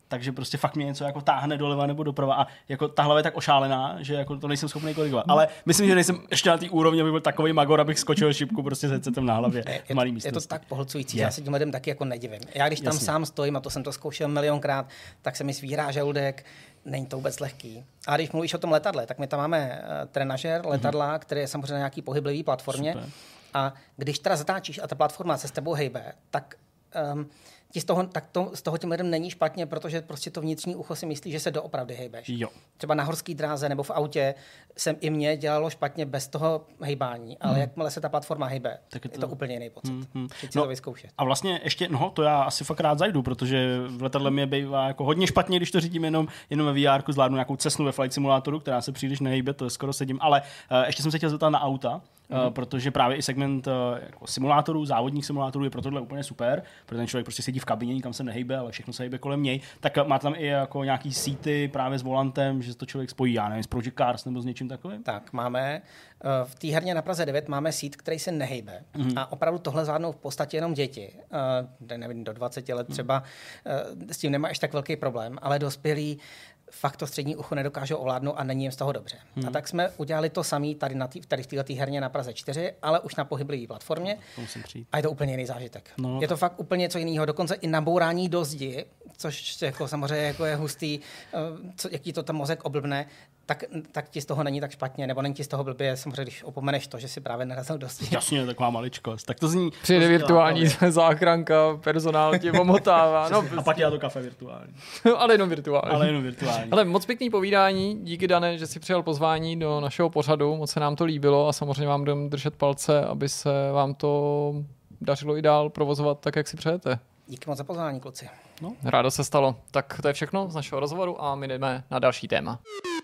takže prostě fakt mě něco jako táhne doleva nebo doprava a jako ta hlava je tak ošálená, že jako to nejsem schopný korigovat. Ale myslím, že nejsem ještě na té úrovni, aby byl takový magor, abych skočil šipku prostě s headsetem na hlavě je, v malý je, místnosti. je to tak pohlcující, že já se tím lidem taky jako nedivím. Já když tam Jasně. sám stojím, a to jsem to zkoušel milionkrát, tak se mi svírá žaludek, není to vůbec lehký. A když mluvíš o tom letadle, tak my tam máme uh, trenažer letadla, mm-hmm. který je samozřejmě na nějaký pohyblivý platformě. Super. A když teda zatáčíš a ta platforma se s tebou hejbe, tak um, ti z toho, tak to, z toho těm lidem není špatně, protože prostě to vnitřní ucho si myslí, že se doopravdy hejbeš. Jo. Třeba na horský dráze nebo v autě jsem i mě dělalo špatně bez toho hejbání, ale hmm. jakmile se ta platforma hejbe, tak je to, je to úplně jiný pocit. Hmm, hmm. Chci no, to vyzkoušet. A vlastně ještě, no to já asi fakt rád zajdu, protože v letadle mě bývá jako hodně špatně, když to řídím jenom, jenom ve V R ku, zvládnu nějakou Cessnu ve flight simulátoru, která se příliš nehejbe, to skoro sedím, ale uh, ještě jsem se chtěl zeptat na auta. Mm-hmm. Uh, protože právě i segment uh, jako simulátorů, závodních simulátorů je pro tohle úplně super, protože ten člověk prostě sedí v kabině, nikam se nehejbe, ale všechno se hejbe kolem něj. Tak uh, máte tam i jako nějaký seaty právě s volantem, že to člověk spojí, já nevím, s Project Cars nebo s něčím takovým? Tak, máme uh, v té herně na Praze devět máme seat, který se nehejbe. Mm-hmm. A opravdu tohle zvládnou v podstatě jenom děti. Uh, nevím, do dvaceti let třeba uh, s tím nemá až tak velký problém, ale dospělí fakt to střední ucho nedokážou ovládnout a není jim z toho dobře. Hmm. A tak jsme udělali to samý tady, na tý, tady v této herně na Praze čtyři, ale už na pohyblivé platformě. A je to úplně jiný zážitek. No. Je to fakt úplně něco jiného. Dokonce i nabourání do zdi, což jako samozřejmě jako je hustý, co, jaký to tam mozek oblbne, tak, tak ti z toho není tak špatně, nebo není ti z toho blbě, samozřejmě, když opomeneš to, že si právě narazil do zdi. Jasně, taková maličkost. Tak to zní... Přijde virtuální záchranka, personál tě omotává. No, a pak já to kafe virtuální. Ale jenom virtuální. Ale jenom virtuální. Ale moc pěkný povídání, díky Dane, že jsi přijal pozvání do našeho pořadu, moc se nám to líbilo a samozřejmě vám budeme držet palce, aby se vám to dařilo i dál provozovat tak, jak si přejete. Díky moc za pozvání, kluci. No, rádo se stalo. Tak to je všechno z našeho rozhovoru a my jdeme na další téma.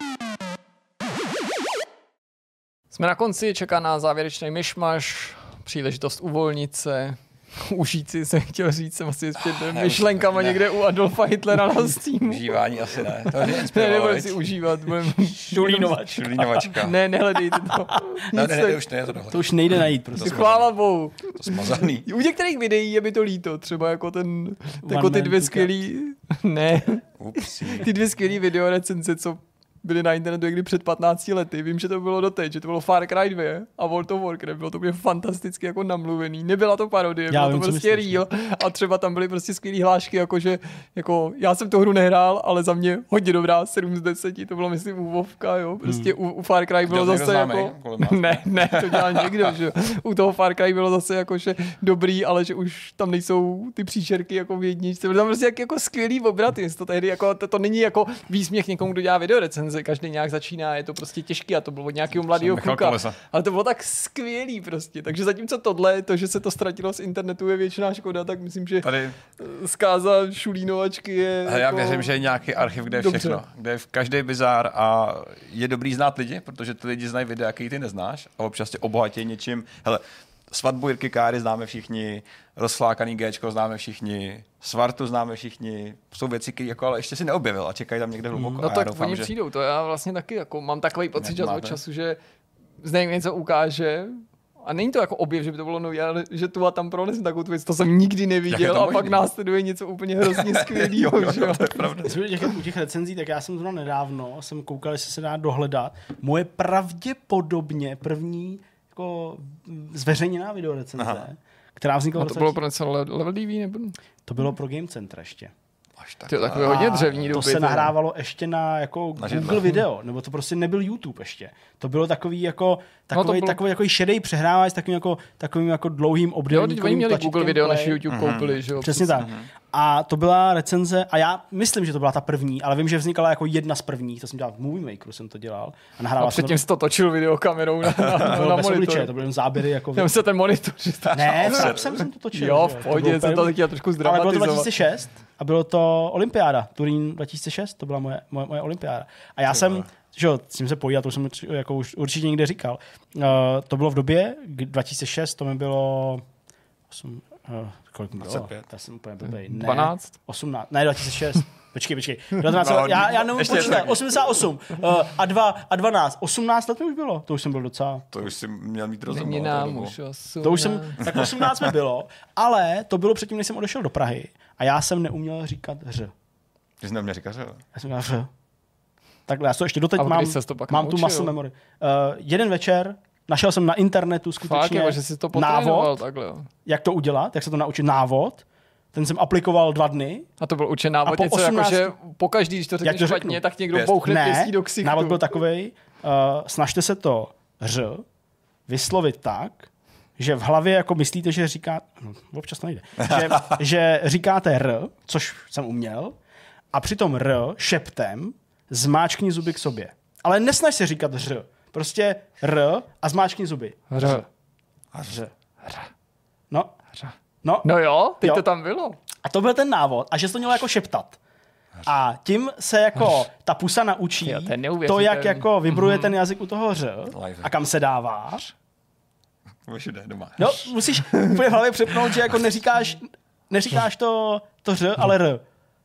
Jsme na konci, čeká na závěrečný myšmaš, příležitost uvolnit se, užít si, jsem chtěl říct, jsem asi před myšlenkama ne. někde u Adolfa Hitlera na Steamu. Užívání asi ne. To je ne, nebudem si užívat. Šulínovač. Šulínovačka. Ne, nehledejte to. No, ne, ne, už ne, to, to už nejde najít. Prostě. Chvála Bohu. To smazaný. U některých videí je mi to líto, třeba jako ten, jako ty dvě skvělý, ne, Upsí. ty dvě skvělý videorecenze, co byly na internetu někdy před patnácti lety. Vím, že to bylo doteď, že to bylo Far Cry dva a World of Warcraft. Bylo to úplně fantasticky jako namluvený. Nebyla to parodie, bylo vím, to prostě myslíš, real. A třeba tam byly prostě skvělý hlášky, jako že jako, já jsem tu hru nehrál, ale za mě hodně dobrá, sedm z deseti. To bylo, myslím, u Vovka, jo. Prostě hmm. u, u Far Cry bylo Dělal zase jako... Ne, ne, to dělal někdo, že u toho Far Cry bylo zase jako, že dobrý, ale že už tam nejsou ty příšerky jako v jedničce. Bylo tam prostě jak, jako skvělý obraty. To, tehdy, jako, to, to není jako výsměch někomu, kdo dělá videorecenze. Každý nějak začíná, je to prostě těžký a to bylo od nějakého mladého kluka. Ale to bylo tak skvělý prostě. Takže zatímco tohle, to, že se to ztratilo z internetu, je většiná škoda, tak myslím, že tady zkáza šulínovačky je... Ale jako... já věřím, že je nějaký archiv, kde je Dobře. všechno. Kde je každý bizár a je dobrý znát lidi, protože ty lidi znají videa, jaký ty neznáš a občas tě obohatí něčím. Hele, svatbu Jirky Káry známe všichni, rozflákaný Géčko známe všichni, Svartu známe všichni, jsou věci, které jako ale ještě si neobjevil a čekají tam někde hluboko. No a tak doufám, oni že... přijdou, to já vlastně taky jako mám takový pocit čas od času, že z něj něco ukáže a není to jako objev, že by to bylo nový, ale že tu a tam pronesem takovou tu věc, to jsem nikdy neviděl a pak následuje něco úplně hrozně skvělého. jo, jo, to je pravda. U těch recenzí, tak já jsem zrovna nedávno, jsem koukal, jestli se dá dohledat, moje pravděpodobně první jako zveřejněná videorecenze, Aha. která vznikla... A to bylo pro něco Level D V? Nebo? To bylo pro Game Center ještě. Tak to je takové hodně dřevní doby. To se nahrávalo ještě na jako na Google video, nebo to prostě nebyl YouTube ještě. To bylo takový jako takový, no bylo... takový jako šedej přehrávač s takovým jako, takovým jako dlouhým obdélníkovým tlačítkem. Jo, oni měli Google video, play. naši YouTube mm-hmm. koupili, že jo? Přesně tak. Mm-hmm. A to byla recenze, a já myslím, že to byla ta první, ale vím, že vznikala jako jedna z prvních, to jsem dělal v Movie Makeru, jsem to dělal. A nahrával a předtím jsi to točil videokamerou na, na, na, na monitor. To byly záběry jako... Já se ten monitor, že Ne, jsem, jsem to točil. Jo, v pohodě, jsem to chtěl trošku zdramatizovat. Ale bylo to dva tisíce šest a bylo to olympiáda, Turín dva tisíce šest, to byla moje, moje, moje olympiáda. A já jsem, že jo, s tím se pojídat, to jsem jako už určitě někde říkal. Uh, to bylo v době, dva tisíce šest, to mi bylo... osm, uh, kolik mi bylo? Já jsem úplně blbej. Ne, dvanáct? osmnáct, ne, dva tisíce šest. Počkej, počkej. devatenáct, no, já, já nemůžu počítat. osmdesát osm uh, a, dva, a dvanáct. osmnáct let mi už bylo. To už jsem byl docela... To už jsem měl mít rozum. Není nám už To už jsem... Tak osmnáct mi bylo, ale to bylo předtím, než jsem odešel do Prahy. A já jsem neuměl říkat ř. Ty jsi neměl říkat, že? Já jsem říkal, takhle, já to ještě doteď A mám, to pak mám tu muscle memory. Uh, jeden večer našel jsem na internetu skutečně Fakt, že jsi to návod, takhle, jo. jak to udělat, jak se to naučit návod. Ten jsem aplikoval dva dny. A to byl určitě návod něco, osmnácti... jako že pokaždý, když to řekneš to špatně, tak někdo Pěst. bouchne pěstí do ksichtu. Návod byl takovej, uh, snažte se to ř vyslovit tak, že v hlavě jako myslíte, že říká, no, občas to nejde, že, že říkáte r, což jsem uměl, a přitom r šeptem zmáčkni zuby k sobě. Ale nesnaž se říkat ř. Prostě r a zmáčkni zuby. R. A ř. R. No. R. No. no jo, teď jo. to tam bylo. A to byl ten návod. A že se to mělo jako šeptat. A tím se jako ta pusa naučí jo, to, jak jako vibruje mm-hmm. ten jazyk u toho ř a kam se dává. No, musíš úplně v hlavě přepnout, že jako neříkáš, neříkáš to, to ř, ale r.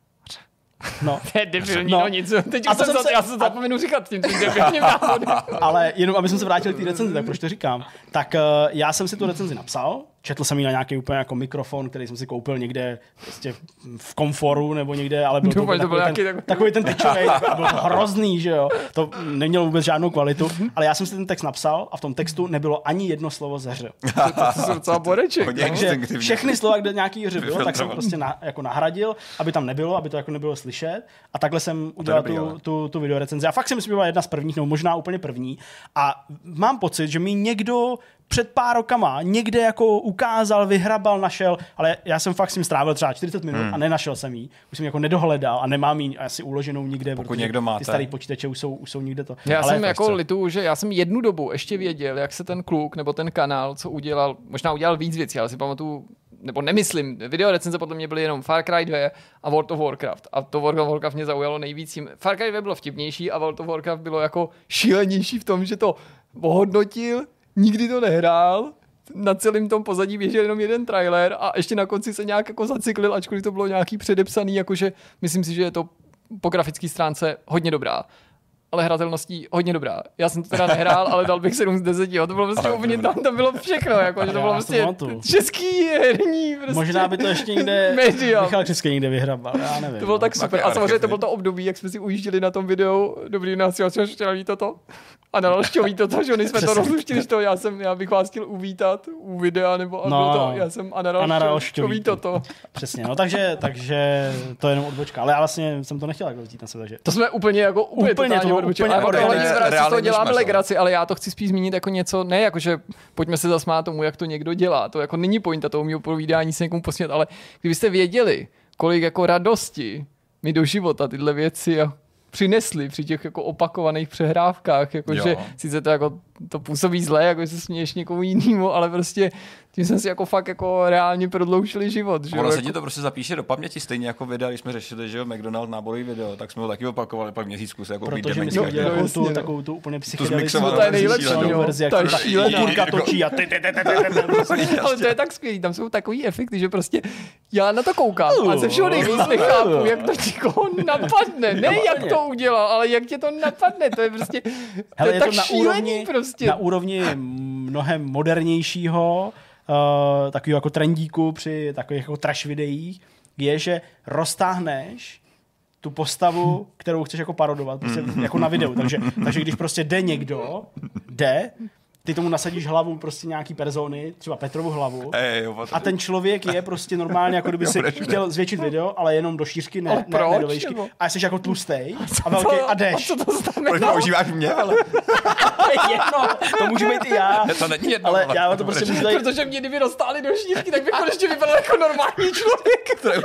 No. To je debilní, no, no nic. Teď a to jsem, jsem se, já se zapomenu říkat tím, tím debilním návodem. Ale jenom, aby jsem se vrátil k té recenzi, tak proč to říkám? Tak uh, já jsem si tu recenzi napsal, četl jsem ji na nějaký úplně jako mikrofon, který jsem si koupil někde prostě v komforu nebo někde, ale byl to, Doufám, takový, to byl ten, takový... takový ten tyčovej, byl to hrozný, že jo. To nemělo vůbec žádnou kvalitu, ale já jsem si ten text napsal a v tom textu nebylo ani jedno slovo ze hře. To jsou docela boreček. Takže všechny slova, kde nějaký hře bylo, tak jsem prostě na, jako nahradil, aby tam nebylo, aby to jako nebylo slyšet. A takhle jsem udělal dobrý, tu, tu, tu videorecenzi. A fakt si myslím, že byla jedna z prvních, nebo možná úplně první. A mám pocit, že mi někdo před pár rokama někde jako ukázal, vyhrabal, našel, ale já jsem fakt s tím strávil třeba čtyřicet minut hmm. a nenašel jsem ji. Už jsem ji jako nedohledal a nemám ji asi uloženou nikde, pokud protože někdo máte. Ty starý počítače už jsou, už jsou někde to. Já ale jsem jako litu, že já jsem jednu dobu ještě věděl, jak se ten kluk nebo ten kanál, co udělal, možná udělal víc věcí, ale si pamatuju, nebo nemyslím, videorecenze podle mě byly jenom Far Cry dva a World of Warcraft. A to World of Warcraft mě zaujalo nejvíc. Far Cry dva bylo vtipnější a World of Warcraft bylo jako šílenější v tom, že to ohodnotil, nikdy to nehrál, na celém tom pozadí běžel jenom jeden trailer a ještě na konci se nějak jako zacyklil, ačkoliv to bylo nějaký předepsaný, jakože myslím si, že je to po grafické stránce hodně dobrá. Ale hratelností hodně dobrá. Já jsem to teda nehrál, ale dal bych sedm z deseti. To bylo prostě úplně, tam to bylo všechno, jako, že to bylo prostě český herní. Prostě možná by to ještě někde Michal Český někde vyhrabal, já nevím. To bylo tak super. A samozřejmě to bylo to období, jak jsme si ujížděli na tom videu. Dobrý, nás chtěl ví toto. A na chtěl ví toto, že oni jsme to rozluštili, že to já jsem, já bych vás chtěl uvítat u videa, nebo no, to, já jsem Anna ví toto. Přesně, no takže, takže to je jenom odbočka. Ale já vlastně jsem to nechtěl jako vzít na sebe, že to jsme úplně jako úplně, úplně to úplně jako z toho děláme legraci, ale já to chci spíš zmínit jako něco, ne jako, že pojďme se zasmát tomu, jak to někdo dělá. To jako není pointa toho mého povídání se někomu posmět, ale kdybyste věděli, kolik jako radosti mi do života tyhle věci přinesli při těch jako opakovaných přehrávkách, jakože sice to jako to působí zle, jako že se směješ někomu jinému, ale prostě tím jsme si jako fakt jako reálně prodloužili život. Že ono jo? se ti to prostě zapíše do paměti, stejně jako videa, když jsme řešili, že jo, McDonald náborový video, tak jsme ho taky opakovali pak měsíc kus, jako protože my jsme dělali jako tu, takovou tu úplně psychedelickou verzi, jak ta okurka točí a ty, ty, ty, ty, ale to je tak skvělý, tam jsou takový efekty, že prostě já na to koukám a ze všeho nejvíc nechápu, jak to někoho napadne, ne jak to udělal, ale jak tě to napadne, to je prostě, to je tak šílený prostě. Na úrovni mnohem modernějšího Uh, takový jako trendíku při takových jako trash videích je, že roztáhneš tu postavu, kterou chceš jako parodovat, prostě jako na videu. Takže, takže když prostě jde někdo, jde, ty tomu nasadíš hlavu prostě nějaký persony, třeba Petrovu hlavu, Ej, jo, a ten člověk je prostě normálně, jako kdyby si chtěl zvětšit video, ale jenom do šířky, ne, ne, ne do výšky. A jsi jako tlustej a velký a jdeš. A co to znamená? Proč používáš mě, ale... jedno, to můžu být i já. To není jedno. Ale já to prostě můžu tady... Protože mě kdyby roztáhli do šířky, tak bych konečně vypadal jako normální člověk.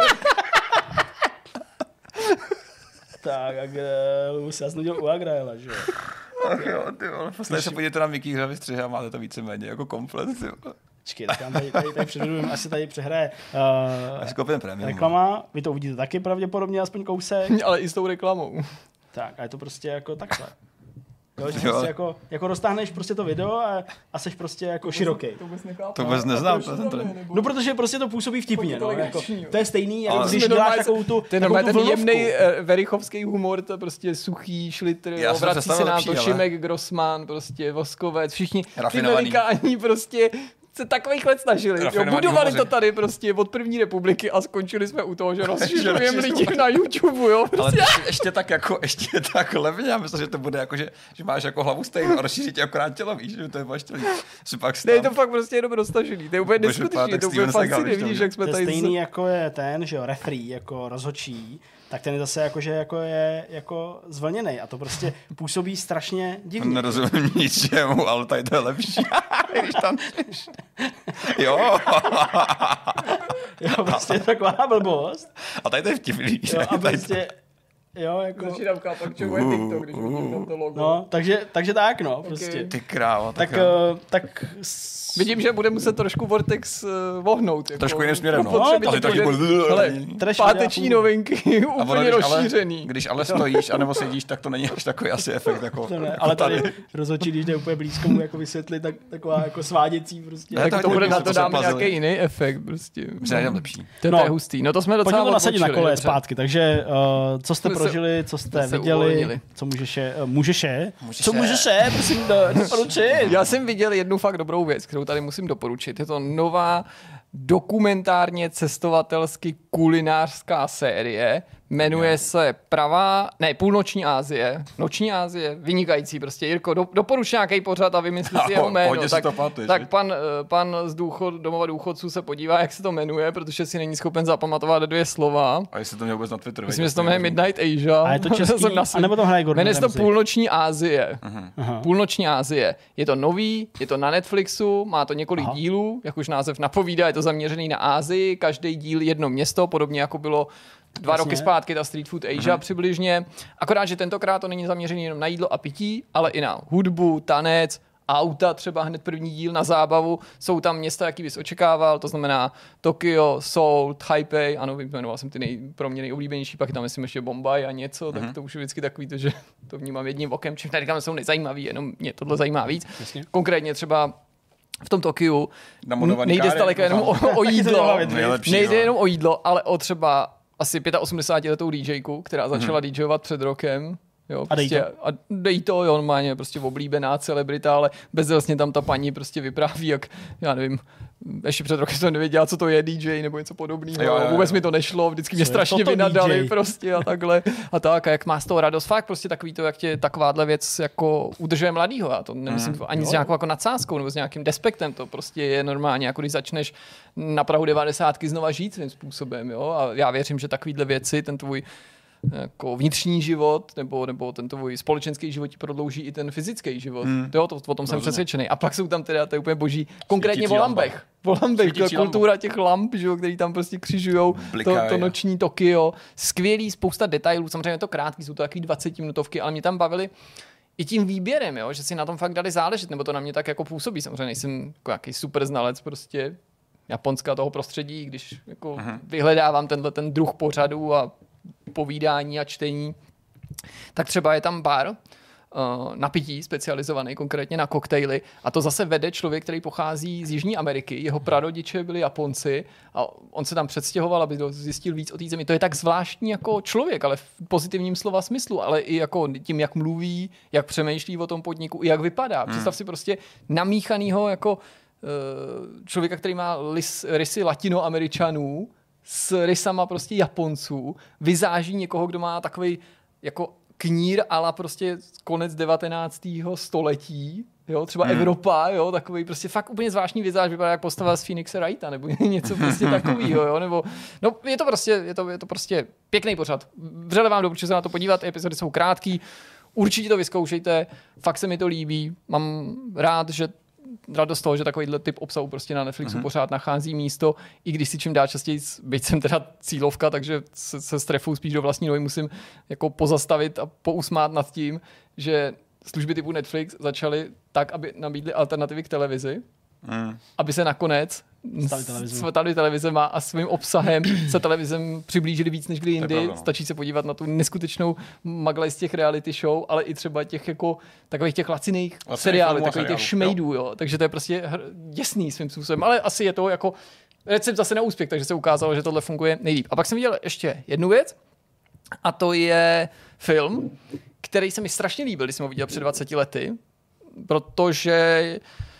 Tak, Agraelus, já jsem to dělal u Agraela, že jo? Ach jo, ty vole, posledně se podívejte na Mickey hra vystřihy a máte to víceméně jako komplet, ty vole. Počkej, tak tady, tady, tady předvedujeme, asi tady přehraje uh, reklama, vy to uvidíte taky pravděpodobně, aspoň kousek. Ale i s tou reklamou. Tak, a je to prostě jako takhle. Jo, že prostě jako, jako roztáhneš prostě to video a, a seš prostě jako široký. To vůbec nechápu. To vůbec neznám. To to no, protože prostě to působí vtipně. No, jako, to je stejný, jako ale když děláš takovou tu ten, takovou tu ten jemnej verichovský humor, to prostě suchý šlitr, vrací se nám to Šimek, Grossman, prostě Voskovec, všichni ty velikáni prostě se takových let snažili. Jo, budovali to tady prostě od první republiky a skončili jsme u toho, že rozšiřujeme lidi na YouTube, jo. Prostě. Ale ještě tak jako, ještě tak levně, já myslím, že to bude jako, že, že máš jako hlavu stejnou a rozšíří tě akorát tělo, víš, že to je baštělý. Ne, je to fakt prostě jenom roztažený, to je úplně neskutečný, to úplně fascinuje, vidíš, jak jsme tady... To je stejný jako je ten, že jo, referee, jako rozhodčí, tak ten je zase jako, že jako je jako zvlněnej a to prostě působí strašně divně. Nerozumím ničemu, ale tady to je lepší. Když tam jo. Jo, prostě je taková blbost. A tady to je vtipný. Jo, a prostě, jo, jako... Začínám kápat, čemu je TikTok, když vidím tam to logo. No, takže, takže tak, no, prostě. Okay. Ty krávo, tak, tak, uh, tak vidím, že bude muset trošku Vortex uh, vohnout. Jako, trošku jiným směrem, no. Ale taky páteční novinky, úplně rozšířený. Ale, když ale stojíš, anebo sedíš, tak to není až takový asi efekt. Jako, to ne, jako ale tady, tady rozhodčí, když jde úplně blízko mu jako vysvětlit, tak taková jako sváděcí prostě. Ne, tak to bude na to dáme nějaký jiný efekt prostě. Myslím, že lepší. To je hustý. No to jsme docela odbočili. Pojďme nasadit na kole zpátky, takže co jste prožili, co jste viděli, co můžeš je, můžeš je, co můžeš je, prosím, doporučit. Já jsem viděl jednu fakt dobrou věc, kterou tady musím doporučit. Je to nová dokumentárně cestovatelsky kulinářská série. Jmenuje se Pravá, ne, Půlnoční Asie. Noční Asie, vynikající prostě. Jirko, do, doporuč nějaký pořad a vymyslí si jeho jméno. Tak, pamatuješ, tak pan, pan z důchod, domova důchodců se podívá, jak se to jmenuje, protože si není schopen zapamatovat dvě slova. A jestli to měl vůbec na Twitteru. Myslím, že to jmenuje Midnight Asia. A je to český, anebo to hraje Gordon Jmenuje se to Půlnoční Asie. Uh-huh. Půlnoční Asie. Je to nový, je to na Netflixu, má to několik Aha. dílů, jak už název napovídá, je to zaměřený na Asii, každý díl jedno město, podobně jako bylo dva Jasně. roky zpátky ta Street Food Asia uh-huh. přibližně. Akorát, že tentokrát to není zaměřený jenom na jídlo a pití, ale i na hudbu, tanec, auta, třeba hned první díl na zábavu. Jsou tam města, jaký bys očekával, to znamená Tokio, Seoul, Taipei, ano, vyjmenoval jsem ty nej, pro mě nejoblíbenější, pak tam myslím ještě Bombay a něco, uh-huh. tak to už je vždycky takový to, že to vnímám jedním okem, všechny tady jsou nezajímavý, jenom mě tohle zajímá víc. Jasně. Konkrétně třeba v tom Tokiu nejde zdaleka jenom o, o jídlo, nejde jenom o jídlo, ale o třeba asi osmdesátiletou DJku, která začala hmm. DJovat před rokem. Jo, a dej prostě, to. A dej to, jo, normálně prostě oblíbená celebrita, ale bezdělsně tam ta paní prostě vypráví, jak, já nevím, ještě před rokem jsem nevěděla, co to je D J nebo něco podobného. Jo, jo, jo. Vůbec mi to nešlo, vždycky co mě strašně vynadali D J? Prostě a takhle. A tak, a jak má z toho radost, fakt prostě takový to, jak tě takováhle věc jako udržuje mladýho. Já to nemyslím mm. ani jo. s nějakou jako nadsázkou nebo s nějakým despektem, to prostě je normálně, jako když začneš na prahu devadesátky znova žít svým způsobem, jo. A já věřím, že takovýhle věci, ten tvůj jako vnitřní život nebo, nebo ten tvůj společenský život ti prodlouží i ten fyzický život. Hmm. To, to, o tom jsem přesvědčený. A pak jsou tam teda, to je úplně boží, konkrétně o lampech. O lampech, kultura lampu. Těch lamp, že, který tam prostě křižujou to, to noční Tokio. Skvělý, spousta detailů, samozřejmě je to krátký, jsou to takový dvacetiminutovky, ale mě tam bavili i tím výběrem, jo, že si na tom fakt dali záležet, nebo to na mě tak jako působí. Samozřejmě nejsem jako jaký super znalec prostě Japonska toho prostředí, když jako uh-huh. vyhledávám tenhle ten druh pořadu a povídání a čtení, tak třeba je tam bar uh, na pití specializovaný konkrétně na koktejly a to zase vede člověk, který pochází z Jižní Ameriky. Jeho prarodiče byli Japonci a on se tam předstěhoval, aby zjistil víc o té zemi. To je tak zvláštní jako člověk, ale v pozitivním slova smyslu, ale i jako tím, jak mluví, jak přemýšlí o tom podniku, i jak vypadá. Hmm. Představ si prostě namíchanýho jako uh, člověka, který má lis, rysy latinoameričanů, s rysama prostě Japonců, vyzáží někoho, kdo má takovej jako knír ala prostě konec devatenáctého století, jo, třeba hmm. Evropa, jo, takový prostě fakt úplně zvláštní vizáž, vypadá jak postava z Phoenixe Wrighta, nebo něco prostě takového, jo, nebo, no je to prostě, je to, je to prostě pěkný pořad. Vřele vám doporučuji se na to podívat, epizody jsou krátký, určitě to vyzkoušejte, fakt se mi to líbí, mám rád, že radost toho, že takovýhle typ obsahu prostě na Netflixu uh-huh. pořád nachází místo, i když si čím dál častěji, byť jsem teda cílovka, takže se, se strefu spíš do vlastní nohy musím jako pozastavit a pousmát nad tím, že služby typu Netflix začaly tak, aby nabídly alternativy k televizi, mm. aby se nakonec stali televizema a svým obsahem se televizem přiblížili víc než kdy jindy. Stačí se podívat na tu neskutečnou maglej z těch reality show, ale i třeba těch jako takových těch laciných seriálů, takových těch šmejdů, jo. Takže to je prostě děsný svým způsobem, ale asi je to jako recept zase na úspěch, takže se ukázalo, že tohle funguje nejlíp. A pak jsem viděl ještě jednu věc a to je film, který se mi strašně líbil, když jsem ho viděl před dvaceti lety, protože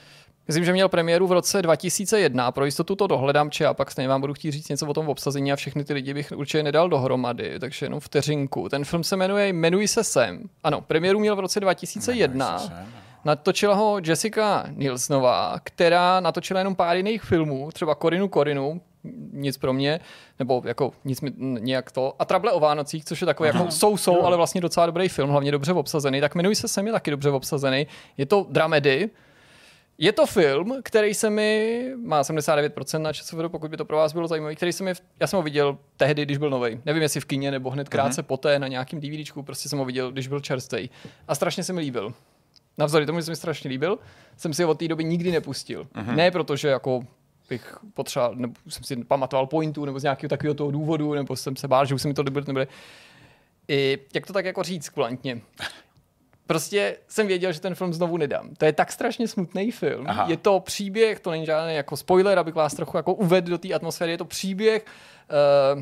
Myslím, že měl premiéru v roce dva tisíce jedna, pro jistotu to dohledám, či a pak stejně vám budu chtít říct něco o tom obsazení a všechny ty lidi bych určitě nedal dohromady, takže jenom vteřinku. Ten film se jmenuje Jmenuji se Sam. Ano, premiéru měl v roce dva tisíce jedna. Natočila ho Jessica Nielsenová, která natočila jenom pár jiných filmů, třeba Korinu Korinu, nic pro mě, nebo jako nic mi, nějak to. A Trable o Vánocích, což je takový jako jsou, jsou, ale vlastně docela dobrý film, hlavně dobře obsazený. Tak Jmenuji se Sam je taky dobře obsazený. Je to dramedy. Je to film, který se mi, má sedmdesát devět procent na časovodu, pokud by to pro vás bylo zajímavý, který se mi, já jsem ho viděl tehdy, když byl novej. Nevím, jestli v kině nebo hned krátce uh-huh. poté na nějakým DVDčku, prostě jsem ho viděl, když byl čerstvej. A strašně se mi líbil. Navzdory tomu, že se mi strašně líbil, jsem si ho od té doby nikdy nepustil. Uh-huh. Ne protože jako bych potřeboval, nebo jsem si pamatoval pointu, nebo z nějakého takového toho důvodu, nebo jsem se bál, že už se mi to líbil, nebude. I, jak to tak jako říct kulantně. Prostě jsem věděl, že ten film znovu nedám. To je tak strašně smutný film. Aha. Je to příběh, to není žádný jako spoiler, abych vás trochu jako uvedl do té atmosféry. Je to příběh uh,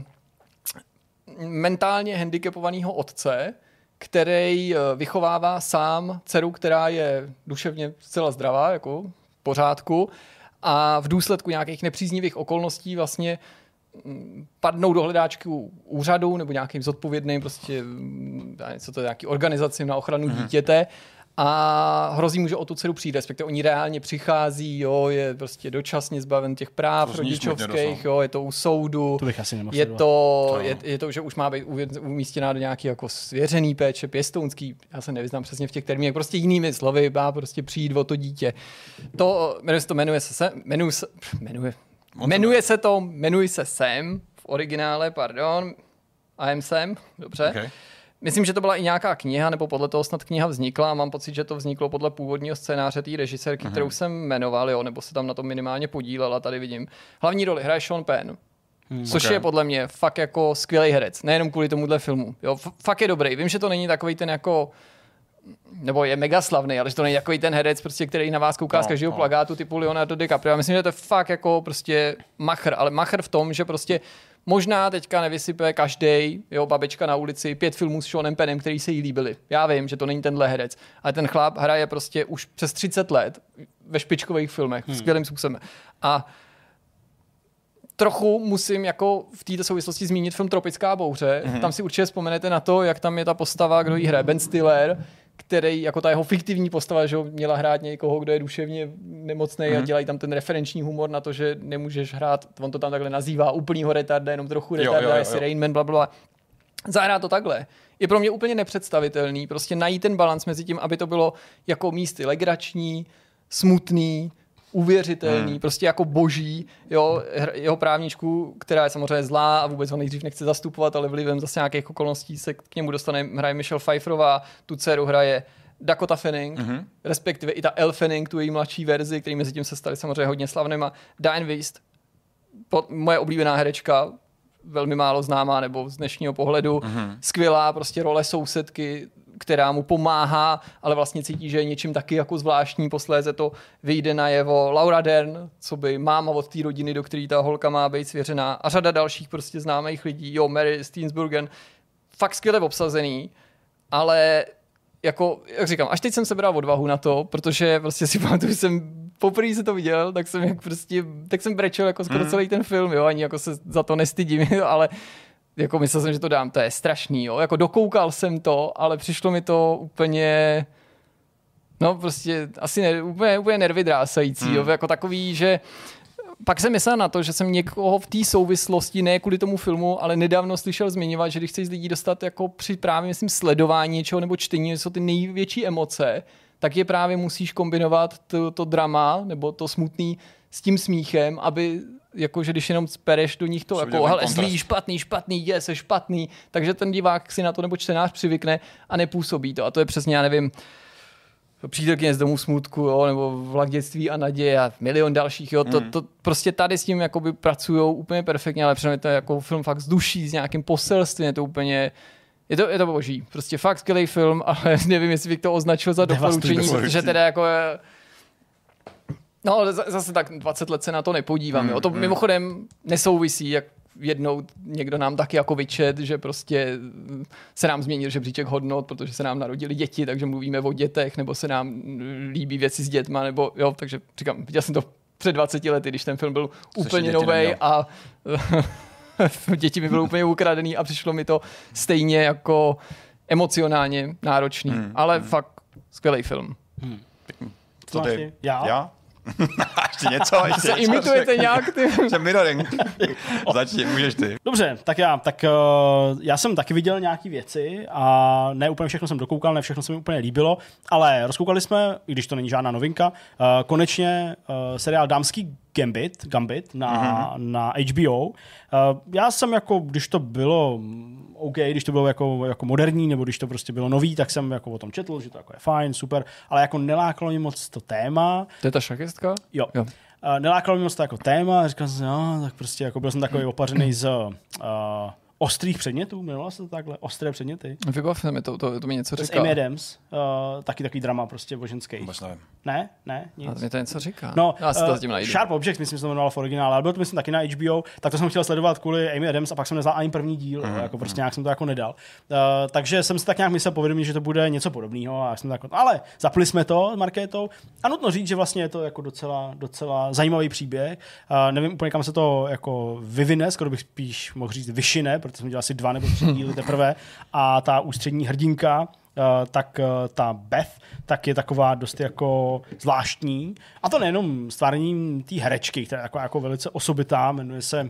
mentálně handicapovaného otce, který uh, vychovává sám dceru, která je duševně zcela zdravá, jako v pořádku. A v důsledku nějakých nepříznivých okolností vlastně padnou do hledáčky úřadu nebo nějakým zodpovědným prostě co to je, nějaký organizaci na ochranu mm-hmm. dítěte a hrozí mu, že o tu dceru přijde, respektive oni reálně přichází, jo, je prostě dočasně zbaven těch práv to rodičovských, jo, je to u soudu, to bych asi nemohl je, to, je, je to, že už má být umístěná do nějaký jako svěřený péče, pěstounský, já se nevyznám přesně v těch termínech, prostě jinými slovy, má prostě přijít o to dítě. To, jmenuje se to, jmenuje se, jmenuje se, jmenuje, jmenuje se to, jmenuje se Sam, v originále, pardon, I am Sam, dobře. Okay. Myslím, že to byla i nějaká kniha, nebo podle toho snad kniha vznikla a mám pocit, že to vzniklo podle původního scénáře té režisérky, uh-huh. kterou jsem jmenoval, jo, nebo se tam na to minimálně podílela, tady vidím. Hlavní roli hraje Sean Penn, hmm. což okay. je podle mě fakt jako skvělý herec, nejenom kvůli tomuhle filmu. Jo, f- fakt je dobrý. Vím, že to není takový ten jako, nebo je mega slavný, ale že to není takový ten herec, prostě, který na vás kouká no, z každého no. plakátu typu Leonardo DiCaprio. Já myslím, že to je fakt jako prostě machr, ale machr v tom, že prostě možná teďka nevysype každej, jo, babička na ulici, pět filmů s Seanem Pennem, který se jí líbily. Já vím, že to není tenhle herec, ale ten chlap hraje prostě už přes třicet let ve špičkových filmech, hmm. skvělým způsobem. A trochu musím jako v této souvislosti zmínit film Tropická bouře. Hmm. Tam si určitě vzpomenete na to, jak tam je ta postava, kdo jí hraje, Ben Stiller, který jako ta jeho fiktivní postava, že měla hrát někoho, kdo je duševně nemocný mm. a dělají tam ten referenční humor na to, že nemůžeš hrát, on to tam takhle nazývá, úplnýho retarda, jenom trochu retarda, jestli Rain Man, blablabla. Zahrát to takhle je pro mě úplně nepředstavitelný, prostě najít ten balans mezi tím, aby to bylo jako místy legrační, smutný, uvěřitelný, hmm. prostě jako boží, jo, jeho právničku, která je samozřejmě zlá a vůbec ho nejdřív nechce zastupovat, ale vlivem zase nějakých okolností se k němu dostane, hraje Michelle Pfeifferová, tu dceru hraje Dakota Fanning, mm-hmm. respektive i ta Elle Fanning, tu její mladší verzi, který mezi tím se staly samozřejmě hodně slavnýma. Diane Wiest, moje oblíbená herečka, velmi málo známá, nebo z dnešního pohledu, mm-hmm. skvělá prostě role sousedky, která mu pomáhá, ale vlastně cítí, že je něčím taky jako zvláštní, posléze to vyjde najevo. Laura Dern, co by máma od té rodiny, do které ta holka má být svěřená, a řada dalších prostě známých lidí, jo, Mary Steenburgen, fakt skvěle obsazený, ale jako, jak říkám, až teď jsem sebral odvahu na to, protože prostě si pamatuju, že jsem poprvé se to viděl, tak jsem jak prostě, tak jsem brečel jako skoro mm. celý ten film, jo, ani jako se za to nestydím, ale jako myslel jsem, že to dám, to je strašný, jo, jako dokoukal jsem to, ale přišlo mi to úplně, no prostě asi ne, úplně, úplně nervy drásající, mm. jo, jako takový, že pak jsem myslel na to, že jsem někoho v té souvislosti, ne kvůli tomu filmu, ale nedávno slyšel zmiňovat, že když chceš lidí dostat jako při právě, myslím, sledování něčeho nebo čtení, jsou ty největší emoce, tak je právě musíš kombinovat to, to drama nebo to smutný s tím smíchem, aby jakože když jenom spereš do nich to jako hele, zlý, špatný, špatný, je se špatný, takže ten divák si na to nebo čtenář přivykne a nepůsobí to. A to je přesně, já nevím, Přítelkyně z domu smutku, jo, nebo Vlak dětství a naděje a milion dalších, jo, to, to prostě tady s tím jakoby pracujou úplně perfektně, ale přesně to je jako film fakt z duší, s nějakým poselstvím, je to úplně, je to, je to boží, prostě fakt skvělý film, ale nevím, jestli bych to označil za doporučení, protože teda jako je, no ale zase tak dvacet let se na to nepodívám, mm, jo, to mm. mimochodem nesouvisí, jak jednou někdo nám taky jako vyčet, že prostě se nám změnil žebříček hodnot, protože se nám narodili děti, takže mluvíme o dětech, nebo se nám líbí věci s dětma, nebo jo, takže říkám, viděl jsem to před dvaceti lety, když ten film byl Což úplně novej a děti mi byly úplně ukradený a přišlo mi to stejně jako emocionálně náročný, hmm. ale hmm. fakt skvělý film. Hmm. Co ty? Já? Já? ještě něco? Ještě se něco imitujete řekni. Nějak ty? Jsem mirroring. Začni, můžeš ty. Dobře, tak já, tak uh, já jsem taky viděl nějaký věci a ne úplně všechno jsem dokoukal, ne všechno se mi úplně líbilo, ale rozkoukali jsme, i když to není žádná novinka, uh, konečně uh, seriál Dámský Gambit, Gambit na, mm-hmm. na H B O. Uh, já jsem jako, když to bylo OK, když to bylo jako, jako moderní, nebo když to prostě bylo nový, tak jsem jako o tom četl, že to jako je fajn, super, ale jako nelákalo mě moc to téma. To je ta šachistka? Jo. jo. Uh, nelákalo mě moc to jako téma, říkal jsem, no, tak prostě jako byl jsem takový opařený z uh, ostrých předmětů, jmenovalo se to takhle, ostré předměty. Vybav se mi to, to, to mi něco říká. To Amy Adams, uh, taky takový drama prostě o ženských. Ne, ne, nic. A mě to něco říká. No, já si to zatím najdu. Sharp Objects, myslím, že to jmenovalo v originále, ale bylo to myslím taky na H B O, tak to jsem chtěl sledovat kvůli Amy Adams a pak jsem nezal ani první díl, mm, jako prostě nějak jsem to jako nedal. Uh, takže jsem si tak nějak myslel povědomí, že to bude něco podobného a jsem tak, ale zapli jsme to s Markétou a nutno říct, že vlastně je to jako docela, docela zajímavý příběh. Uh, nevím úplně, kam se to jako vyvine, skoro bych spíš mohl říct vyšine, protože jsme dělali asi dva nebo tři díly teprve a ta ústřední hrdinka, uh, tak uh, ta Beth, tak je taková dost jako zvláštní. A to nejenom stvárněním té herečky, která je jako, jako velice osobitá, jmenuje se,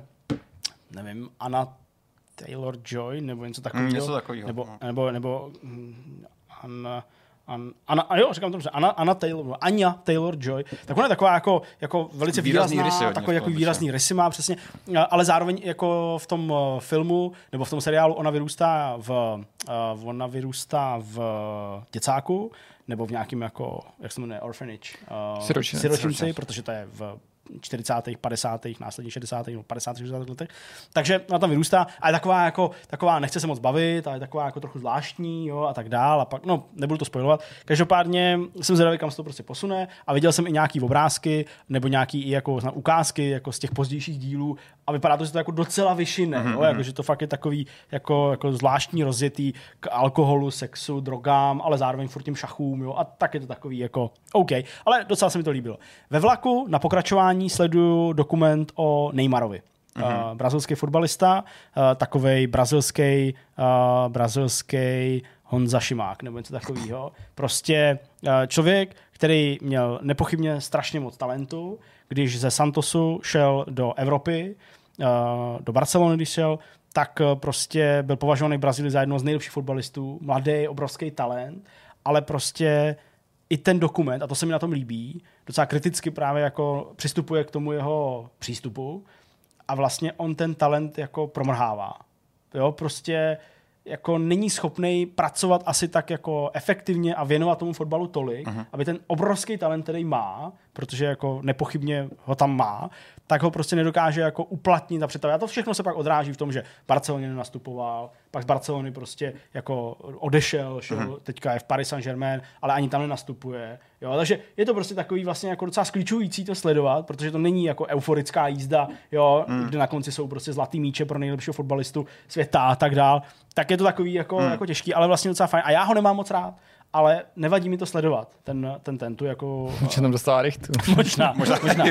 nevím, Anna Taylor-Joy, nebo něco takového. Mm, něco takového. Nebo, nebo, nebo um, Anna... An, Anna, a jo, říkám to dobře, Anna, Anna Taylor, Anya Taylor-Joy, tak ona je taková jako, jako velice výrazný výrazná, rysy takový jako výrazný rysy má přesně, ale zároveň jako v tom filmu, nebo v tom seriálu ona vyrůstá v, uh, ona vyrůstá v děcáku, nebo v nějakým jako, jak se jmenuje, orphanage, uh, siročinci, siročinci, protože to je v čtyřicátých, padesátých, následně šedesátých, nebo padesátých, šedesátých letech. Takže ona tam vyrůstá a je taková jako, taková nechce se moc bavit, a je taková jako trochu zvláštní, jo, a tak dál. A pak, no, nebudu to spojovat. Každopádně jsem zvědavý, kam se to prostě posune a viděl jsem i nějaký obrázky, nebo nějaký i jako znám, ukázky jako z těch pozdějších dílů a vypadá to, že to jako docela vyšine, mm-hmm. jo, jako, že to fakt je takový jako, jako zvláštní rozjetý k alkoholu, sexu, drogám, ale zároveň furt tím šachům, jo, a tak je to takový jako OK, ale docela se mi to líbilo. Ve vlaku na pokračování sleduju dokument o Neymarovi. Mm-hmm. Uh, brazilský fotbalista, uh, takovej brazilský uh, brazilský Honza Šimák nebo něco takového. Prostě uh, člověk, který měl nepochybně strašně moc talentu, když ze Santosu šel do Evropy, uh, do Barcelony, když šel, tak uh, prostě byl považovaný v Brazílii za jednoho z nejlepších fotbalistů, mladý, obrovský talent, ale prostě i ten dokument, a to se mi na tom líbí, docela kriticky právě jako přistupuje k tomu jeho přístupu a vlastně on ten talent jako promrhává. Jo, prostě jako není schopný pracovat asi tak jako efektivně a věnovat tomu fotbalu tolik, uh-huh. aby ten obrovský talent, který má, protože jako nepochybně ho tam má, tak ho prostě nedokáže jako uplatnit a představit. A to všechno se pak odráží v tom, že v Barceloně nenastupoval, pak z Barcelony prostě jako odešel, šel, uh-huh. teďka je v Paris Saint-Germain, ale ani tam nenastupuje. Jo, takže je to prostě takový vlastně jako docela skličující to sledovat, protože to není jako euforická jízda, jo, uh-huh. kde na konci jsou prostě zlatý míče pro nejlepšího fotbalistu světa a tak dál. Tak je to takový jako, uh-huh. jako těžký, ale vlastně docela fajn. A já ho nemám moc rád. Ale nevadí mi to sledovat, ten, ten, ten tu jako... Že tam dostává rychtu. Možná, možná. možná.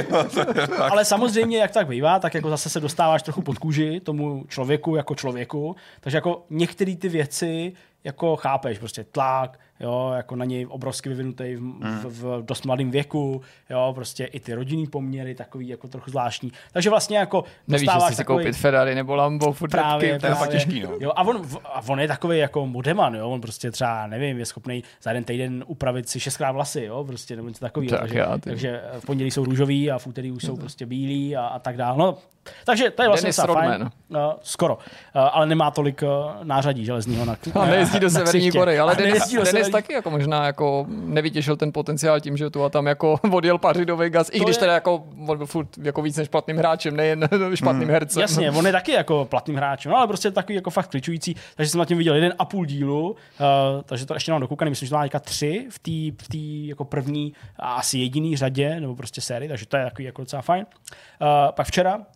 Ale samozřejmě, jak tak bývá, tak jako zase se dostáváš trochu pod kůži tomu člověku jako člověku, takže jako některé ty věci jako chápeš, prostě tlak, jo, jako na něj obrovsky vyvinutý v, mm. v, v dost mladém věku, jo, prostě i ty rodinný poměry takový jako trochu zvláštní. Takže vlastně jako nevíš, jestli si koupit Ferrari nebo Lambo, furt právě, to je fakt těžký, no. Jo, a on, a on je takový jako modeman, jo, on prostě třeba, nevím, je schopný za jeden týden upravit si šestkrát vlasy, jo, prostě nebo něco takového. Tak takže, já, takže v pondělí jsou růžový a v úterý už jsou prostě bílí a, a tak dále. No, takže to je vlastně fajn. No, skoro. Uh, ale nemá tolik uh, nářadí železního na a nejezdí do Severní Koreje, ale Denis, Denis severní... taky jako možná jako nevytěšil ten potenciál tím, že tu a tam jako odjel Paři do Vegas, to i když je... teda jako on byl furt jako víc než platným hráčem, nejen špatným hmm. hercem. Jasně, on je taky jako platným hráčem, no, ale prostě takový jako fakt kličující, takže jsem na tím viděl jeden a půl dílu, uh, takže to ještě mám dokoukaný, myslím, že to má teďka tři v té v té jako první a asi jediný řadě, nebo prostě sérii, takže to je takový jako docela fajn. Uh, pak včera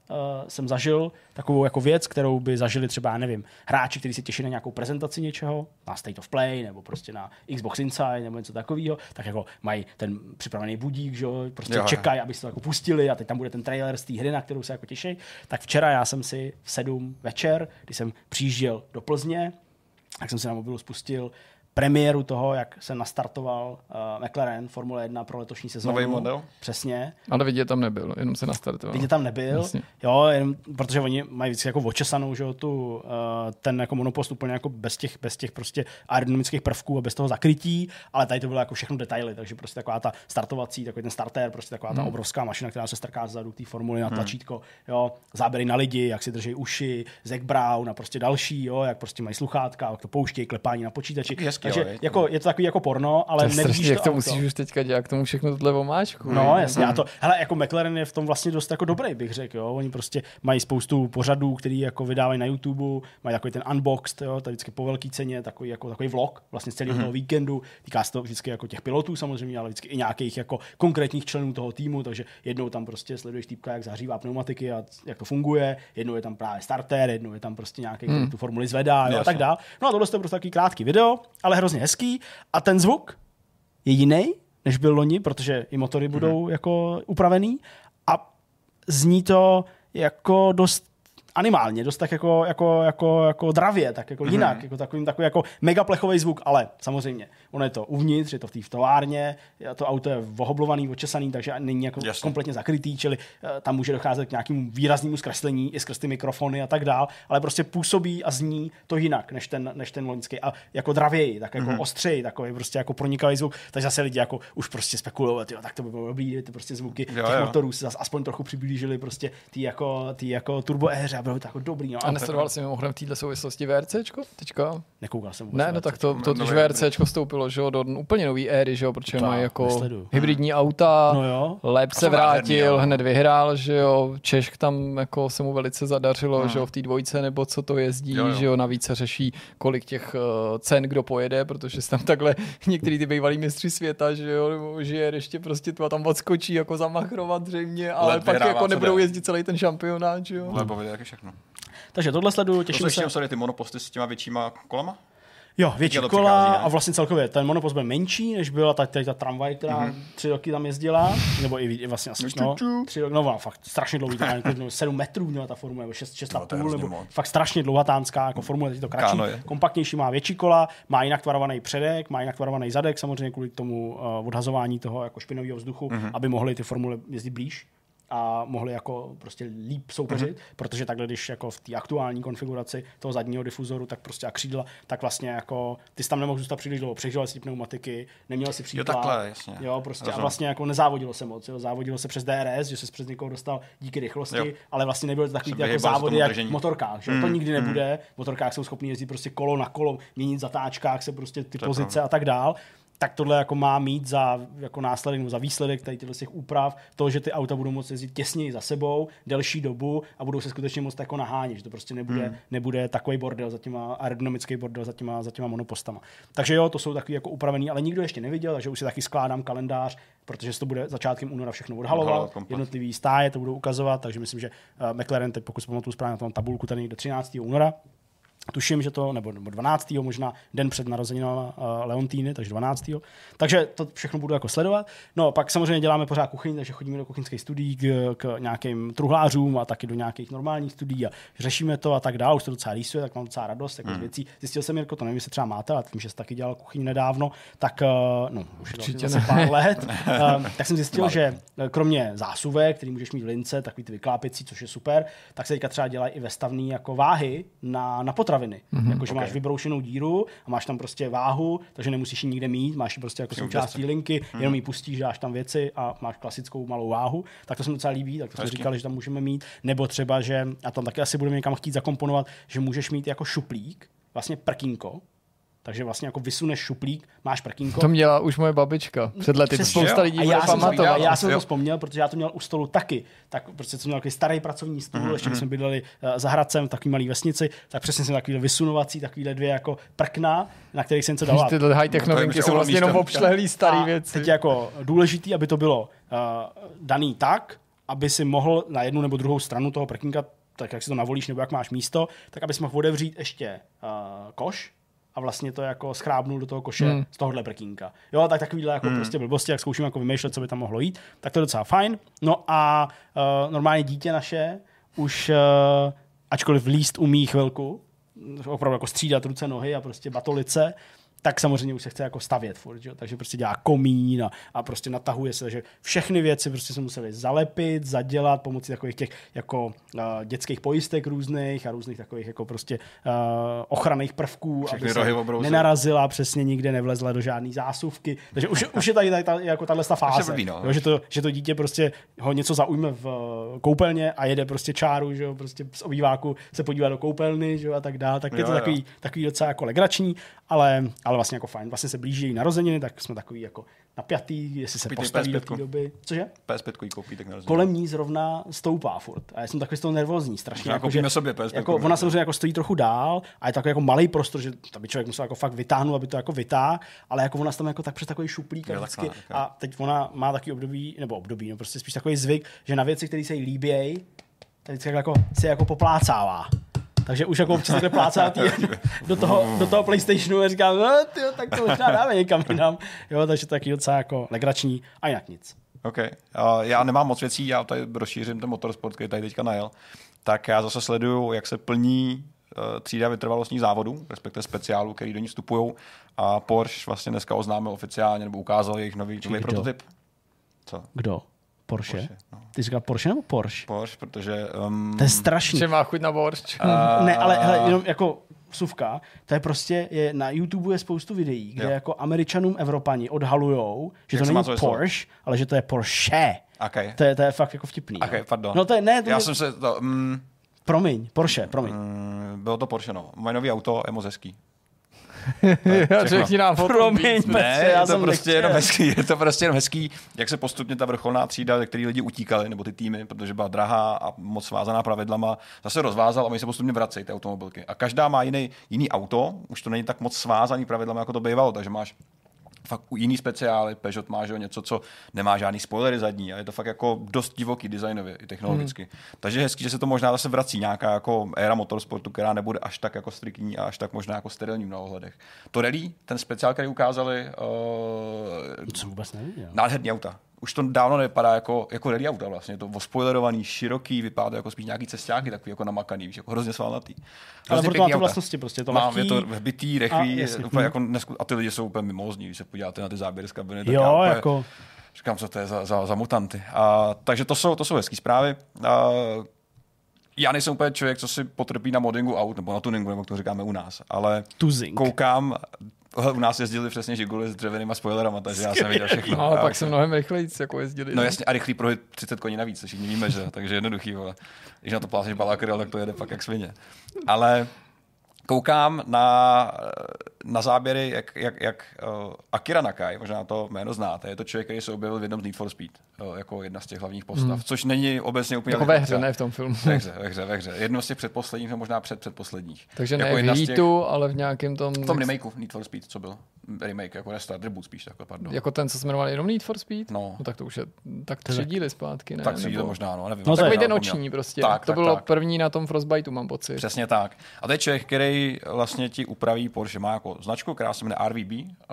uh, jsem zažil takovou jako věc, kterou by zažili třeba, já nevím, hráči, kteří se těší na nějakou prezentaci něčeho, na State of Play, nebo prostě na Xbox Inside, nebo něco takového, tak jako mají ten připravený budík, že jo, prostě čekají, aby se to jako pustili a teď tam bude ten trailer z té hry, na kterou se jako těší. Tak včera já jsem si v sedm večer, když jsem přijížděl do Plzně, tak jsem si na mobilu spustil premiéru toho, jak se nastartoval uh, McLaren Formule jedna pro letošní sezónu. Nový model? Přesně. Ale vidět tam nebyl, jenom se nastartoval. Vidět tam nebyl, vlastně. Jo, jenom, protože oni mají vždycky jako očesanou, že jo, tu, uh, ten jako monopost úplně jako bez těch, bez těch prostě aerodynamických prvků a bez toho zakrytí, ale tady to bylo jako všechno detaily, takže prostě taková ta startovací, takový ten starter, prostě taková ta hmm. obrovská mašina, která se strká zadu té formuly na tlačítko, hmm. jo, záběry na lidi, jak si drží uši, Zac Brown a prostě další, jo, jak prostě mají sluchátka, jak to pouštějí, klepání na počítači. Takže jo, jako, je to takový jako porno, ale to nevidíš to jak to auto. Musíš už teďka dělat k tomu všechno tohle omáčku. No jasně, já to, hele, jako McLaren je v tom vlastně dost jako dobrý, bych řekl, jo. Oni prostě mají spoustu pořadů, který jako vydávají na YouTube, mají takový ten unboxed, jo, to vždycky po velké ceně, takový jako takový vlog, vlastně z celého mm-hmm. toho víkendu. Týká se to vždycky jako těch pilotů samozřejmě, ale vždycky i nějakých jako konkrétních členů toho týmu, takže jednou tam prostě sleduješ týpka, jak zahřívá pneumatiky a jak to funguje, jednou je tam právě starter, jednou je tam prostě nějaký, mm. tu formuli zvedá, jo, a tak dál. No a tohle je prostě takový krátký video, ale hrozně hezký a ten zvuk je jiný, než byl loni, protože i motory budou mm. jako upravený a zní to jako dost animálně, dost tak jako, jako, jako, jako dravě, tak jako jinak, mm. jako takový, takový jako megaplechový zvuk, ale samozřejmě, ono je to uvnitř, je to v té továrně, to auto je vohoblovaný, očesaný, takže není jako Jasně. kompletně zakrytý, čili uh, tam může docházet k nějakému výraznému zkreslení i skrz ty mikrofony a tak dál, ale prostě působí a zní to jinak, než ten, než ten loňský a jako dravěji, tak jako mm. ostřeji, takový prostě jako pronikavý zvuk, takže zase lidi jako už prostě spekulovat, jo, tak to by bylo dobrý, ty prostě zvuky jo, těch jo. motorů se zase aspoň trochu přiblížili prostě ty jako, ty jako turboéře, bylo to jako dobrý. No, a nesledoval jsi mimochodem v této souvislosti VRCčko teďka? Nekoukal jsem. Ne, no tak to, to když VRCčko vstoupilo, že jo, do úplně nový éry, že jo, protože mají jako nesleduju. hybridní auta, no jo. Lep se vrátil, herní, hned vyhrál, že jo, Češk tam jako se mu velice zadařilo, hmm. že jo, v té dvojce nebo co to jezdí, jo, jo. že jo, navíc se řeší, kolik těch uh, cen kdo pojede, protože se tam takhle některý ty bývalí mistři světa, že jo, nebo že ještě prostě tu a tam odskočí jako zamachrovat zřejmě, ale Let pak jako nebudou jezdit celý ten šampionát, že jo. Lebovi taky všechno. Takže tohle sleduju, těším se. Sorry, ty monoposty s těma většíma kolama? Jo, větší kola přichází, a vlastně celkově ten monopost byl menší, než byla ta, ta, ta tramvaj, která mm-hmm. tři roky tam jezdila, nebo i vlastně asi, no, tři roky, no, fakt strašně dlouhý, sedm metrů měla ta formule, nebo šest, šest a půl, nebo moc. Fakt strašně dlouhatánská, jako formule, teď to kratší, kompaktnější, má větší kola, má jinak tvarovaný předek, má jinak tvarovaný zadek, samozřejmě kvůli tomu uh, odhazování toho jako špinavého vzduchu, mm-hmm. aby mohly ty formule jezdit blíž a mohli jako prostě líp soupeřit, mm-hmm. protože takhle, když jako v té aktuální konfiguraci toho zadního difuzoru, tak prostě a křídla, tak vlastně jako ty jsi tam nemohl zůstat příliš dlouho, přežíval si pneumatiky, neměl si příklad. Jo, takhle, jasně. Jo, prostě Rozumím. A vlastně jako nezávodilo se moc, jo, závodilo se přes D R S, že se přes někoho dostal díky rychlosti, jo. ale vlastně nebylo to takový ty jako závody jak v motorkách, že mm, to nikdy nebude. Mm. V motorkách jsou schopni jezdit prostě kolo na kolo, měnit zatáčkách se prostě ty to pozice a tak dál. Tak tohle jako má mít za jako následek nebo za výsledek tady těchto těch úprav to, že ty auta budou moct jezdit těsněji za sebou, delší dobu a budou se skutečně moct jako nahánět, že to prostě nebude, hmm. nebude takový bordel za těma, aerodynamický bordel za těma, za těma monopostama. Takže jo, to jsou takový jako upravený, ale nikdo ještě neviděl, takže už si taky skládám kalendář, protože se to bude začátkem února všechno odhalovat, jednotlivý stáje to budou ukazovat, takže myslím, že uh, McLaren, teď pokud si pamatuju správně na tom tabulku, tady někde třináctého února, tuším, že to, nebo, nebo dvanáctého možná den před narozeninami uh, Leontýny, takže dvanáctého Takže to všechno budu jako sledovat. No, pak samozřejmě děláme pořád kuchyň, takže chodíme do kuchyňských studií k, k nějakým truhlářům a taky do nějakých normálních studií a řešíme to a tak dále. Už to docela rýsuje, tak mám docela radost jako hmm. z věcí. Zjistil jsem, Jirko, to nevím, jestli třeba máte, ale tím, že jsi taky dělal kuchyň nedávno, tak uh, no, už je to pár let. uh, tak jsem zjistil, že kromě zásuvek, který můžeš mít v lince, takový ty vyklápěcí, což je super, tak se teďka třeba dělají i vestavný jako váhy na, na potraviny. Mm-hmm, jakože okay. máš vybroušenou díru a máš tam prostě váhu, takže nemusíš ji nikde mít, máš ji prostě jako součástí linky, mm-hmm. jenom ji pustíš, dáš tam věci a máš klasickou malou váhu. Tak to se mi docela líbí, tak to jsme říkali, že tam můžeme mít. Nebo třeba, že, a tam taky asi budeme někam chtít zakomponovat, že můžeš mít jako šuplík, vlastně prkínko, takže vlastně jako vysuneš šuplík, máš prkínko. To měla už moje babička před lety, to spousta lidí bude pamatovat. Já jsem to vzpomněl, protože já to měl u stolu taky. Tak prostě jsem měl takový starý pracovní stůl, mm-hmm. ještě když jsme bydleli uh, za Hradcem v takový malý vesnici, tak přesně jsem takový vysunovací, takovýhle dvě jako prkna, na kterých jsem něco dal. Tyhle high-tech novinky jsou vlastně jenom obšlehlý starý věci. Teď jako důležitý, aby to bylo uh, daný tak, aby si mohl na jednu nebo druhou stranu toho parkinga, tak jak si to navolíš, nebo jak máš místo, tak aby si mohl otevřít ještě uh, koš a vlastně to jako schrábnul do toho koše hmm. z tohohle parkínka. Jo, tak takovýhle jako hmm. prostě blbosti, jak zkouším jako vymýšlet, co by tam mohlo jít, tak to je docela fajn. No a uh, normálně dítě naše už, uh, ačkoliv líst umí chvilku, opravdu jako střídat ruce, nohy a prostě batolice, tak samozřejmě už se chce jako stavět furt, jo? Takže prostě dělá komín a, a prostě natahuje se, takže všechny věci prostě se museli zalepit, zadělat pomocí takových těch jako uh, dětských pojistek různých a různých takových jako prostě uh, ochranných prvků, všechny aby se nenarazila, přesně nikde nevlezla do žádný zásuvky. Takže už, už je tady, tady, tady jako tahle fáze, blbý, no. Jo, že, to, že to dítě prostě ho něco zaujme v uh, koupelně a jede prostě čáru, že jo, prostě z obýváku se podívá do koupelny, že jo, a tak dál, tak jo, je to takový, takový docela jako legrační, ale ale vlastně jako fajn. Vlastně se blíží její narozeniny, tak jsme takový jako napjatý, jestli se postaví do té doby. Cože? P S pět jí koupí, tak narozeniny. Kolem ní zrovna stoupá furt. A já jsem takový z toho nervózní strašně. Jako, že, sobě P S pět. Jako, ona samozřejmě jako stojí trochu dál a je takový jako malý prostor, že by člověk musel jako fakt vytáhnout, aby to jako vytáhl, ale jako ona tam jako tak přes takový šuplík a vždycky. A teď ona má takový období, nebo období, no prostě spíš takový zvyk, že na věci, které se jí líbějí, tak jako se jako poplácává. Takže už jako občas takhle plácá do toho, do toho PlayStationu a říkám, no, tyjo, tak to možná dáme někam jinam. Jo, takže to je taky docela jako legrační a jinak nic. OK. Uh, já nemám moc věcí, já tady rozšířím ten motorsport, který tady teďka najel. Tak já zase sleduju, jak se plní uh, třída vytrvalostních závodů, respektive speciálů, který do ní vstupují. A Porsche vlastně dneska oznámil oficiálně, nebo ukázal jejich nový, nový prototyp. Co? Kdo? Porsche? Porsche no. Ty jsi říkal Porsche nebo Porsche? Porsche, protože... Um, to je strašný. Že má chuť na boršč. Uh, ne, ale hele, jenom jako vsuvka, to je prostě, je, na YouTube je spoustu videí, kde jo. jako Američanům Evropani odhalujou, že jak to není Porsche, ale že to je Porsche. Okay. To, je, to je fakt jako vtipný. Okay, pardon. No to je, ne, to Já je... jsem se to... Um, promiň, Porsche, promiň. Um, bylo to Porsche, no. Moje nový auto je moc hezký. Řekni nám promiň, ne, já je to prostě jenom hezký, je to prostě jenom hezký, jak se postupně ta vrcholná třída, ze který lidi utíkali, nebo ty týmy, protože byla drahá a moc svázaná pravidlama, zase rozvázal a oni se postupně vracejí, ty automobilky. A každá má jiný, jiný auto, už to není tak moc svázaný pravidlama, jako to bývalo, takže máš fakt jiný speciály, Peugeot má že, něco, co nemá žádný spoilery zadní a je to fakt jako dost divoký designově i technologicky. Hmm. Takže je hezký, že se to možná zase vrací nějaká jako éra motorsportu, která nebude až tak jako striktní a až tak možná jako sterilní v mnoha ohledech. To rally, ten speciál, který ukázali, uh, co vůbec neviděl. Nádherný auta. Už to dávno nevypadá jako, jako rally auta vlastně. Je to ospoilerovaný, široký, vypadá to jako spíš nějaký cestáky, takový jako namakaný, víš, jako hrozně svalnatý. Ale proto má ty vlastnosti prostě, to Mám, lehký. Je to hbitý, rychlý, a, úplně jako nesku... a ty lidi jsou úplně mimózní, když se podíváte na ty záběry z kabiny. Tak jo, já úplně... jako... Říkám, co to je za, za, za mutanty. A, takže to jsou, to jsou hezký zprávy. A, já nejsem úplně člověk, co si potrpí na moddingu aut, nebo na tuningu, nebo to říkáme u nás, ale Tuzing. Koukám, u nás jezdili přesně Žiguly s dřevěnýma spoilerama, takže já jsem viděl všechno. No, ale pak se mnohem rychleji jako jezdili. No jasně, a rychlý prohod třicet koní navíc, což všichni víme, že, takže jednoduchý, vole. Když na to plácneš balákril, tak to jede fakt jak svině. Ale koukám na, na záběry, jak, jak, jak uh, Akira Nakai, možná to jméno znáte, je to člověk, který se objevil v jednom z Need for Speed, uh, jako jedna z těch hlavních postav, hmm. což není obecně úplně... Jako ve hře, ne v tom filmu. Ve hře, ve hře, ve hře. Jedno z těch předposledních, možná před předposledních. Takže jako ne v Heatu, těch... ale v nějakém tom... V tom remakeu Need for Speed, co byl? Remake, jako restart, reboot spíš, takhle, pardon. Jako ten, co se jmenoval jenom Need for Speed? No. no tak to už je tak tři díly zpátky, ne? Tak tři díly možná, no, nevím. No takový ten noční prostě. Tak, to tak, bylo tak. první na tom Frostbiteu, mám pocit. Přesně tak. A to je člověk, který vlastně ti upraví Porsche, má jako značku, která se jmenuje R V B.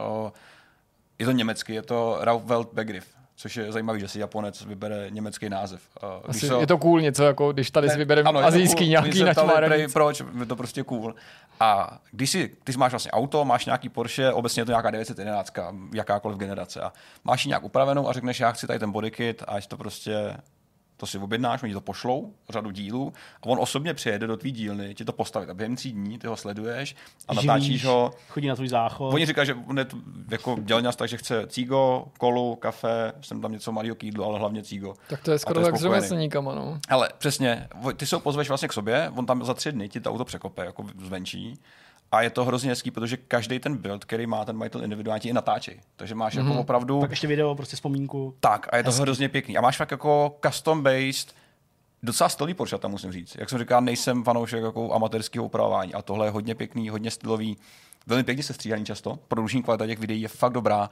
Je to německý, je to Rauwelt Begriff, což je zajímavý, že si Japonec vybere německý název. Asi so... je to cool něco, jako když tady ne, si vybereme asijský cool, nějaký načmáraný. Proč? Je to prostě cool. A když si, ty máš vlastně auto, máš nějaký Porsche, obecně je to nějaká devět set jedenáct, jakákoliv generace a máš ji nějak upravenou a řekneš, já chci tady ten bodykit, ať to prostě to si objednáš, oni to pošlou, řadu dílů a on osobně přijede do tvý dílny, ti to postavit a během tří dní ty ho sleduješ a Živíš, natáčíš ho. Chodí na tvůj záchod. Oni říkají, že on je jako dělňas, takže chce cígo, kolu, kafe, jsem tam něco malého k jídlu, ale hlavně cígo. Tak to je skoro tak s řemeslníkama, no. Ale přesně, ty se ho pozveš vlastně k sobě, on tam za tři dny ti to auto překope, jako zvenčí. A je to hrozně hezký, protože každý ten build, který má ten majitel individuální, ti i natáčí. Takže máš mm-hmm. jako opravdu... Pak ještě video, prostě vzpomínku. Tak, a je to hezký. Hrozně pěkný. A máš fakt jako custom-based, docela stylý Porsche, tam musím říct. Jak jsem říkal, nejsem fanoušek jako amatérského upravování, a tohle je hodně pěkný, hodně stylový. velmi pěkně sestříhaný často. Produkční kvalita těch videí je fakt dobrá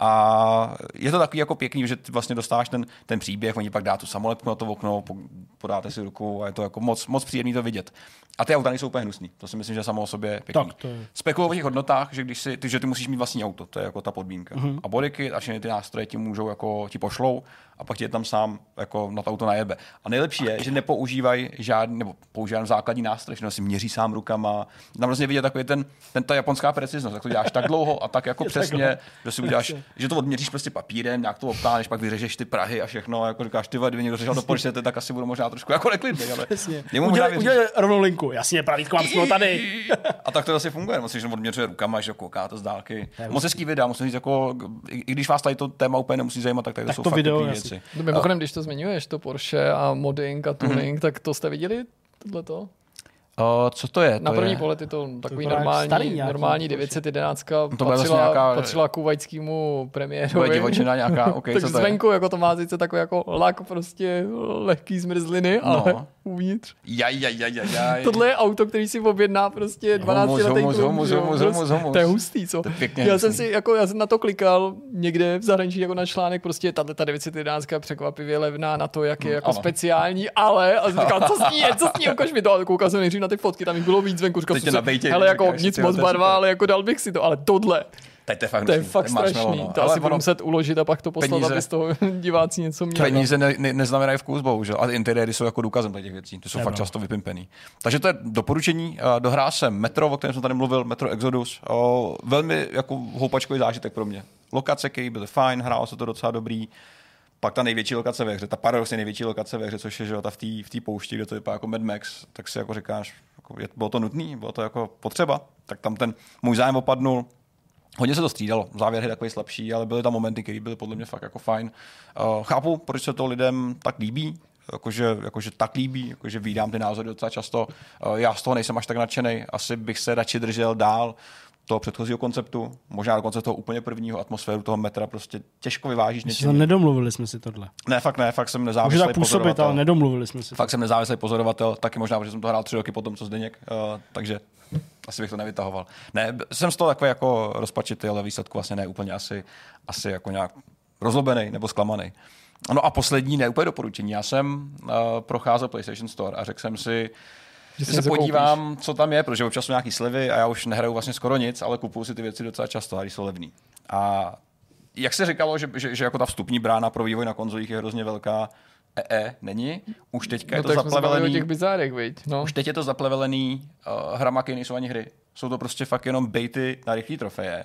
a je to takový jako pěkný, že ty vlastně dostáváš ten, ten příběh, oni pak dá tu samolepku na to okno, podáte si ruku a je to jako moc, moc příjemný to vidět. A ty auta nejsou úplně hnusný. To si myslím, že samo o sobě pěkný. Tak to je. Spekulovat o těch hodnotách, že když si, ty, že ty musíš mít vlastní auto, to je jako ta podmínka. Uh-huh. A bodykit a všechny ty nástroje ti můžou jako ti pošlou a pak ti je tam sám jako na to auto najebe. A nejlepší je, že nepoužívají žádný nebo používají základní nástroj, že si měří sám rukama. Tam vlastně vidět takový ten, ten ta japonská preciznost, tak to děláš tak dlouho a tak jako přesně, že si uděláš, že to odměříš prostě papírem, nějak to obtáneš, pak vyřešíš ty prahy a všechno, a jako říkáš, ty kdyby někdo řešil do počtete, tak asi budu možná trošku jako neklidný, ale udělej, udělej rovnou linku, jasně, pravítko mám jsme tady. A tak to zase funguje, musíš že odměřuje rukama, že kouká to z dálky. Moc hezký videa, musím říct, jako, i, i když vás tady to téma úplně nemusí zajímat, tak tady tak to jsou to fakt video, věci. No, mimochodem, když to zmiňuješ, to Porsche a modding a tuning, mm-hmm. tak to jste viděli tohleto? Uh, co to je? Na to první je... pohled je to takový to normální, starý normální devět set jedenáct to patřila, nějaká... patřila kuvajskému premiérovi. Divočina nějaká, okay, tak co to zvenku jako to má sice takový jako lak prostě lehký zmrzliny, no. Ale uvnitř. Jaj, jaj, jaj, jaj. Tohle je auto, který si objedná prostě dvanáctiletý humus, humus, humus, humus, humus. To je hustý, co? Je já hustý. jsem si jako, já jsem na to klikal někde v zahraničí jako na článek, prostě tato ta devět set jedenáct překvapivě levná na to, jak je jako ano. speciální, ale a jsem říkal, co s ní je, co s ní, ukaž mi to, ale koukal jsem nejdřív na ty fotky, tam jich bylo víc venku, říkal jsem si, hele, jako nic moc barva, ale jako dal bych si to, ale tohle. Teď to je fakt, to je fakt strašný. No. To asi budu muset uložit a pak to poslat, peníze, aby z toho diváci něco měli. Peníze ne, ne, neznamenají vkus, bohužel. A interiéry jsou jako důkazem těch věcí. To jsou Nebo. fakt často vypimpený. Takže to je doporučení. Dohrál jsem Metro, o kterém jsem tady mluvil, Metro Exodus. O, velmi jako houpačkový zážitek pro mě. Lokace, které byly fajn, hrálo se to docela dobrý. Pak ta největší lokace ve hře, ta paradoxně největší lokace ve hře, což je že, ta v té v té poušti, kde to vypadá jako Mad Max, tak si jako říkáš, jako, je, bylo to nutné, bylo to jako potřeba. Tak tam ten můj zájem opadnul. Hodně se to střídalo, závěr je takový slabší, ale byly tam momenty, které byly podle mě fakt jako fajn. Uh, chápu, proč se to lidem tak líbí, jakože, jakože tak líbí, jakože vídám ty názory docela často. Uh, já z toho nejsem až tak nadšenej, asi bych se radši držel dál toho předchozího konceptu, možná dokonce toho úplně prvního atmosféru toho metra, prostě těžko vyvážíš něčím. Nedomluvili jsme si tohle. Ne, fakt ne, fakt jsem nezávislý pozorovatel. Může tak působit, ale nedomluvili jsme si. Fakt jsem nezávislý pozorovatel, taky možná, protože jsem to hrál tři roky potom, co Zdeněk, uh, takže asi bych to nevytahoval. Ne, jsem z toho takový jako rozpačitý, ale výsledku vlastně ne úplně asi, asi jako nějak rozlobený nebo zklamaný. No a poslední ne úplně doporučení. Já jsem uh, procházel PlayStation Store a řekl jsem si, že se podívám, koupíš. Co tam je, protože občas jsou nějaký slevy a já už nehraju vlastně skoro nic, ale kupuju si ty věci docela často, a když jsou levný. A jak se říkalo, že, že, že jako ta vstupní brána pro vývoj na konzolích je hrozně velká, E, není. Už teďka no, je to zaplevelený. Těch bizárek, viď? No. Už teď je to zaplevelený, uh, hramaky nejsou ani hry. Jsou to prostě fakt jenom bejty na rychlý trofeje.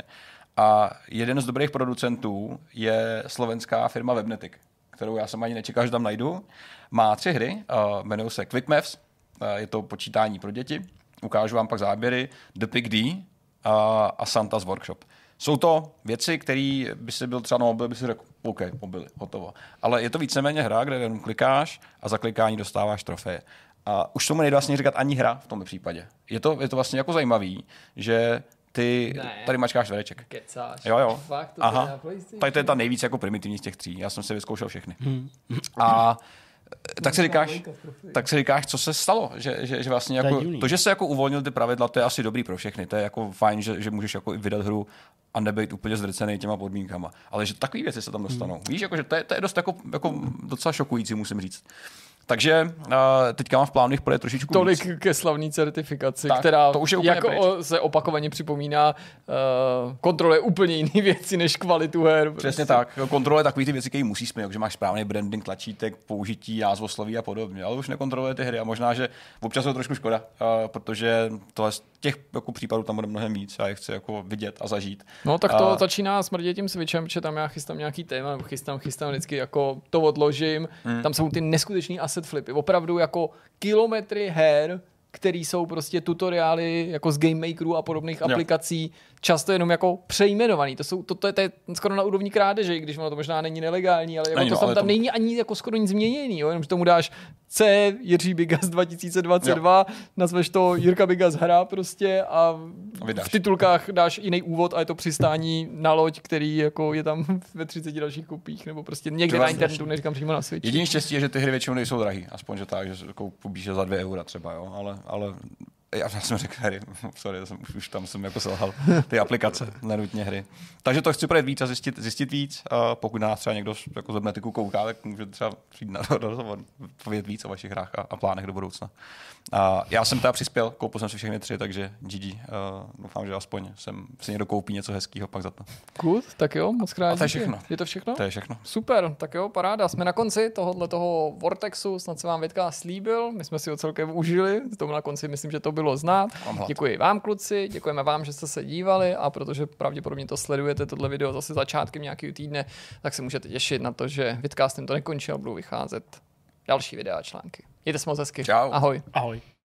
A jeden z dobrých producentů je slovenská firma Webnetic, kterou já jsem ani nečekal, že tam najdu. Má tři hry, uh, jmenují se Quick Maths, uh, je to počítání pro děti. Ukážu vám pak záběry. The Pig D uh, a Santa's Workshop. Jsou to věci, které by si byl třeba na mobil, by si řekl, OK, mobily, hotovo. Ale je to víceméně hra, kde jenom klikáš a za klikání dostáváš trofeje. A už tomu nejde vlastně říkat ani hra v tomto případě. Je to, je to vlastně jako zajímavý, že ty ne, tady mačkáš čtvereček. Kecáš. Jo, jo. Fakt, to Aha. Tady to je ta nejvíc jako primitivní z těch tří. Já jsem si vyzkoušel všechny. Hmm. A tak si říkáš, tak si říkáš, co se stalo, že, že, že vlastně jako, to, že se jako uvolnil ty pravidla, to je asi dobrý pro všechny, to je jako fajn, že, že můžeš jako vydat hru a nebejt úplně zdrcený těma podmínkama, ale že takové věci se tam dostanou. Hmm. Víš, jako, že to je, to je dost jako, jako docela šokující, musím říct. Takže uh, teďka mám v plánu jich projet trošičku Tolik víc. Ke slavné certifikaci, tak, která to už je jako o, se opakovaně připomíná, uh, kontroluje úplně jiné věci než kvalitu her. Přesně prostě. Tak. Kontroluje takový ty věci, které musí splnit, že máš správný branding, tlačítek, použití, názvosloví a podobně. Ale už nekontroluje ty hry a možná, že občas je to trošku škoda, uh, protože tohle z těch jako případů tam bude mnohem víc a já je chci jako vidět a zažít. No tak to uh, začíná smrdět tím Switchem, protože tam já chystám nějaký téma, chystám, chystám vždycky jako to odložím. Hmm. Tam jsou ty neskutečný asset flipy. Opravdu jako kilometry her, který jsou prostě tutoriály jako z Game Makerů a podobných jo. aplikací, často jenom jako přejmenovaný. To jsou to, to, je, to je skoro na úrovni krádeže, když ono to možná není nelegální, ale, jako není, to no, tam, ale tam to... není ani jako skoro nic změněný, jo? Jenom že tomu dáš C Jiří Bigas dva tisíce dvacet dva, jo. nazveš to Jirka Bigas hra prostě a Vydáš. V titulkách dáš jiný úvod a je to přistání na loď, který jako je tam ve třiceti dalších kopiích, nebo prostě někde na internetu, neříkám přímo na Switchi. Jediný štěstí je, že ty hry většinou nejsou drahý, aspoň že tak, že koupíš za dvě eura třeba, jo, ale, ale Já jsem řekl hry, sorry, jsem, už, už tam jsem jako selhal ty aplikace, nenutně hry. Takže to chci projet víc a zjistit, zjistit víc. A pokud na nás třeba někdo jako z Webnetiku kouká, tak můžete třeba přijít na rozhovor, povědět víc o vašich hrách a, a plánech do budoucna. A já jsem teda přispěl, koupil jsem si všechny tři, takže G G. Uh, doufám, že aspoň jsem si někdo koupí něco hezkého pak za to. Good, tak jo, moc krát. A to je všechno. Je to všechno? To je všechno. Super, tak jo, paráda. Jsme na konci tohohle toho Vortexu, snad se vám Vidcast slíbil, my jsme si ho celkem užili, tomu na konci myslím, že to bylo znát. Děkuji vám, kluci, děkujeme vám, že jste se dívali a protože pravděpodobně to sledujete, tohle video zase začátkem nějakého týdne, tak se můžete těšit na to, že Vidcastem to nekončí a budou vycházet další videa a články. Mějte se moc hezky. Čau. Ahoj. Ahoj.